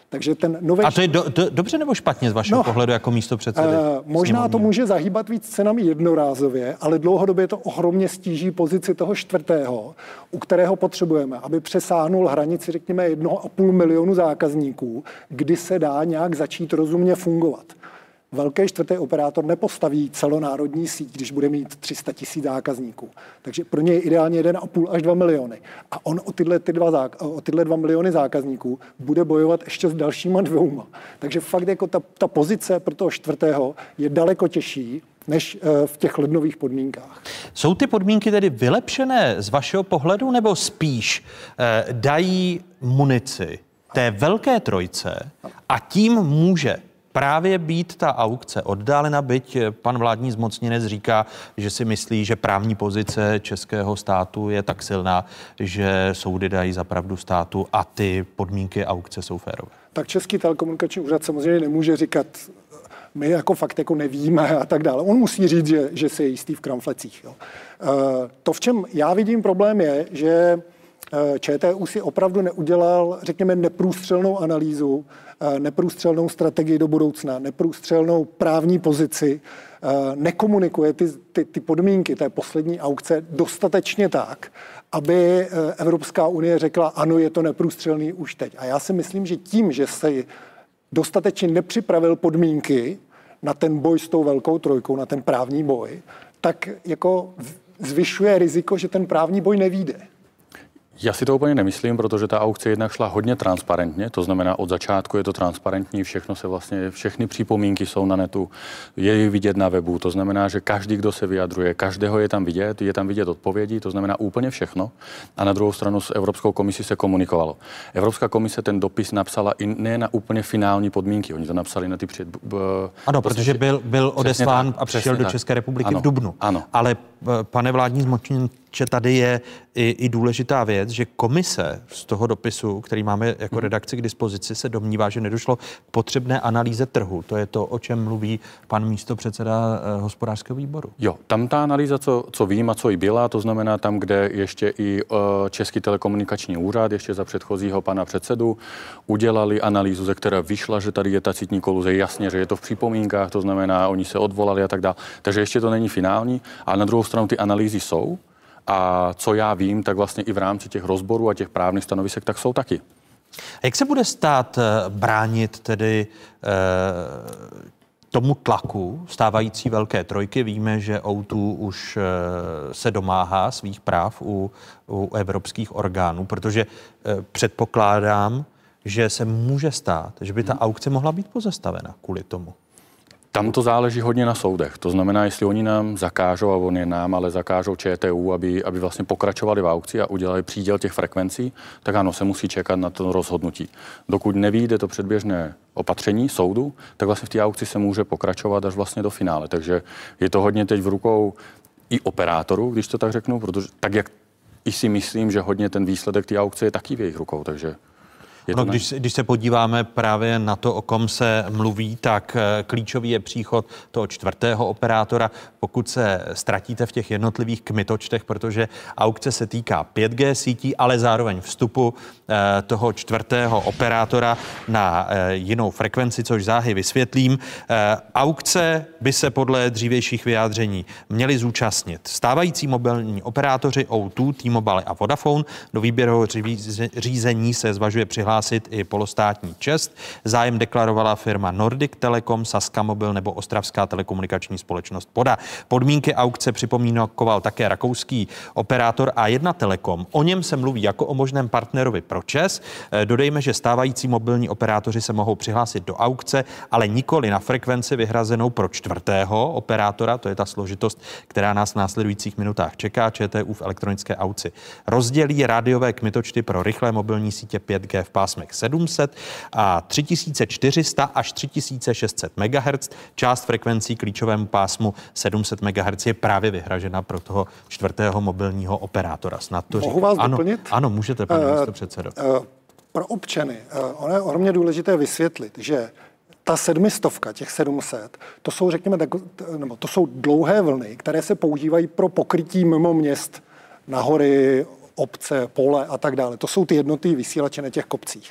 Speaker 7: Takže ten nový...
Speaker 1: A to je do, do, dobře nebo špatně z vašeho no, pohledu jako místopředsedy?
Speaker 7: Uh, možná
Speaker 1: sněmovní?
Speaker 7: to může zahýbat víc cenami jednorázově, ale dlouhodobě to ohromně stíží pozici toho čtvrtého, u kterého potřebujeme, aby přesáhnul hranici, řekněme, jednoho a půl milionu zákazníků, kdy se dá nějak začít rozumně fungovat. Velký čtvrtý operátor nepostaví celonárodní síť, když bude mít tři sta tisíc zákazníků. Takže pro něj je ideálně jeden a půl až dva miliony. A on o tyhle, ty dva, zák- o tyhle dva miliony zákazníků bude bojovat ještě s dalšíma dvouma. Takže fakt jako ta, ta pozice pro toho čtvrtého je daleko těžší než v těch lednových podmínkách.
Speaker 1: Jsou ty podmínky tedy vylepšené z vašeho pohledu, nebo spíš eh, dají munici té velké trojce a tím může právě být ta aukce oddálena, byť pan vládní zmocněnec říká, že si myslí, že právní pozice českého státu je tak silná, že soudy dají za pravdu státu a ty podmínky aukce jsou férové.
Speaker 7: Tak Český telekomunikační úřad samozřejmě nemůže říkat, my jako fakt jako nevíme a tak dále. On musí říct, že, že si je jistý v kramflecích. Jo. To, v čem já vidím problém, je, že ČTÚ si opravdu neudělal, řekněme, neprůstřelnou analýzu, neprůstřelnou strategii do budoucna, neprůstřelnou právní pozici, nekomunikuje ty, ty, ty podmínky té poslední aukce dostatečně tak, aby Evropská unie řekla, ano, je to neprůstřelný už teď. A já si myslím, že tím, že se dostatečně nepřipravil podmínky na ten boj s tou velkou trojkou, na ten právní boj, tak jako zvyšuje riziko, že ten právní boj nevyjde.
Speaker 6: Já si to úplně nemyslím, protože ta aukce jednak šla hodně transparentně, to znamená od začátku je to transparentní, všechno se vlastně, všechny připomínky jsou na netu, je vidět na webu, to znamená, že každý, kdo se vyjadřuje, každého je tam vidět, je tam vidět odpovědi, to znamená úplně všechno. A na druhou stranu s Evropskou komisí se komunikovalo. Evropská komise ten dopis napsala i ne na úplně finální podmínky, oni to napsali na ty před... B,
Speaker 1: ano, vlastně, protože byl, byl odeslán a přišel do České republiky
Speaker 6: ano,
Speaker 1: v dubnu.
Speaker 6: Ano.
Speaker 1: Ale pane vládní zmocněnče, tady je i, i důležitá věc, že komise z toho dopisu, který máme jako redakci k dispozici, se domnívá, že nedošlo k potřebné analýze trhu. To je to, o čem mluví pan místopředseda eh, hospodářského výboru.
Speaker 6: Jo, tam ta analýza, co, co vím a co i byla, to znamená tam, kde ještě i uh, Český telekomunikační úřad, ještě za předchozího pana předsedu, udělali analýzu, ze které vyšla, že tady je tacitní koluze, jasně, že je to v připomínkách, to znamená, oni se odvolali a tak dále. Takže ještě to není finální, ale na druhou stranu ty analýzy jsou. A co já vím, tak vlastně i v rámci těch rozborů a těch právních stanovisek, tak jsou taky.
Speaker 1: A jak se bude stát bránit tedy eh, tomu tlaku stávající velké trojky? Víme, že O dva už eh, se domáhá svých práv u, u evropských orgánů, protože eh, předpokládám, že se může stát, že by ta aukce mohla být pozastavena kvůli tomu.
Speaker 6: Tam to záleží hodně na soudech. To znamená, jestli oni nám zakážou, a oni nám, ale zakážou ČTÚ, aby, aby vlastně pokračovali v aukci a udělali příděl těch frekvencí, tak ano, se musí čekat na to rozhodnutí. Dokud nevyjde to předběžné opatření soudu, tak vlastně v té aukci se může pokračovat až vlastně do finále. Takže je to hodně teď v rukou i operátorů, když to tak řeknu, protože tak, jak i si myslím, že hodně ten výsledek té aukce je taky v jejich rukou, takže...
Speaker 1: No, když, když se podíváme právě na to, o kom se mluví, tak klíčový je příchod toho čtvrtého operátora. Pokud se ztratíte v těch jednotlivých kmitočtech, protože aukce se týká pět G sítí, ale zároveň vstupu eh, toho čtvrtého operátora na eh, jinou frekvenci, což záhy vysvětlím. Eh, aukce by se podle dřívějších vyjádření měli zúčastnit stávající mobilní operátoři O dva, T-Mobile a Vodafone. Do výběrového řízení se zvažuje přihlásit i polostátní ČEZ. Zájem deklarovala firma Nordic Telecom, Sazka Mobil nebo Ostravská telekomunikační společnost Poda. Podmínky aukce připomínakoval také rakouský operátor A jedna Telekom. O něm se mluví jako o možném partnerovi pro ČEZ. Dodejme, že stávající mobilní operátoři se mohou přihlásit do aukce, ale nikoli na frekvenci vyhrazenou pro čtvrtého operátora. To je ta složitost, která nás v následujících minutách čeká. ČTÚ v elektronické aukci rozdělí rádiové kmitočty pro rychlé mobilní sítě pět G v pásmech sedm set a tři tisíce čtyři sta až tři tisíce šest set megahertzů. Část frekvencí klíčovému pásmu sedm set megahertzů je právě vyhražena pro toho čtvrtého mobilního operátora. Snad to
Speaker 7: Mohu vás
Speaker 1: ano,
Speaker 7: doplnit?
Speaker 1: Ano, můžete, pane uh, místopředsedo.
Speaker 7: Uh, pro občany uh, ono je ohromně důležité vysvětlit, že ta sedmistovka, těch sedm set, to jsou, řekněme, tak, nebo to jsou dlouhé vlny, které se používají pro pokrytí mimo měst, na hory, obce, pole a tak dále. To jsou ty jednotlivé vysílače na těch kopcích.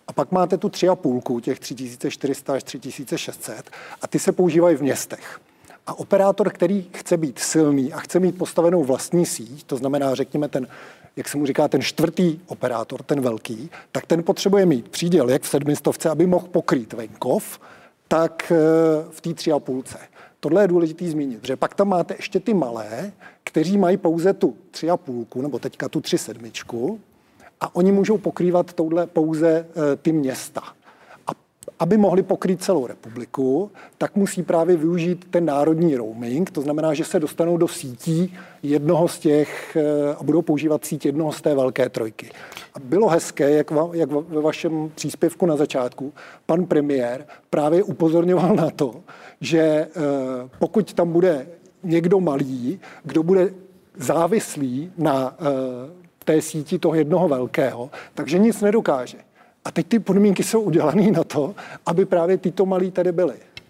Speaker 7: A pak máte tu tři a půlku, těch tři tisíce čtyři sta až tři tisíce šest set a ty se používají v městech. A operátor, který chce být silný a chce mít postavenou vlastní síť, to znamená, řekněme ten, jak se mu říká, ten čtvrtý operátor, ten velký, tak ten potřebuje mít příděl jak v sedmistovce, aby mohl pokrýt venkov, tak v té tři a půlce. Tohle je důležitý zmínit, že pak tam máte ještě ty malé, kteří mají pouze tu tři a půlku, nebo teďka tu tři sedmičku, a oni můžou pokrývat touhle pouze ty města. A aby mohli pokrýt celou republiku, tak musí právě využít ten národní roaming, to znamená, že se dostanou do sítí jednoho z těch a budou používat síť jednoho z té velké trojky. A bylo hezké, jak, va, jak ve vašem příspěvku na začátku pan premiér právě upozorňoval na to, že pokud tam bude někdo malý, kdo bude závislý na té síti toho jednoho velkého, takže nic nedokáže. A teď ty podmínky jsou udělané na to, aby právě tyto malí tady byly.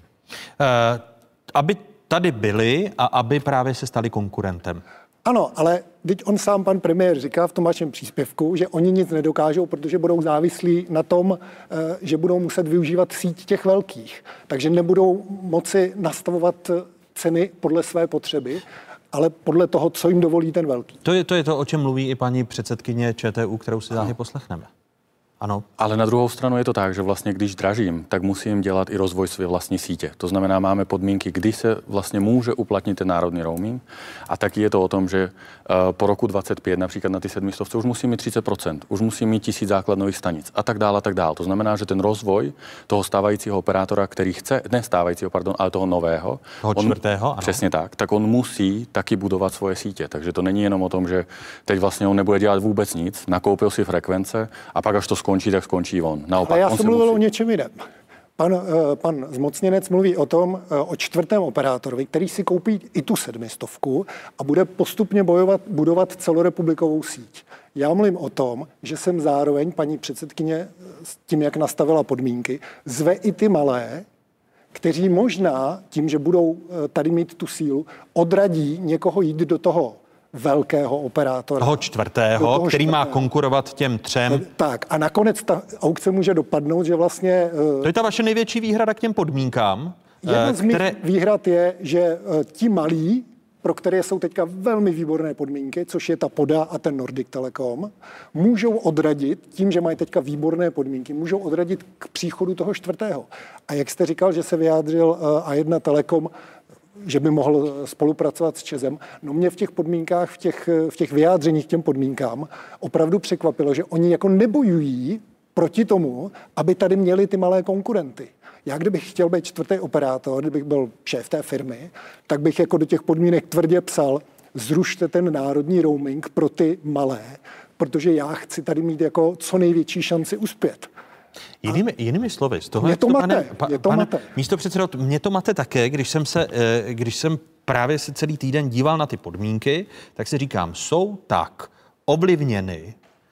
Speaker 1: Uh, aby tady byli a aby právě se stali konkurentem.
Speaker 7: Ano, ale teď on sám, pan premiér, říká v tom vašem příspěvku, že oni nic nedokážou, protože budou závislí na tom, že budou muset využívat síť těch velkých. Takže nebudou moci nastavovat ceny podle své potřeby, ale podle toho, co jim dovolí ten velký.
Speaker 1: To je to, je to o čem mluví i paní předsedkyně ČTÚ, kterou si záhy poslechneme. Ano.
Speaker 6: Ale na druhou stranu je to tak, že vlastně když dražím, tak musím dělat i rozvoj své vlastní sítě. To znamená, máme podmínky, kdy se vlastně může uplatnit ten národní roaming. A taky je to o tom, že uh, po roku dvacet pět například na ty sedmistovce už musí mít třicet procent, už musí mít tisíc základnových stanic a tak dále, a tak dále. To znamená, že ten rozvoj toho stávajícího operátora, který chce, ne stávajícího, pardon, ale toho nového,
Speaker 1: toho čtvrtého,
Speaker 6: on, přesně tak, tak on musí taky budovat svoje sítě. Takže to není jenom o tom, že teď vlastně on nebude dělat vůbec nic, nakoupil si frekvence a pak až to skončí, tak skončí on. Naopak,
Speaker 7: ale já
Speaker 6: on
Speaker 7: jsem mluvil
Speaker 6: musí...
Speaker 7: o něčem jiném. Pan, pan zmocněnec mluví o tom, o čtvrtém operátorovi, který si koupí i tu sedmistovku a bude postupně bojovat, budovat celorepublikovou síť. Já mluvím o tom, že jsem zároveň, paní předsedkyně, s tím, jak nastavila podmínky, zve i ty malé, kteří možná tím, že budou tady mít tu sílu, odradí někoho jít do toho velkého operátora.
Speaker 1: Toho čtvrtého, toho který čtvrtého. Má konkurovat těm třem.
Speaker 7: Tak a nakonec ta aukce může dopadnout, že vlastně...
Speaker 1: To je ta vaše největší výhrada k těm podmínkám?
Speaker 7: Jedna z které... mých výhrad je, že ti malí, pro které jsou teďka velmi výborné podmínky, což je ta Poda a ten Nordic Telecom, můžou odradit, tím, že mají teďka výborné podmínky, můžou odradit k příchodu toho čtvrtého. A jak jste říkal, že se vyjádřil A jedna Telekom, že by mohl spolupracovat s ČEZem. No mě v těch podmínkách, v těch, v těch vyjádřeních k těm podmínkám opravdu překvapilo, že oni jako nebojují proti tomu, aby tady měli ty malé konkurenty. Já kdybych chtěl být čtvrtý operátor, kdybych byl šéf té firmy, tak bych jako do těch podmínek tvrdě psal, zrušte ten národní roaming pro ty malé, protože já chci tady mít jako co největší šanci uspět.
Speaker 1: Jinými, jinými slovy, z toho,
Speaker 7: mě to mate,
Speaker 1: pane,
Speaker 7: mě to
Speaker 1: pane
Speaker 7: mate.
Speaker 1: Místo předsedo, mě to mate také, když jsem se, když jsem právě se celý týden díval na ty podmínky, tak si říkám, jsou tak ovlivněny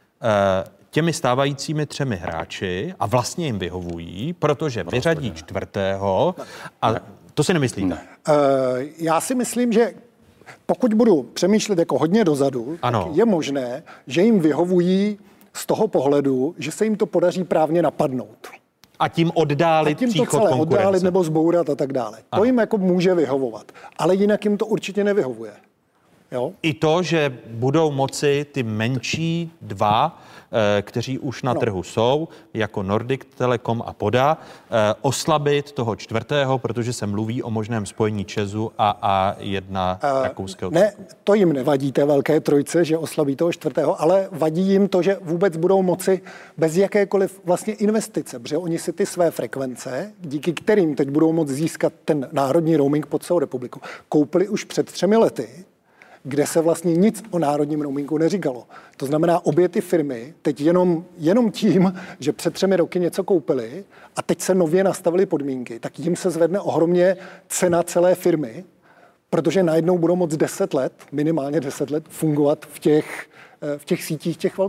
Speaker 1: těmi stávajícími třemi hráči a vlastně jim vyhovují, protože vyřadí čtvrtého a to si nemyslíte?
Speaker 7: Uh, já si myslím, že pokud budu přemýšlet jako hodně dozadu, tak je možné, že jim vyhovují z toho pohledu, že se jim to podaří právně napadnout.
Speaker 1: A tím oddálit
Speaker 7: a tím
Speaker 1: příchod
Speaker 7: to celé
Speaker 1: konkurence.
Speaker 7: oddálit nebo zbourat a tak dále. Ano. To jim jako může vyhovovat. Ale jinak jim to určitě nevyhovuje. Jo?
Speaker 1: I to, že budou moci ty menší dva, kteří už na no. trhu jsou, jako Nordic Telecom a Poda, oslabit toho čtvrtého, protože se mluví o možném spojení ČEZu a A jedna uh, rakouského.
Speaker 7: Ne, to jim nevadí té velké trojce, že oslabí toho čtvrtého, ale vadí jim to, že vůbec budou moci bez jakékoliv vlastně investice, protože oni si ty své frekvence, díky kterým teď budou moci získat ten národní roaming po celou republiku, koupili už před třemi lety, kde se vlastně nic o národním roamingu neříkalo. To znamená, obě ty firmy teď jenom, jenom tím, že před třemi roky něco koupili a teď se nově nastavily podmínky, tak jim se zvedne ohromně cena celé firmy, protože najednou budou moct deset let, minimálně deset let, fungovat v těch, v těch sítích těch velkých.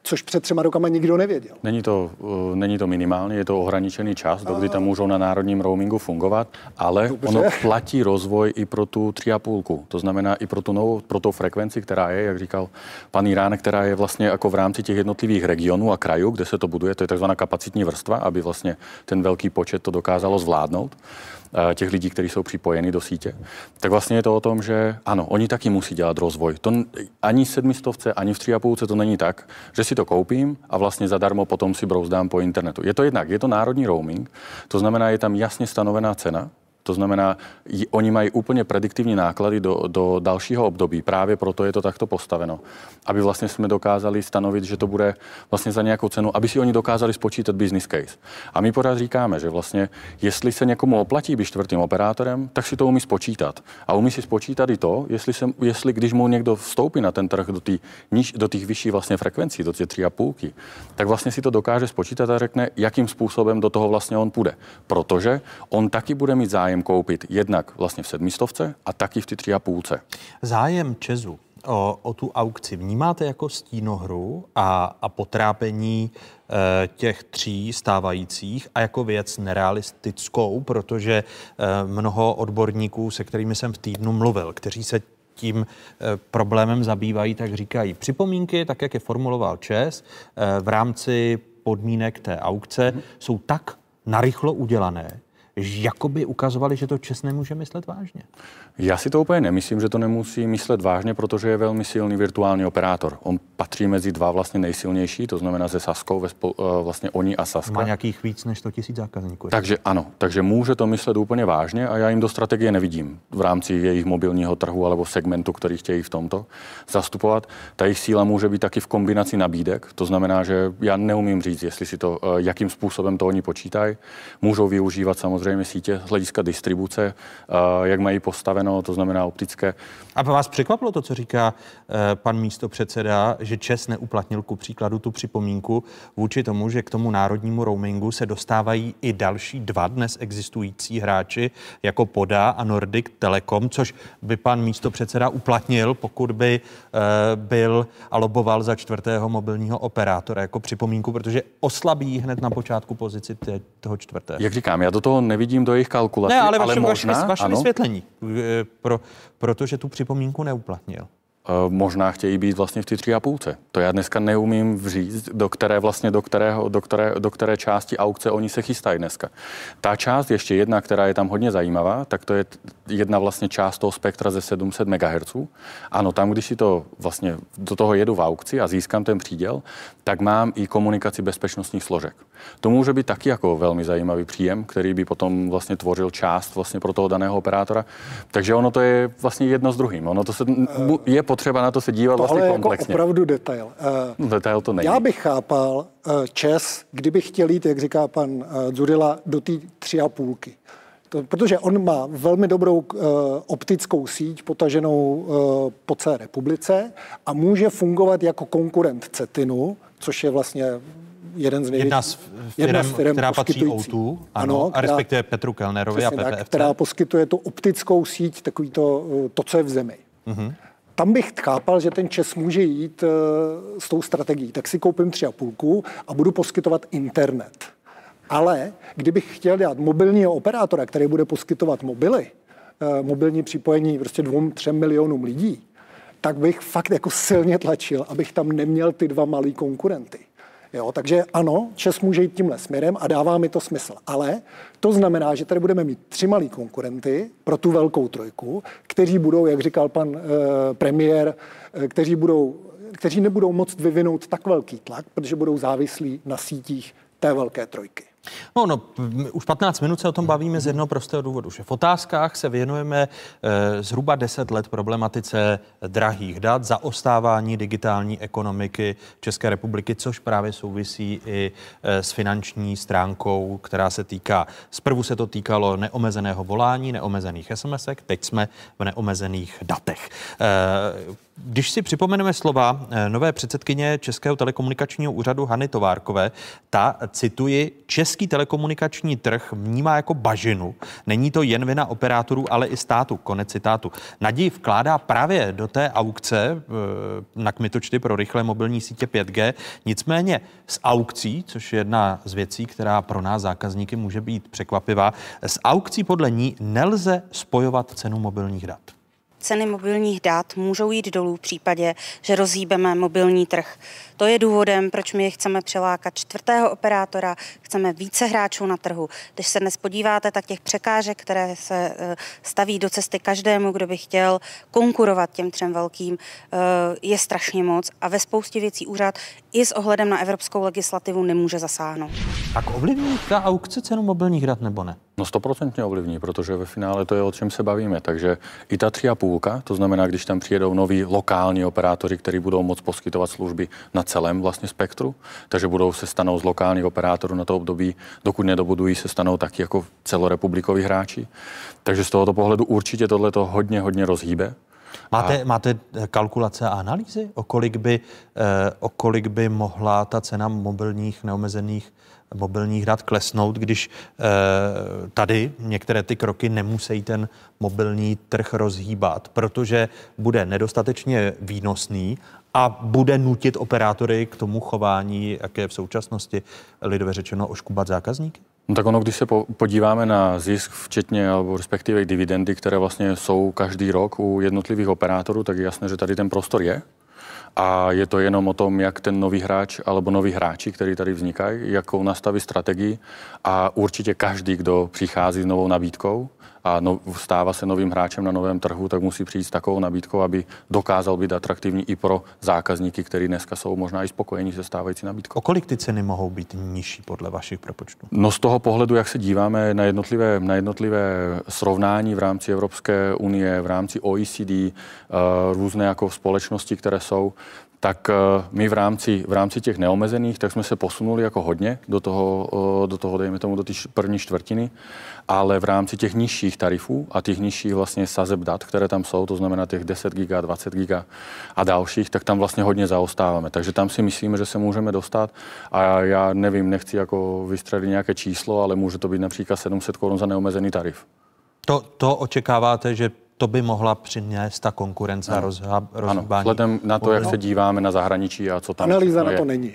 Speaker 7: což před třema rokama nikdo nevěděl.
Speaker 6: Není to, uh, není to minimálně, je to ohraničený čas, dokdy tam můžou na národním roamingu fungovat, ale Dobře. ono platí rozvoj i pro tu tři a půlku. To znamená i pro tu novou, pro tu frekvenci, která je, jak říkal pan Jiránek, která je vlastně jako v rámci těch jednotlivých regionů a krajů, kde se to buduje, to je takzvaná kapacitní vrstva, aby vlastně ten velký počet to dokázalo zvládnout, těch lidí, kteří jsou připojeni do sítě, tak vlastně je to o tom, že ano, oni taky musí dělat rozvoj. To ani v sedmistovce, ani v tři a půlce to není tak, že si to koupím a vlastně zadarmo potom si brouzdám po internetu. Je to jednak, je to národní roaming, to znamená, je tam jasně stanovená cena. To znamená, oni mají úplně prediktivní náklady do, do dalšího období. Právě proto je to takto postaveno. Aby vlastně jsme dokázali stanovit, že to bude vlastně za nějakou cenu, aby si oni dokázali spočítat business case. A my pořád říkáme, že vlastně, jestli se někomu oplatí být čtvrtým operátorem, tak si to umí spočítat. A umí si spočítat i to, jestli, se, jestli když mu někdo vstoupí na ten trh do, tý, do těch vyšší vlastně frekvencí, do těch tři a půlky, tak vlastně si to dokáže spočítat a řekne, jakým způsobem do toho vlastně on půjde. Protože on taky bude mít zájem koupit jednak vlastně v sedmistovce a taky v ty tři a půlce.
Speaker 1: Zájem ČEZu o, o tu aukci vnímáte jako stínohru a, a potrápení e, těch tří stávajících a jako věc nerealistickou, protože e, mnoho odborníků, se kterými jsem v týdnu mluvil, kteří se tím e, problémem zabývají, tak říkají připomínky, tak jak je formuloval ČEZ, e, v rámci podmínek té aukce mm. jsou tak narychlo udělané, jakoby ukazovali, že to ČEZ nemůže myslet vážně.
Speaker 6: Já si to úplně nemyslím, že to nemusí myslet vážně, protože je velmi silný virtuální operátor. On patří mezi dva vlastně nejsilnější, to znamená se Saskou, ve spol, vlastně oni a Saska.
Speaker 1: Má nějakých víc než sto tisíc zákazníků.
Speaker 6: Takže ano, takže může to myslet úplně vážně a já jim do strategie nevidím v rámci jejich mobilního trhu alebo segmentu, který chtějí v tomto zastupovat. Ta jejich síla může být taky v kombinaci nabídek, to znamená, že já neumím říct, jestli si to, jakým způsobem to oni počítají. Můžou využívat samozřejmě sítě z hlediska distribuce, jak mají postaveno, to znamená optické.
Speaker 1: A vás překvapilo to, co říká e, pan místopředseda, že ČEZ neuplatnil ku příkladu tu připomínku vůči tomu, že k tomu národnímu roamingu se dostávají i další dva dnes existující hráči, jako Poda a Nordic Telecom, což by pan místopředseda uplatnil, pokud by e, byl a loboval za čtvrtého mobilního operátora jako připomínku, protože oslabí hned na počátku pozici té, toho čtvrtého.
Speaker 6: Jak říkám, já do toho nevidím do jejich kalkulací,
Speaker 1: ne, ale,
Speaker 6: ale
Speaker 1: vaše,
Speaker 6: možná,
Speaker 1: vaše, vaše
Speaker 6: ano.
Speaker 1: vysvětlení, pro, protože tu připomínku neuplatnil.
Speaker 6: Možná chtějí být vlastně v ty tři a půlce. To já dneska neumím říct, do které vlastně, do, kterého, do, které, do které části aukce oni se chystají dneska. Ta část, ještě jedna, která je tam hodně zajímavá, tak to je jedna vlastně část toho spektra ze sedm set megahertzů. Ano, tam, když si to vlastně do toho jedu v aukci a získám ten příděl, tak mám i komunikaci bezpečnostních složek. To může být taky jako velmi zajímavý příjem, který by potom vlastně tvořil část vlastně pro toho daného operátora. Takže ono to je vlastně jedno s druhým. Ono to se, je potřeba na to se dívat vlastně komplexně.
Speaker 7: To je jako opravdu detail.
Speaker 6: Uh, detail to není.
Speaker 7: Já bych chápal uh, ČEZ, kdyby chtěl jít, jak říká pan uh, Dzurilla, do té tři a půlky. To, protože on má velmi dobrou uh, optickou síť potaženou uh, po celé republice a může fungovat jako konkurent Cetinu, což je vlastně jeden z největších.
Speaker 1: Jedna z firem, firem která patří O dva, ano, ano, a respektive Petru Kellnerovi a P P F C.
Speaker 7: Tak, která poskytuje tu optickou síť, takový to, to co je v zemi. Uh-huh. Tam bych chápal, že ten ČEZ může jít uh, s tou strategií. Tak si koupím tři a půlku a budu poskytovat internet. Ale kdybych chtěl dělat mobilního operátora, který bude poskytovat mobily, uh, mobilní připojení prostě dvou, třem milionům lidí, tak bych fakt jako silně tlačil, abych tam neměl ty dva malý konkurenty. Jo, takže ano, ČEZ může jít tímhle směrem a dává mi to smysl. Ale to znamená, že tady budeme mít tři malý konkurenty pro tu velkou trojku, kteří budou, jak říkal pan e, premiér, e, kteří, budou, kteří nebudou moct vyvinout tak velký tlak, protože budou závislí na sítích té velké trojky.
Speaker 1: No, no, už patnáct minut se o tom bavíme z jednoho prostého důvodu, že v otázkách se věnujeme e, zhruba deset let problematice drahých dat, zaostávání digitální ekonomiky České republiky, což právě souvisí i e, s finanční stránkou, která se týká, zprvu se to týkalo neomezeného volání, neomezených SMSek, teď jsme v neomezených datech. E, Když si připomeneme slova nové předsedkyně Českého telekomunikačního úřadu Hany Továrkové, ta, cituji, Český český telekomunikační trh vnímá jako bažinu. Není to jen vina operátorů, ale i státu. Konec citátu. Naději vkládá právě do té aukce na kmitočty pro rychlé mobilní sítě pět G. Nicméně s aukcí, což je jedna z věcí, která pro nás zákazníky může být překvapivá, s aukcí podle ní nelze spojovat cenu mobilních dat.
Speaker 8: Ceny mobilních dat můžou jít dolů v případě, že rozhýbeme mobilní trh. To je důvodem, proč my chceme přilákat čtvrtého operátora, chceme více hráčů na trhu. Když se dnes podíváte, tak těch překážek, které se staví do cesty každému, kdo by chtěl konkurovat těm třem velkým, je strašně moc a ve spoustě věcí úřad i s ohledem na evropskou legislativu nemůže zasáhnout.
Speaker 1: Tak ovlivní ta aukce cenu mobilních dat nebo ne?
Speaker 6: No stoprocentně ovlivní, protože ve finále to je, o čem se bavíme. Takže i ta tři a půlka, to znamená, když tam přijedou noví lokální operátoři, kteří budou moct poskytovat služby na celém vlastně spektru, takže budou se stanou z lokálních operátorů na to období, dokud nedobudují, se stanou taky jako celorepublikoví hráči. Takže z tohoto pohledu určitě tohle to hodně, hodně rozhýbe.
Speaker 1: Máte, a... máte kalkulace a analýzy, o kolik, by, eh, o kolik by mohla ta cena mobilních, neomezených mobilních dat klesnout, když eh, tady některé ty kroky nemusí ten mobilní trh rozhýbat, protože bude nedostatečně výnosný a bude nutit operátory k tomu chování, jaké v současnosti lidově řečeno oškubat zákazníky?
Speaker 6: No tak ono, když se po, podíváme na zisk, včetně alebo respektive dividendy, které vlastně jsou každý rok u jednotlivých operátorů, tak je jasné, že tady ten prostor je. A je to jenom o tom, jak ten nový hráč alebo noví hráči, kteří tady vznikají, jakou nastaví strategii. A určitě každý, kdo přichází s novou nabídkou a no, stává se novým hráčem na novém trhu, tak musí přijít s takovou nabídkou, aby dokázal být atraktivní i pro zákazníky, kteří dneska jsou možná i spokojení se stávající nabídkou.
Speaker 1: O kolik ty ceny mohou být nižší podle vašich propočtů?
Speaker 6: No z toho pohledu, jak se díváme na jednotlivé, na jednotlivé srovnání v rámci Evropské unie, v rámci O E C D, uh, různé jako společnosti, které jsou, tak my v rámci, v rámci těch neomezených, tak jsme se posunuli jako hodně do toho, do toho dejme tomu, do té první čtvrtiny, ale v rámci těch nižších tarifů a těch nižších vlastně sazeb dat, které tam jsou, to znamená těch deset giga, dvacet giga a dalších, tak tam vlastně hodně zaostáváme. Takže tam si myslíme, že se můžeme dostat a já nevím, nechci jako vystřelit nějaké číslo, ale může to být například sedm set korun za neomezený tarif.
Speaker 1: To, to očekáváte, že to by mohla přinést ta konkurence a rozhýbání?
Speaker 6: Ano, vzhledem na to, jak se díváme na zahraničí a co tam
Speaker 7: analýza na to není.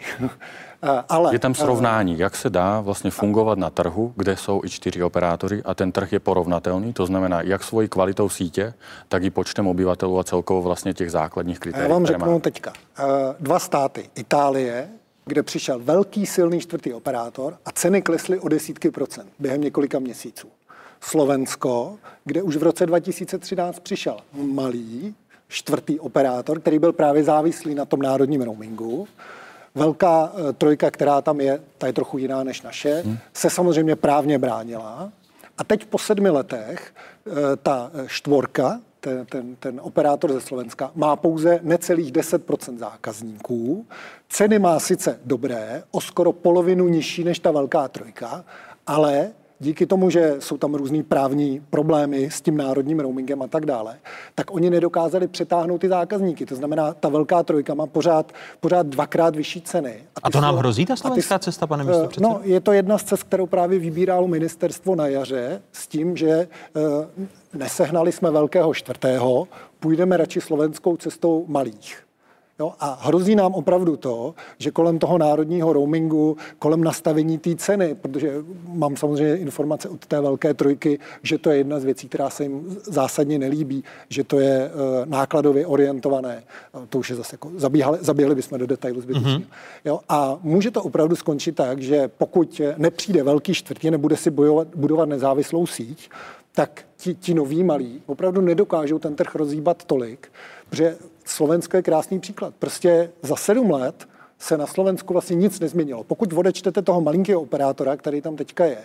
Speaker 7: Ale,
Speaker 6: je tam srovnání, jak se dá vlastně fungovat na trhu, kde jsou i čtyři operátoři a ten trh je porovnatelný, to znamená jak svojí kvalitou sítě, tak i počtem obyvatelů a celkovou vlastně těch základních kritérií.
Speaker 7: Já vám řeknu teďka. Dva státy, Itálie, kde přišel velký silný čtvrtý operátor a ceny klesly o desítky procent během několika měsíců. Slovensko, kde už v roce dva tisíce třináct přišel malý čtvrtý operátor, který byl právě závislý na tom národním roamingu. Velká e, trojka, která tam je, ta je trochu jiná než naše, hmm. se samozřejmě právně bránila. A teď po sedmi letech e, ta čtvorka, ten, ten, ten operátor ze Slovenska, má pouze necelých deset procent zákazníků. Ceny má sice dobré, o skoro polovinu nižší než ta velká trojka, ale díky tomu, že jsou tam různý právní problémy s tím národním roamingem a tak dále, tak oni nedokázali přetáhnout ty zákazníky. To znamená, ta velká trojka má pořád, pořád dvakrát vyšší ceny. A,
Speaker 1: a to nám
Speaker 7: jsou,
Speaker 1: hrozí ta slovenská ty, cesta, pane místopředsedo?
Speaker 7: No, je to jedna z cest, kterou právě vybíralo ministerstvo na jaře s tím, že uh, nesehnali jsme velkého čtvrtého, půjdeme radši slovenskou cestou malých. Jo, a hrozí nám opravdu to, že kolem toho národního roamingu, kolem nastavení té ceny, protože mám samozřejmě informace od té velké trojky, že to je jedna z věcí, která se jim zásadně nelíbí, že to je uh, nákladově orientované. To už je zase jako, zabíhali, zaběhli bychom do detailu zbytečně. Mm-hmm. Jo, a může to opravdu skončit tak, že pokud nepřijde velký čtvrtě, nebude si bojovat, budovat nezávislou síť, tak ti, ti noví malí opravdu nedokážou ten trh rozhýbat tolik, protože Slovensko je krásný příklad. Prostě za sedm let se na Slovensku vlastně nic nezměnilo. Pokud odečtete toho malinkého operátora, který tam teďka je,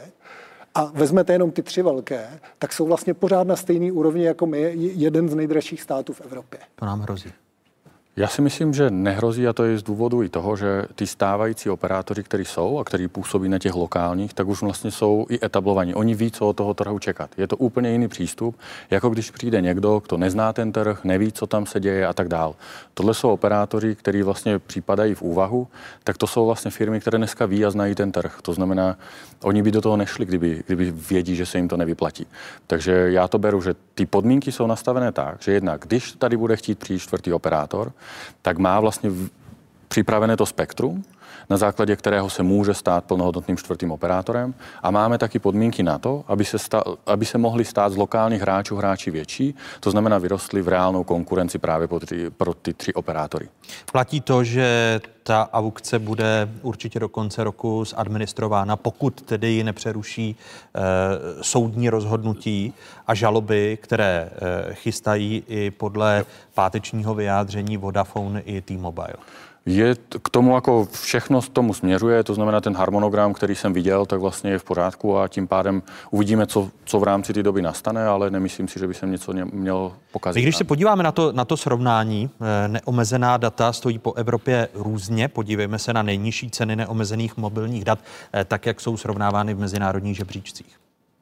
Speaker 7: a vezmete jenom ty tři velké, tak jsou vlastně pořád na stejný úrovni jako my, jeden z nejdražších států v Evropě.
Speaker 1: To nám hrozí.
Speaker 6: Já si myslím, že nehrozí, a to je z důvodu i toho, že ty stávající operátoři, kteří jsou a kteří působí na těch lokálních, tak už vlastně jsou i etablovaní. Oni ví, co od toho trhu čekat. Je to úplně jiný přístup, jako když přijde někdo, kdo nezná ten trh, neví, co tam se děje a tak dál. Tohle jsou operátoři, kteří vlastně připadají v úvahu, tak to jsou vlastně firmy, které dneska ví a znají ten trh. To znamená, oni by do toho nešli, kdyby, kdyby vědí, že se jim to nevyplatí. Takže já to beru, že ty podmínky jsou nastavené tak, že jednak, když tady bude chtít přijít čtvrtý operátor, tak má vlastně připravené to spektrum, na základě kterého se může stát plnohodnotným čtvrtým operátorem, a máme taky podmínky na to, aby se, sta, aby se mohli stát z lokálních hráčů hráči větší, to znamená vyrostli v reálnou konkurenci právě pro ty, pro ty tři operátory.
Speaker 1: Platí to, že ta aukce bude určitě do konce roku zadministrována, pokud tedy ji nepřeruší eh, soudní rozhodnutí a žaloby, které eh, chystají i podle pátečního vyjádření Vodafone i T-Mobile.
Speaker 6: Je k tomu jako všechno tomu směřuje, to znamená ten harmonogram, který jsem viděl, tak vlastně je v pořádku a tím pádem uvidíme, co, co v rámci té doby nastane, ale nemyslím si, že by jsem něco měl pokazit.
Speaker 1: Když se podíváme na to, na to srovnání, neomezená data stojí po Evropě různě, podívejme se na nejnižší ceny neomezených mobilních dat, tak jak jsou srovnávány v mezinárodních žebříčcích.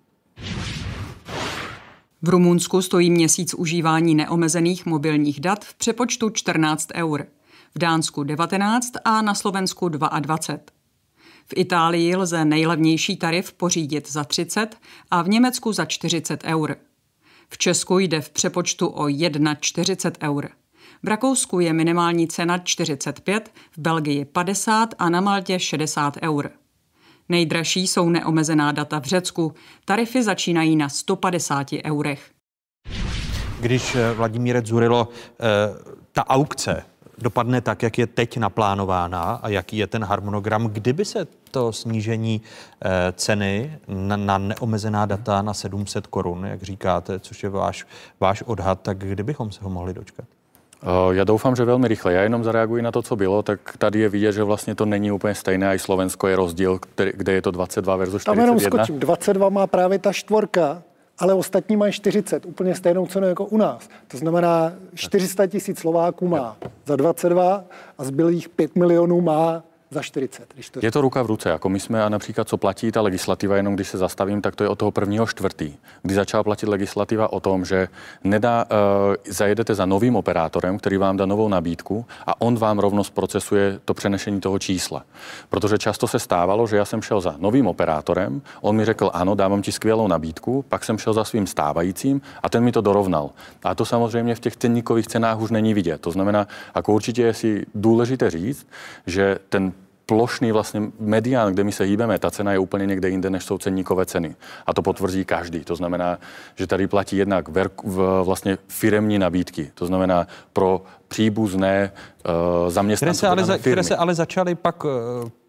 Speaker 9: V Rumunsku stojí měsíc užívání neomezených mobilních dat v přepočtu čtrnáct eur. V Dánsku devatenáct a na Slovensku dvacet dva. V Itálii lze nejlevnější tarif pořídit za třicet a v Německu za čtyřicet eur. V Česku jde v přepočtu o čtyřicet jedna eur. V Rakousku je minimální cena čtyřicet pět, v Belgii padesát a na Maltě šedesát eur. Nejdražší jsou neomezená data v Řecku. Tarify začínají na sto padesát eurech.
Speaker 1: Když, Vladimíre Dzurilo, ta aukce dopadne tak, jak je teď naplánována a jaký je ten harmonogram, kdyby se to snížení eh, ceny na, na neomezená data na sedm set korun, jak říkáte, což je váš, váš odhad, tak kdybychom se ho mohli dočkat?
Speaker 6: Já doufám, že velmi rychle. Já jenom zareaguji na to, co bylo, tak tady je vidět, že vlastně to není úplně stejné, a i Slovensko je rozdíl, který, kde je to dvacet dva versus čtyřicet jedna.
Speaker 7: Tam jenom skočím, dvacet dva má právě ta čtvorka, ale ostatní mají čtyřicet, úplně stejnou cenu jako u nás. To znamená, čtyři sta tisíc Slováků má za dvacet dva a zbylých pět milionů má za čtyřicet. Když to
Speaker 6: je to ruka v ruce, jako my jsme, a například co platí ta legislativa, jenom když se zastavím, tak to je od toho prvního čtvrtý, kdy začala platit legislativa o tom, že nedá, uh, zajedete za novým operátorem, který vám dá novou nabídku a on vám rovno zprocesuje to přenešení toho čísla. Protože často se stávalo, že já jsem šel za novým operátorem, on mi řekl ano, dávám ti skvělou nabídku, pak jsem šel za svým stávajícím a ten mi to dorovnal. A to samozřejmě v těch ceníkových cenách už není vidět. To znamená, jako určitě je si důležité říct, že ten plošný vlastně medián, kde my se hýbeme, ta cena je úplně někde jinde, než jsou ceníkové ceny. A to potvrdí každý. To znamená, že tady platí jednak verk, v, vlastně firemní nabídky. To znamená pro příbuzné uh, zaměstnance.
Speaker 1: Které, za, které se ale začaly pak uh,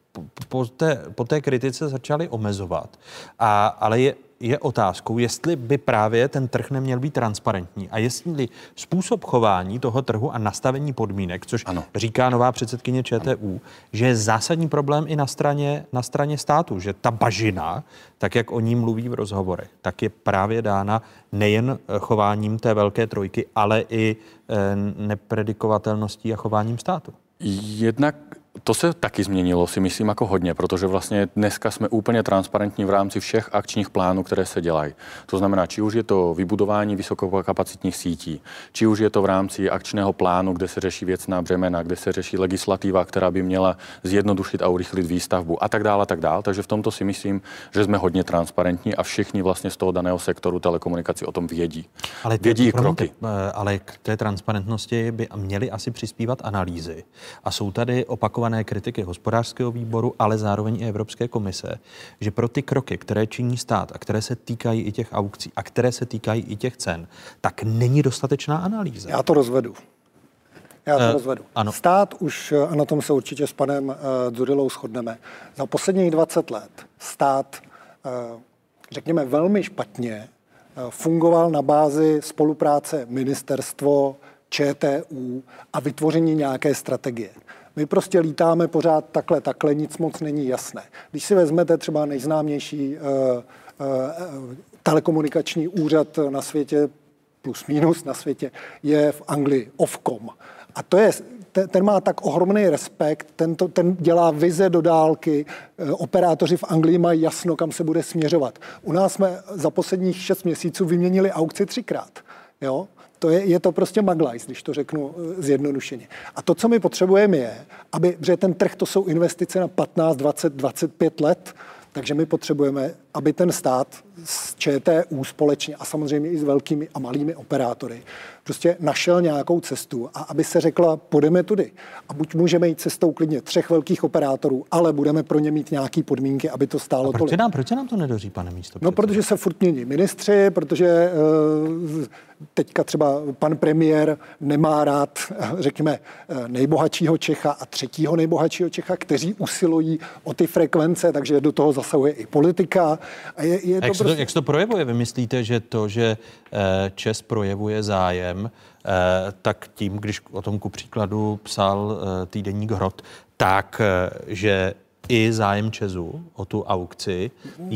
Speaker 1: po, té, po té kritice začaly omezovat. A, ale je je otázkou, jestli by právě ten trh neměl být transparentní a jestli způsob chování toho trhu a nastavení podmínek, což ano. říká nová předsedkyně ČTÚ, že je zásadní problém i na straně, na straně státu, že ta bažina, tak jak o ní mluví v rozhovorech, tak je právě dána nejen chováním té velké trojky, ale i nepredikovatelností a chováním státu.
Speaker 6: Jednak to se taky změnilo, si myslím, jako hodně, protože vlastně dneska jsme úplně transparentní v rámci všech akčních plánů, které se dělají. To znamená, či už je to vybudování vysokokapacitních sítí, či už je to v rámci akčního plánu, kde se řeší věcná břemena, kde se řeší legislativa, která by měla zjednodušit a urychlit výstavbu a tak dále, a tak dále. Takže v tomto si myslím, že jsme hodně transparentní a všichni vlastně z toho daného sektoru telekomunikací o tom vědí.
Speaker 1: Ale
Speaker 6: vědí kroky.
Speaker 1: Ale k té transparentnosti by měly asi přispívat analýzy. A jsou tady opakované kritiky hospodářského výboru, ale zároveň i Evropské komise, že pro ty kroky, které činí stát a které se týkají i těch aukcí a které se týkají i těch cen, tak není dostatečná analýza.
Speaker 7: Já to rozvedu. Já to uh, rozvedu.
Speaker 1: Ano.
Speaker 7: Stát už, a na tom se určitě s panem uh, Dzurilou shodneme, za posledních dvacet let stát, uh, řekněme, velmi špatně uh, fungoval na bázi spolupráce ministerstvo, ČTÚ a vytvoření nějaké strategie. My prostě lítáme pořád takhle, takhle, nic moc není jasné. Když si vezmete třeba nejznámější uh, uh, telekomunikační úřad na světě, plus minus na světě, je v Anglii Ofcom. A to je, ten má tak ohromný respekt, ten, to, ten dělá vize do dálky, operátoři v Anglii mají jasno, kam se bude směřovat. U nás jsme za posledních šest měsíců vyměnili aukci třikrát, jo. To je, je to prostě maglajs, když to řeknu zjednodušeně. A to, co my potřebujeme, je, aby, protože ten trh to jsou investice na patnáct, dvacet, dvacet pět let, takže my potřebujeme, aby ten stát s ČTÚ společně a samozřejmě i s velkými a malými operátory prostě našel nějakou cestu a aby se řekla, půjdeme tudy. A buď můžeme jít cestou klidně třech velkých operátorů, ale budeme pro ně mít nějaké podmínky, aby to stálo
Speaker 1: a proč
Speaker 7: tolik.
Speaker 1: Nám, proč nám to nedoří, pane místopředsedo?
Speaker 7: No, protože se furt mění ministři, protože uh, teďka třeba pan premiér nemá rád, řekněme, nejbohatšího Čecha a třetího nejbohatšího Čecha, kteří usilují o ty frekvence, takže do toho zasahuje i politika. A je, je
Speaker 1: a
Speaker 7: to
Speaker 1: jak,
Speaker 7: prostě...
Speaker 1: se to, jak se to projevuje? Vy myslíte, že to, že ČEZ projevuje zájem, tak tím, když o tom ku příkladu psal týdeník Hrot, tak, že i zájem ČEZu o tu aukci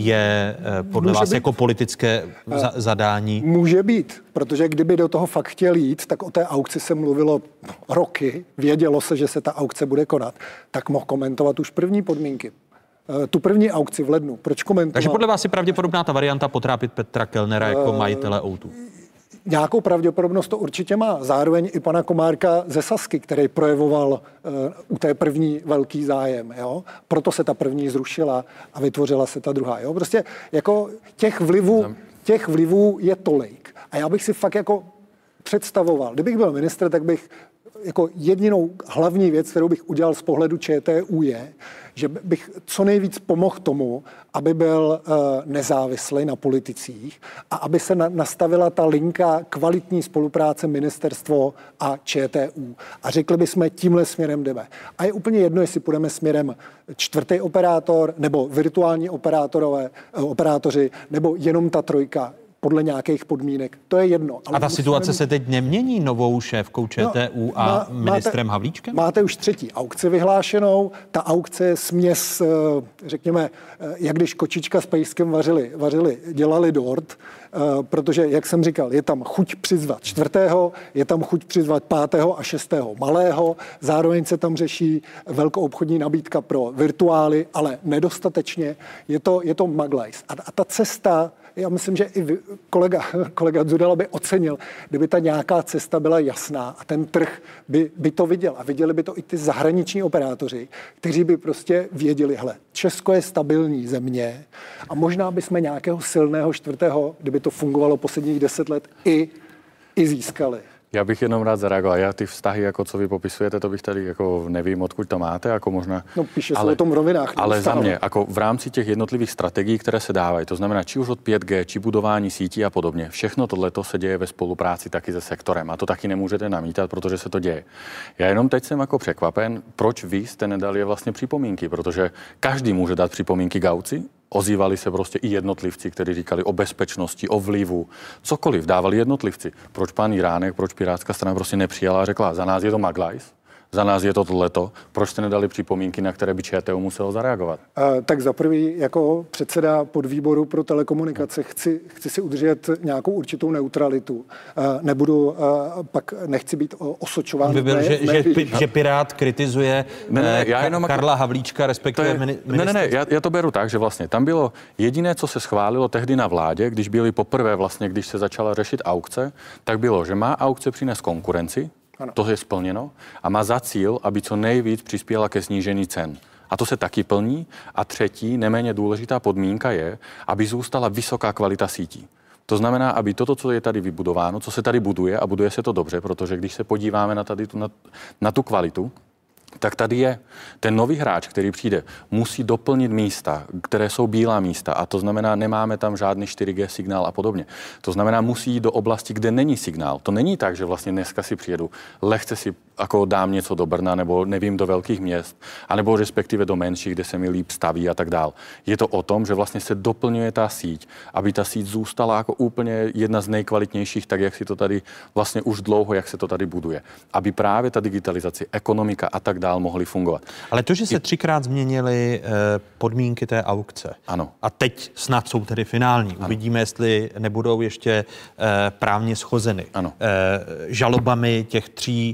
Speaker 1: je podle
Speaker 7: Může
Speaker 1: vás
Speaker 7: být.
Speaker 1: jako politické za- zadání?
Speaker 7: Může být, protože kdyby do toho fakt chtěl jít, tak o té aukci se mluvilo roky, vědělo se, že se ta aukce bude konat, tak mohl komentovat už první podmínky. Tu první aukci v lednu. Proč komentoval?
Speaker 1: Takže podle vás je pravděpodobná ta varianta potrápit Petra Kellnera jako majitele O dva?
Speaker 7: Nějakou pravděpodobnost to určitě má. Zároveň i pana Komárka ze Sazky, který projevoval uh, u té první velký zájem. Jo? Proto se ta první zrušila a vytvořila se ta druhá. Jo? Prostě jako těch vlivů, těch vlivů je tolik. A já bych si fakt jako představoval, kdybych byl ministr, tak bych jako jedinou hlavní věc, kterou bych udělal z pohledu ČTÚ je, že bych co nejvíc pomohl tomu, aby byl uh, nezávislý na politicích a aby se na, nastavila ta linka kvalitní spolupráce ministerstvo a ČTÚ. A řekli bychom, tímhle směrem jdeme. A je úplně jedno, jestli půjdeme směrem čtvrtý operátor, nebo virtuální operátorové, uh, operátoři, nebo jenom ta trojka. Podle nějakých podmínek. To je jedno. Ale
Speaker 1: a ta situace
Speaker 7: mít...
Speaker 1: se teď nemění novou šéfkou ČTÚ no, a má, ministrem
Speaker 7: máte,
Speaker 1: Havlíčkem?
Speaker 7: Máte už třetí aukci vyhlášenou. Ta aukce je směs, řekněme, jak když kočička s pejskem vařili, vařili dělali dort, protože, jak jsem říkal, je tam chuť přizvat čtvrtého, je tam chuť přizvat pátého a šestého malého, zároveň se tam řeší velkoobchodní nabídka pro virtuály, ale nedostatečně. Je to, je to maglajs. A, a ta cesta, já myslím, že i kolega, kolega Dzurilla by ocenil, kdyby ta nějaká cesta byla jasná a ten trh by, by to viděl. A viděli by to i ty zahraniční operátoři, kteří by prostě věděli, hele, Česko je stabilní země a možná bychom nějakého silného čtvrtého, kdyby to fungovalo posledních deset let, i, i získali.
Speaker 6: Já bych jenom rád zareagoval. Já ty vztahy, jako co vy popisujete, to bych tady jako nevím, odkud to máte, jako možná.
Speaker 7: No, píše ale, se o tom v rovinách.
Speaker 6: Ale za mě, jako v rámci těch jednotlivých strategií, které se dávají, to znamená, či už od pět G, či budování sítí a podobně, všechno tohleto se děje ve spolupráci taky se sektorem. A to taky nemůžete namítat, protože se to děje. Já jenom teď jsem jako překvapen, proč vy jste nedali vlastně připomínky, protože každý může dát připomínky gauci. Ozývali se prostě i jednotlivci, kteří říkali o bezpečnosti, o vlivu, cokoliv dávali jednotlivci. Proč pan Jiránek, proč Pirátská strana prostě nepřijala a řekla, za nás je to maglajs, za nás je to tohleto, proč jste nedali připomínky, na které by ČTÚ muselo zareagovat?
Speaker 7: Uh, tak za prvý, jako předseda podvýboru pro telekomunikace chci, chci si udržet nějakou určitou neutralitu. Uh, nebudu, uh, pak nechci být osočován.
Speaker 1: Byl, že, že, že Pirát kritizuje ne, ne, já jenom Karla Havlíčka, respektive
Speaker 6: je,
Speaker 1: mini,
Speaker 6: Ne, ne, ne, já, já to beru tak, že vlastně tam bylo jediné, co se schválilo tehdy na vládě, když byli poprvé vlastně, když se začala řešit aukce, tak bylo, že má aukce přinést konkurenci. Ano. To je splněno a má za cíl, aby co nejvíc přispěla ke snížení cen. A to se taky plní. A třetí, neméně důležitá podmínka je, aby zůstala vysoká kvalita sítí. To znamená, aby toto, co je tady vybudováno, co se tady buduje, a buduje se to dobře, protože když se podíváme na, tady tu, na, na tu kvalitu, tak tady je ten nový hráč, který přijde, musí doplnit místa, které jsou bílá místa, a to znamená, nemáme tam žádný čtyři G signál a podobně. To znamená, musí jít do oblasti, kde není signál. To není tak, že vlastně dneska si přijedu, lehce si jako dám něco do Brna, nebo nevím, do velkých měst, anebo respektive do menších, kde se mi líp staví a tak dál. Je to o tom, že vlastně se doplňuje ta síť, aby ta síť zůstala jako úplně jedna z nejkvalitnějších, tak jak si to tady vlastně už dlouho, jak se to tady buduje. Aby právě ta digitalizace, ekonomika a tak dál mohly fungovat.
Speaker 1: Ale to, že se třikrát změnily eh, podmínky té aukce.
Speaker 6: Ano.
Speaker 1: A teď snad jsou tedy finální. Ano. Uvidíme, jestli nebudou ještě eh, právně schozeny.
Speaker 6: Ano.
Speaker 1: Eh, žalobami těch tří ano. velkých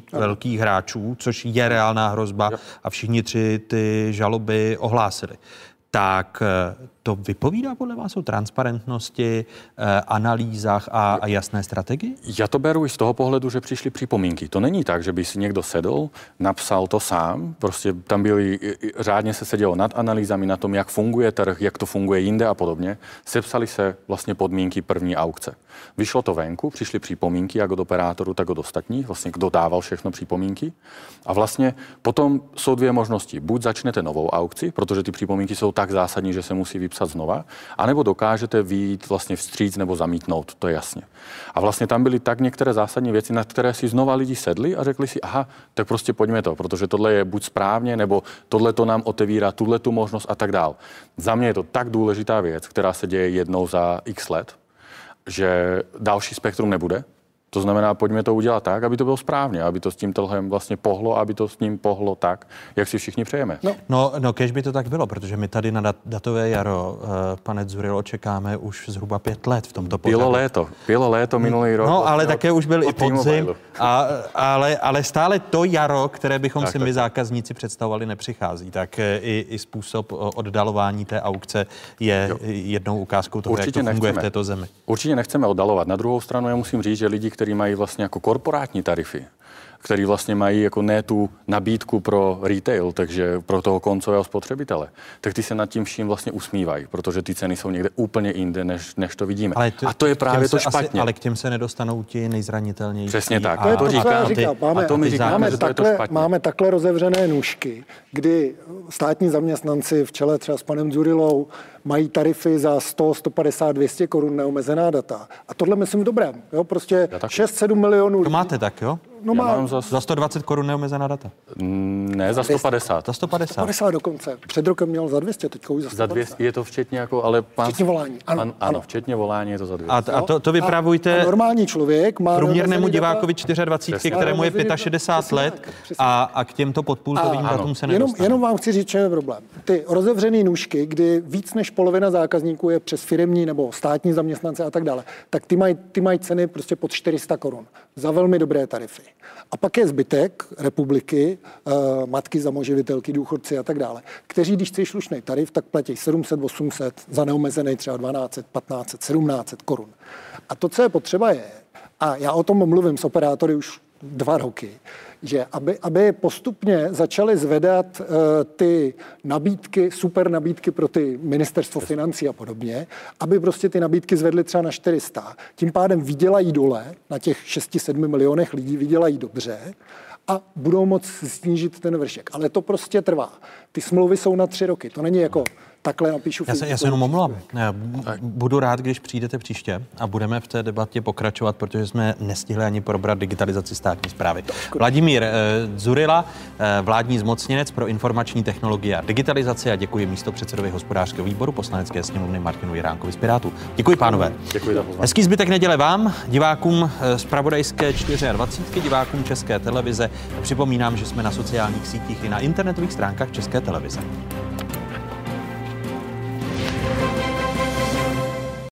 Speaker 1: velkých hráčů, což je reálná hrozba a všichni tři ty žaloby ohlásili. Tak to vypovídá podle vás o transparentnosti, analýzách a, a jasné strategii?
Speaker 6: Já to beru i z toho pohledu, že přišly připomínky. To není tak, že by si někdo sedl, napsal to sám, prostě tam byli, řádně se sedělo nad analýzami na tom, jak funguje trh, jak to funguje jinde a podobně. Sepsali se vlastně podmínky první aukce. Vyšlo to venku, přišly připomínky jak od operátorů, tak od ostatních, vlastně kdo dával všechno připomínky. A vlastně potom jsou dvě možnosti. Buď začnete novou aukci, protože ty připomínky jsou tak zásadní, že se musí vypsat znova, anebo dokážete vyjít vlastně vstříc nebo zamítnout, to je jasně. A vlastně tam byly tak některé zásadní věci, na které si znova lidi sedli a řekli si, aha, tak prostě pojďme to, protože tohle je buď správně, nebo tohle to nám otevírá tuhle tu možnost a tak dál. Za mě je to tak důležitá věc, která se děje jednou za x let, že další spektrum nebude. To znamená, pojďme to udělat tak, aby to bylo správně, aby to s tím trhem vlastně pohlo, aby to s ním pohlo tak, jak si všichni přejeme.
Speaker 1: No, no, no kež by to tak bylo, protože my tady na dat- datové jaro, uh, pane Dzurilo, čekáme už zhruba pět let v tomto pořadu.
Speaker 6: Bylo léto, bylo léto minulý rok.
Speaker 1: No, ale také už byl i podzim, a, ale, ale stále to jaro, které bychom tak, si tak. my zákazníci představovali, nepřichází. Tak i, i způsob oddalování té aukce je jo. jednou ukázkou toho, určitě jak to funguje nechceme. v této zemi.
Speaker 6: Určitě nechceme oddalovat. Na druhou stranu já musím říct, že lidi, kteří mají vlastně jako korporátní tarify, který vlastně mají jako ne tu nabídku pro retail, takže pro toho koncového spotřebitele, tak ty se nad tím vším vlastně usmívají, protože ty ceny jsou někde úplně jinde, než, než to vidíme.
Speaker 1: To,
Speaker 6: a to je právě to špatně.
Speaker 1: Asi, ale k těm se nedostanou ti nejzranitelnější.
Speaker 6: Přesně tak.
Speaker 7: To je to,
Speaker 6: to říkám.
Speaker 7: říkám. Máme, a to my říkáme, máme, takhle, to máme takhle rozevřené nůžky, kdy státní zaměstnanci v čele třeba s panem Dzurilou mají tarify za sto, sto padesát, dvě stě korun neomezená data. A tohle myslím v dobrém. Jo? Prostě šest sedm milionů.
Speaker 1: To máte tak, jo?
Speaker 7: No má...
Speaker 1: za... za sto dvacet korun neomezená data.
Speaker 6: Ne, za sto padesát.
Speaker 1: Za sto padesát.
Speaker 7: sto padesát dokonce. Před rokem měl za dvě stě, teďka už za sto padesát.
Speaker 6: Za dvě stě je to včetně jako, ale pán...
Speaker 7: Včetně volání. Ano,
Speaker 6: pan, ano, ano, včetně volání je to za dvě stě.
Speaker 1: A, a to, to vypravujte...
Speaker 7: A, a normální člověk má...
Speaker 1: Průměrnému divákovi dvacet čtyři, kterému je šedesát pět let a, a k těmto podpůlkovým datům se
Speaker 7: jenom,
Speaker 1: nedostane.
Speaker 7: jenom vám chci říct, že je problém. Ty rozevřený nůžky, kdy víc než polovina zákazníků je přes firemní nebo státní zaměstnance a tak dále, tak ty mají ty maj ceny prostě pod čtyři sta korun za velmi dobré tarify. A pak je zbytek republiky, uh, matky, samoživitelky, důchodci a tak dále, kteří, když chtějí slušný tarif, tak platí sedm set, osm set, za neomezený třeba dvanáct set, patnáct set, sedmnáct set korun. A to, co je potřeba, je, a já o tom mluvím s operátory už dva roky, že aby, aby postupně začaly zvedat uh, ty nabídky, super nabídky pro ty ministerstvo financí a podobně, aby prostě ty nabídky zvedly třeba na čtyři sta. Tím pádem vydělají dole, na těch šest sedm milionech lidí vydělají dobře a budou moct snížit ten vršek. Ale to prostě trvá. Ty smlouvy jsou na tři roky. To není jako takhle napíšu.
Speaker 1: Já se, já se jenom omlouvám. Budu rád, když přijdete příště a budeme v té debatě pokračovat, protože jsme nestihli ani probrat digitalizaci státní správy. Vladimír eh, Dzurila, eh, vládní zmocněnec pro informační technologie a digitalizaci, a děkuji místopředsedovi hospodářského výboru Poslanecké sněmovny Martinu Jiránkovi z Pirátů. Děkuji, pánové.
Speaker 6: Děkuji za pozvání.
Speaker 1: Hezký zbytek neděle vám, divákům z Zpravodajské dvacet čtyři, divákům České televize. Připomínám, že jsme na sociálních sítích i na internetových stránkách České televize.